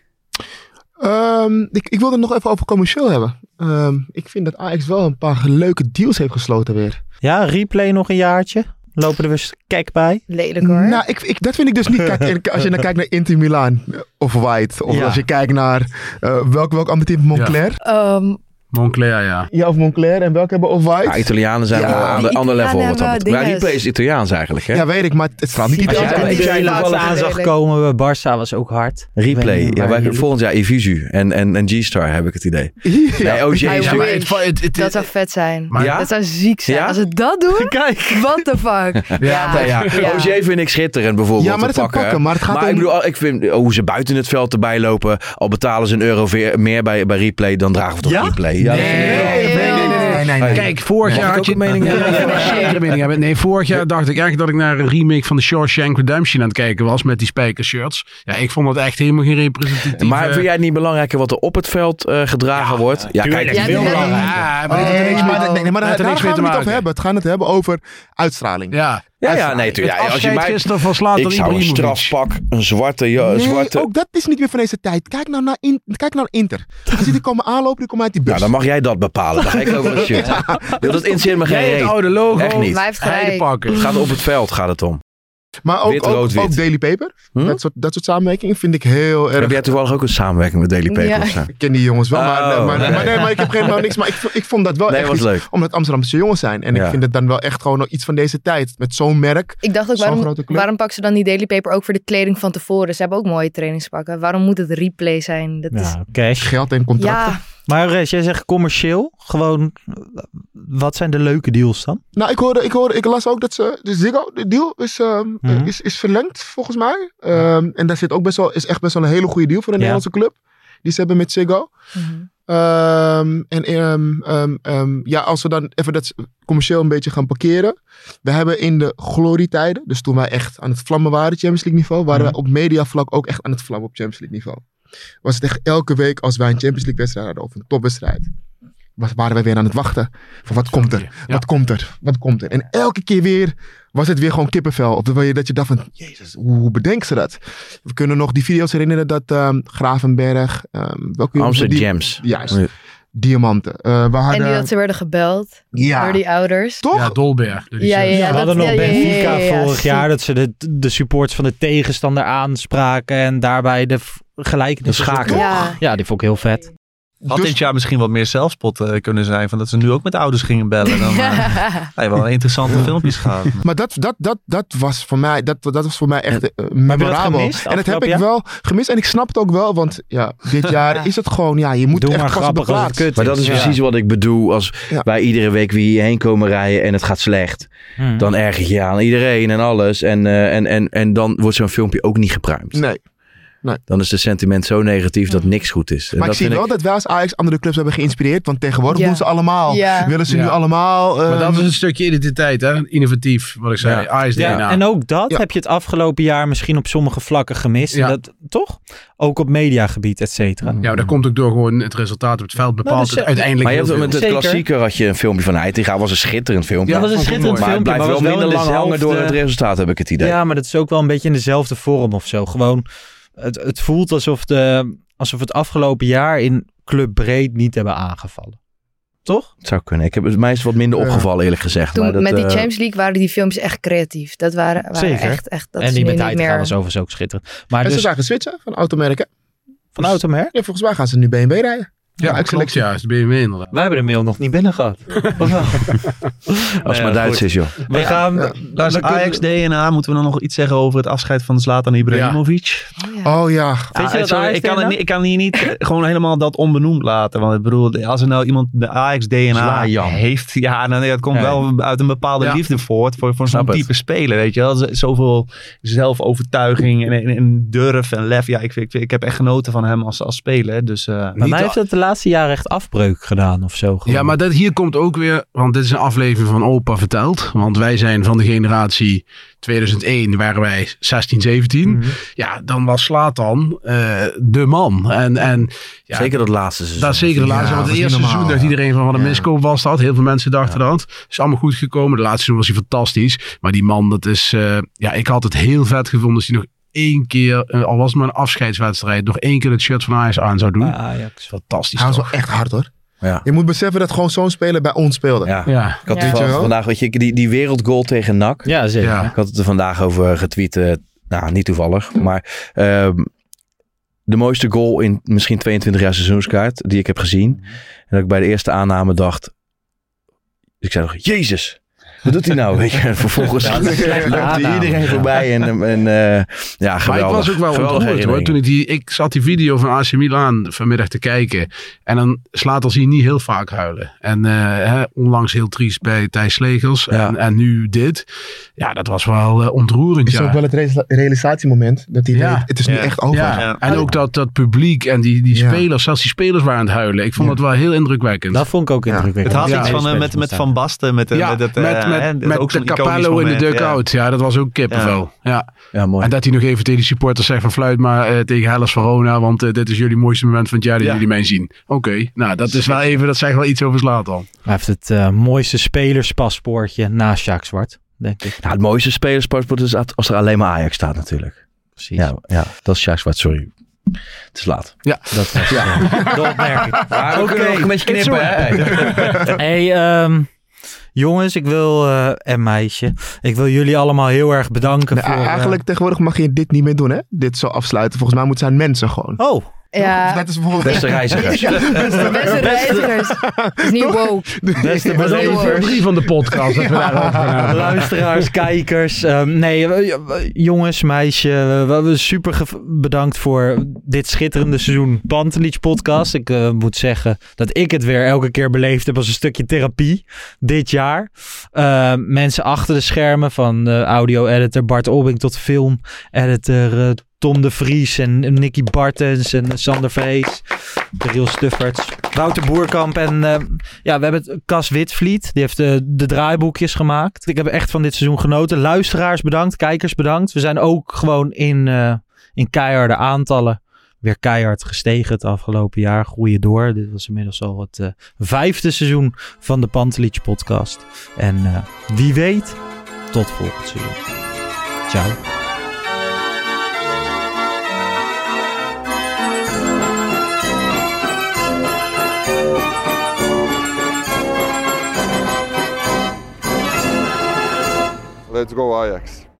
Speaker 8: Um, ik, ik wilde het nog even over commercieel hebben. Um, ik vind dat Ajax wel een paar leuke deals heeft gesloten weer.
Speaker 5: Ja, replay nog een jaartje. Lopen er weer kijk bij?
Speaker 6: Lelijk hoor.
Speaker 8: Nou, ik, ik, dat vind ik dus niet. Kijk, als je dan kijkt naar Inter Milan of White. Of
Speaker 5: Ja.
Speaker 8: als je kijkt naar uh, welk, welk ander team, Montclair.
Speaker 6: Ja. Um,
Speaker 9: Montclair, ja.
Speaker 8: Ja, of Montclair. En welke hebben Off-White?
Speaker 7: Ja, Italianen zijn
Speaker 8: Ja,
Speaker 7: wel aan de
Speaker 6: die
Speaker 7: ander level. Wat
Speaker 6: Italianen
Speaker 7: dat betreft. Maar
Speaker 6: hebben
Speaker 7: replay is Italiaans eigenlijk, hè?
Speaker 8: Ja, weet ik, maar het straalt niet
Speaker 5: Als
Speaker 8: Italiaans
Speaker 5: jij
Speaker 8: uit.
Speaker 5: die
Speaker 6: die
Speaker 5: laatst
Speaker 6: laatste
Speaker 5: aan zag
Speaker 6: lelijk.
Speaker 5: komen bij Barça was ook hard.
Speaker 7: Replay.
Speaker 5: Ik weet niet
Speaker 7: Ja,
Speaker 5: waar
Speaker 7: wij,
Speaker 5: die-
Speaker 7: volgend jaar Ivizu en, en, en G-Star heb ik het idee.
Speaker 8: Ja.
Speaker 7: Nee, O J
Speaker 6: I
Speaker 7: is
Speaker 9: Ja, maar
Speaker 6: wish.
Speaker 9: het, het, het,
Speaker 6: dat zou vet zijn.
Speaker 9: Maar-
Speaker 7: Ja?
Speaker 6: Dat zou ziek zijn.
Speaker 7: Ja?
Speaker 6: Als ze dat doen,
Speaker 5: Kijk.
Speaker 6: what the fuck.
Speaker 9: Ja,
Speaker 7: Nee, ja.
Speaker 6: Ja.
Speaker 7: O J vind ik schitterend bijvoorbeeld
Speaker 8: Ja, maar
Speaker 7: te
Speaker 8: dat zijn
Speaker 7: pakken.
Speaker 8: pakken, maar het gaat
Speaker 7: ik
Speaker 8: om-
Speaker 7: bedoel, ik vind hoe ze buiten het veld erbij lopen, al betalen ze een euro veer- meer bij, bij replay, dan dragen we toch
Speaker 5: Ja?
Speaker 7: replay. Ja, dat vind ik wel.
Speaker 8: Nee, nee, nee, nee, nee, nee.
Speaker 9: Kijk, vorig
Speaker 7: Mag
Speaker 9: jaar
Speaker 7: ik
Speaker 9: had
Speaker 7: ook
Speaker 9: je...
Speaker 7: een mening hebben?
Speaker 9: Ja, ja, zeker een mening hebben. Nee, vorig jaar dacht ik eigenlijk dat ik naar een remake van de Shawshank Redemption aan het kijken was met die spijkershirts. Ja, ik vond dat echt helemaal geen representatief.
Speaker 7: Maar vind jij het niet belangrijker wat er op het veld uh, gedragen wordt? Ja,
Speaker 5: tuurlijk.
Speaker 7: kijk,
Speaker 6: Ja,
Speaker 5: Veel
Speaker 6: dat-
Speaker 5: belangrijker.
Speaker 9: Ja, maar dit heeft er
Speaker 8: Nee,
Speaker 9: niks
Speaker 8: maar,
Speaker 9: mee-
Speaker 8: nee, nee, maar
Speaker 9: dit heeft er
Speaker 8: daar
Speaker 9: niks
Speaker 8: gaan
Speaker 9: mee
Speaker 8: we
Speaker 9: te
Speaker 8: het niet over
Speaker 9: maken.
Speaker 8: hebben. Het gaat het hebben over uitstraling.
Speaker 9: Ja.
Speaker 7: Ja, ja, nee, tuurlijk. Ja, als je
Speaker 9: Afscheid
Speaker 7: mij,
Speaker 9: gisteren van Zlatan
Speaker 7: ik zou een
Speaker 9: Ibrahimovic.
Speaker 7: strafpak, een zwarte, ja, een
Speaker 8: Nee,
Speaker 7: zwarte.
Speaker 8: ook dat is niet meer van deze tijd. Kijk nou naar, in, kijk nou naar Inter. Je ziet die komen aanlopen, die komen uit die bus.
Speaker 7: Nou, dan mag jij dat bepalen. Dan ga ik over het shirt. Ja. Dat interesseert me geen
Speaker 9: Jij het
Speaker 7: reet.
Speaker 9: oude logo.
Speaker 7: Echt niet.
Speaker 6: Maar hij heeft
Speaker 9: Hij de
Speaker 6: gelijk.
Speaker 9: pakken.
Speaker 7: Het gaat op het veld, gaat het om.
Speaker 8: Maar ook,
Speaker 7: Wit,
Speaker 8: ook,
Speaker 7: rood, wit.
Speaker 8: ook Daily Paper.
Speaker 7: Hm?
Speaker 8: Dat, soort, dat soort samenwerkingen vind ik heel erg.
Speaker 7: Heb jij toevallig ook een samenwerking met Daily Paper?
Speaker 6: Ja.
Speaker 7: of zo?
Speaker 8: Ik ken die jongens wel, maar,
Speaker 7: Oh.
Speaker 8: maar, maar, maar, nee, maar ik heb helemaal niks. Maar ik, v- ik vond dat wel
Speaker 7: Nee,
Speaker 8: echt
Speaker 7: was
Speaker 8: iets,
Speaker 7: leuk.
Speaker 8: omdat Amsterdamse jongens zijn. En
Speaker 7: Ja.
Speaker 8: ik vind het dan wel echt gewoon nog iets van deze tijd. Met zo'n merk.
Speaker 6: Ik dacht ook,
Speaker 8: Zo'n
Speaker 6: waarom,
Speaker 8: grote club.
Speaker 6: waarom pakken ze dan die Daily Paper ook voor de kleding van tevoren? Ze hebben ook mooie trainingspakken. Waarom moet het replay zijn? Dat is...
Speaker 5: Ja, cash.
Speaker 8: Geld en contracten.
Speaker 6: Ja,
Speaker 5: Maar Res, jij zegt commercieel. Gewoon, wat zijn de leuke deals dan?
Speaker 8: Nou, ik hoorde, ik hoorde, ik las ook dat ze, de Ziggo, de deal is, ehm,
Speaker 5: Mhm.
Speaker 8: is, is verlengd volgens mij. Ehm, en daar zit ook best wel, is echt best wel een hele goede deal voor een
Speaker 5: Ja.
Speaker 8: Nederlandse club. Die ze hebben met Ziggo.
Speaker 6: Mhm.
Speaker 8: Ehm, en ehm, ehm, ehm, ja, als we dan even dat commercieel een beetje gaan parkeren. We hebben in de glorietijden, dus toen wij echt aan het vlammen waren, Champions League niveau, waren
Speaker 5: Mhm.
Speaker 8: wij op mediavlak ook echt aan het vlammen op Champions League niveau. Was het echt elke week als wij een Champions League wedstrijd hadden of een topwedstrijd, was- waren wij weer aan het wachten. Van wat komt er?
Speaker 9: Ja.
Speaker 8: Wat komt er? Wat komt er? En elke keer weer was het weer gewoon kippenvel. Of dat je, dat je dacht van, jezus, hoe, hoe bedenken ze dat? We kunnen nog die video's herinneren dat ehm, Gravenberg, ehm welke
Speaker 7: Amsterdam
Speaker 8: die-
Speaker 7: Gems.
Speaker 8: Juist, diamanten. Eh, we hadden,
Speaker 6: en die dat ze werden gebeld
Speaker 8: ja,
Speaker 6: door die ouders.
Speaker 8: toch?
Speaker 9: Ja, Dolberg. door die
Speaker 6: Ja, ja,
Speaker 9: shirts.
Speaker 6: ja.
Speaker 5: We hadden
Speaker 6: dat-
Speaker 5: nog
Speaker 6: ja, ja,
Speaker 5: Benfica
Speaker 6: ja, ja, ja,
Speaker 5: vorig
Speaker 6: ziek.
Speaker 5: jaar. Dat ze de, de supporters van de tegenstander aanspraken. En daarbij de v- gelijkenis.
Speaker 7: De schaken.
Speaker 6: Ja.
Speaker 5: Ja, die vond ik heel vet.
Speaker 10: Had
Speaker 8: Dus-
Speaker 10: dit jaar misschien wat meer zelfspot uh, kunnen zijn. Van dat ze nu ook met ouders gingen bellen. Dan uh, ja, wel interessante filmpjes gehad.
Speaker 8: Maar dat, dat, dat, dat was voor mij, dat, dat was voor mij echt uh,
Speaker 5: dat
Speaker 8: memorabel.
Speaker 5: gemist
Speaker 8: En dat heb ik
Speaker 5: afgelopen
Speaker 8: wel gemist. En ik snap het ook wel, want ja, dit jaar is het gewoon, ja, je moet
Speaker 5: Doe
Speaker 8: echt
Speaker 5: maar
Speaker 8: passen op de
Speaker 5: grappig als het
Speaker 8: plaats.
Speaker 5: kut
Speaker 7: Maar dat is
Speaker 5: Ja.
Speaker 7: precies wat ik bedoel. Als
Speaker 8: Ja.
Speaker 7: wij iedere week weer hierheen komen rijden en het gaat slecht.
Speaker 5: Hmm.
Speaker 7: Dan erger je je aan iedereen en alles. En, uh, en, en, en dan wordt zo'n filmpje ook niet gepruimd.
Speaker 8: Nee.
Speaker 7: Dan is de sentiment zo negatief dat niks goed is. En
Speaker 8: Maar ik
Speaker 7: dat
Speaker 8: zie
Speaker 7: vind
Speaker 8: wel dat wij als Ajax andere clubs hebben geïnspireerd. Want tegenwoordig
Speaker 6: Ja.
Speaker 8: doen ze allemaal.
Speaker 6: Ja.
Speaker 8: Willen ze
Speaker 9: Ja.
Speaker 8: nu allemaal.
Speaker 9: Maar dat
Speaker 8: ehm,
Speaker 9: is een stukje identiteit, hè? Innovatief, wat ik zei.
Speaker 7: Ja.
Speaker 9: Ajax D N A.
Speaker 5: Ja, en ook dat
Speaker 8: Ja.
Speaker 5: heb je het afgelopen jaar misschien op sommige vlakken gemist.
Speaker 9: Ja.
Speaker 5: Dat, toch? Ook op mediagebied, et cetera.
Speaker 9: Ja, maar dat komt ook door gewoon het resultaat op het veld bepaalt
Speaker 5: dat is-
Speaker 9: het uiteindelijk
Speaker 7: Maar je
Speaker 9: heel
Speaker 7: hebt
Speaker 9: veel.
Speaker 7: met het
Speaker 5: Zeker.
Speaker 7: klassieker had je een filmpje van Heitinga. Was een schitterend filmpje.
Speaker 5: Ja, dat was een
Speaker 9: vond ik
Speaker 5: schitterend
Speaker 9: mooi.
Speaker 7: maar het
Speaker 5: filmpje.
Speaker 7: blijft
Speaker 5: Maar
Speaker 7: wel
Speaker 5: was
Speaker 7: minder
Speaker 5: in
Speaker 7: lang hangen door het
Speaker 5: dezelfde-
Speaker 7: resultaat, heb ik het idee.
Speaker 5: Ja, maar dat is ook wel een beetje in dezelfde vorm of zo. Gewoon, het, het voelt alsof, de, alsof het afgelopen jaar in club breed niet hebben aangevallen. Toch?
Speaker 7: Het zou kunnen. Ik heb, mij is het wat minder opgevallen eerlijk gezegd.
Speaker 6: Toen
Speaker 7: maar dat,
Speaker 6: met die
Speaker 7: eh,
Speaker 6: Champions League waren die filmpjes echt creatief. Dat waren, waren
Speaker 5: Zeker.
Speaker 6: echt, echt dat
Speaker 5: en
Speaker 6: is
Speaker 5: die
Speaker 6: nu
Speaker 5: met
Speaker 6: niet
Speaker 5: Heitinga
Speaker 6: meer.
Speaker 5: was overigens ook schitterend. Maar
Speaker 8: en ze
Speaker 5: dus
Speaker 8: zagen switchen van automerken.
Speaker 5: van Automerk?
Speaker 8: Ja, volgens mij gaan ze nu B M W rijden.
Speaker 9: Ja,
Speaker 8: Ajax
Speaker 9: klopt,
Speaker 8: selectie.
Speaker 9: ja. Is de B M W inderdaad.
Speaker 5: Wij hebben de mail nog niet binnen gehad. Of wel?
Speaker 7: als het
Speaker 5: Ja,
Speaker 7: maar Duits
Speaker 5: goed.
Speaker 7: is, joh.
Speaker 5: We gaan...
Speaker 8: Ja.
Speaker 10: Daar is
Speaker 5: we kunnen-
Speaker 10: Ajax D N A. Moeten we dan nog iets zeggen over het afscheid van Zlatan Ibrahimovic?
Speaker 6: Oh, ja.
Speaker 8: Oh ja.
Speaker 5: Vind je
Speaker 10: Ja,
Speaker 5: dat
Speaker 10: sorry,
Speaker 5: Ajax
Speaker 10: ik, kan
Speaker 5: D N A?
Speaker 10: het niet, ik kan hier niet eh, gewoon helemaal dat onbenoemd laten. Want ik bedoel, als er nou iemand de Ajax D N A
Speaker 7: Zlajan.
Speaker 10: heeft. Ja, dan, dat komt
Speaker 5: Nee.
Speaker 10: wel uit een bepaalde
Speaker 9: Ja.
Speaker 10: liefde voort. Voor, voor
Speaker 7: Snap
Speaker 10: zo'n
Speaker 7: het.
Speaker 10: type speler. Weet je wel. Z- Zoveel zelfovertuiging en, en, en durf en lef. Ja, ik, ik, ik heb echt genoten van hem als, als speler. Dus, uh,
Speaker 5: Bij mij heeft het de laatste jaren echt afbreuk gedaan of zo. gewoon.
Speaker 9: Ja, maar dat, hier komt ook weer, want dit is een aflevering van Opa Vertelt. Want wij zijn van de generatie tweeduizend één, waren wij zestien, zeventien.
Speaker 5: Mhm.
Speaker 9: Ja, dan was Zlatan uh, de man. En, en, ja,
Speaker 7: Zeker dat laatste seizoen.
Speaker 9: dat is zeker de
Speaker 8: Ja,
Speaker 9: laatste. want
Speaker 8: was
Speaker 9: het
Speaker 8: niet
Speaker 9: eerste
Speaker 8: normaal,
Speaker 9: seizoen dacht
Speaker 8: ja.
Speaker 9: iedereen van wat een
Speaker 8: Ja.
Speaker 9: miskoop was dat. Heel veel mensen dachten dat. Is allemaal goed gekomen. De laatste seizoen was hij fantastisch. Maar die man, dat is, uh, ja, ik had het heel vet gevonden als hij nog één keer, uh, al was het maar een afscheidswedstrijd, nog één keer het shirt van Ajax aan zou doen.
Speaker 5: Bij Ajax.
Speaker 9: Fantastisch
Speaker 8: Hij was
Speaker 9: toch?
Speaker 8: wel echt hard hoor.
Speaker 7: Ja.
Speaker 8: Je moet beseffen dat gewoon zo'n speler bij ons speelde.
Speaker 7: Ja.
Speaker 9: Ja.
Speaker 7: Ik had
Speaker 6: Ja.
Speaker 7: toevallig vandaag, weet je, die, die wereldgoal tegen N A C.
Speaker 5: Ja, zeker.
Speaker 9: Ja.
Speaker 7: Ik had het er vandaag over getweet. Uh, nou, niet toevallig. Maar um, de mooiste goal in misschien tweeëntwintig jaar seizoenskaart die ik heb gezien. En dat ik bij de eerste aanname dacht. Ik zei nog, Jezus. Wat doet hij nou? Weet je, en vervolgens
Speaker 5: Ja, dat is echt
Speaker 7: loopt hij
Speaker 5: aanname.
Speaker 7: iedereen voorbij. En, en uh, ja, geweldig.
Speaker 9: Maar ik was ook wel
Speaker 7: Geweldige
Speaker 9: ontroerd hoor. Toen ik, die, ik zat die video van A C Milan vanmiddag te kijken. En dan slaat als hij niet heel vaak huilen. En uh, hè, onlangs heel triest bij Thijs Slegers.
Speaker 7: Ja.
Speaker 9: En, en nu dit. Ja, dat was wel uh, ontroerend.
Speaker 8: Het is
Speaker 9: ja.
Speaker 8: ook wel het re- realisatiemoment. Dat hij
Speaker 9: Ja.
Speaker 8: weet, het is nu
Speaker 10: Ja.
Speaker 8: echt over.
Speaker 9: Ja.
Speaker 10: Ja.
Speaker 9: En ook dat, dat publiek en die, die
Speaker 8: Ja.
Speaker 9: spelers, zelfs die spelers waren aan het huilen. Ik vond
Speaker 8: Ja.
Speaker 9: dat wel heel indrukwekkend.
Speaker 5: Dat vond ik ook
Speaker 8: Ja.
Speaker 5: indrukwekkend.
Speaker 10: Het had
Speaker 9: Ja.
Speaker 10: iets van, uh, met, met Van Basten. Met, uh,
Speaker 9: ja,
Speaker 10: met, het,
Speaker 9: met,
Speaker 10: uh,
Speaker 9: met,
Speaker 10: hè,
Speaker 9: met
Speaker 10: ook
Speaker 9: de
Speaker 10: zo'n iconisch
Speaker 9: Capello in de
Speaker 10: moment,
Speaker 9: dugout. Ja. ja, dat was ook kippenvel. Ja. Ja.
Speaker 7: Ja, mooi.
Speaker 9: En dat hij nog even tegen de supporters zegt van fluit maar uh, tegen Hellas Verona. Want uh, dit is jullie mooiste moment van het jaar dat
Speaker 10: Ja.
Speaker 9: jullie mij zien. Oké, okay. Nou dat is wel even, dat zegt wel iets over Zlatan.
Speaker 5: Hij heeft het uh, mooiste spelerspaspoortje naast Sjaak Zwart, denk ik.
Speaker 7: Nou, het mooiste spelerspaspoort is als er alleen maar Ajax staat natuurlijk.
Speaker 5: Precies.
Speaker 7: Ja, ja, dat is Sjaak Zwart, sorry. Het is laat.
Speaker 9: Ja.
Speaker 5: Dat was ja. de opmerking.
Speaker 7: Maar we kunnen ook een beetje knippen, hè?
Speaker 5: Hey, um, jongens, ik wil, uh, en meisje, ik wil jullie allemaal heel erg bedanken
Speaker 8: Nee,
Speaker 5: voor... Uh...
Speaker 8: eigenlijk tegenwoordig mag je dit niet meer doen, hè? Dit zo afsluiten. Volgens mij moeten zijn mensen gewoon.
Speaker 5: Oh.
Speaker 6: Ja.
Speaker 8: Dat is bijvoorbeeld...
Speaker 7: Beste reizigers.
Speaker 8: Ja, beste,
Speaker 6: Beste reizigers. Het is niet woke.
Speaker 5: Beste
Speaker 9: Dat is de
Speaker 5: beleevers.
Speaker 9: drie van de podcast. Dat we daarover gaan hebben.
Speaker 5: Luisteraars, kijkers. Um, nee, uh, jongens, meisje. We hebben super ge- bedankt voor dit schitterende seizoen Pantelich podcast. Ik uh, moet zeggen dat ik het weer elke keer beleefd heb als een stukje therapie dit jaar. Uh, mensen achter de schermen van de audio-editor Bart Olbing tot film-editor uh, Tom de Vries en Nicky Bartens en Sander Vrees, Riel Stufferts, Wouter Boerkamp en uh, ja, we hebben het Cas Witvliet, die heeft de, de draaiboekjes gemaakt. Ik heb echt van dit seizoen genoten. Luisteraars bedankt, kijkers bedankt. We zijn ook gewoon in, uh, in keiharde aantallen weer keihard gestegen het afgelopen jaar. Groeien door. Dit was inmiddels al het uh, vijfde seizoen van de Pantelich podcast. En uh, wie weet, tot volgend seizoen. Ciao.
Speaker 2: Let's go Ajax.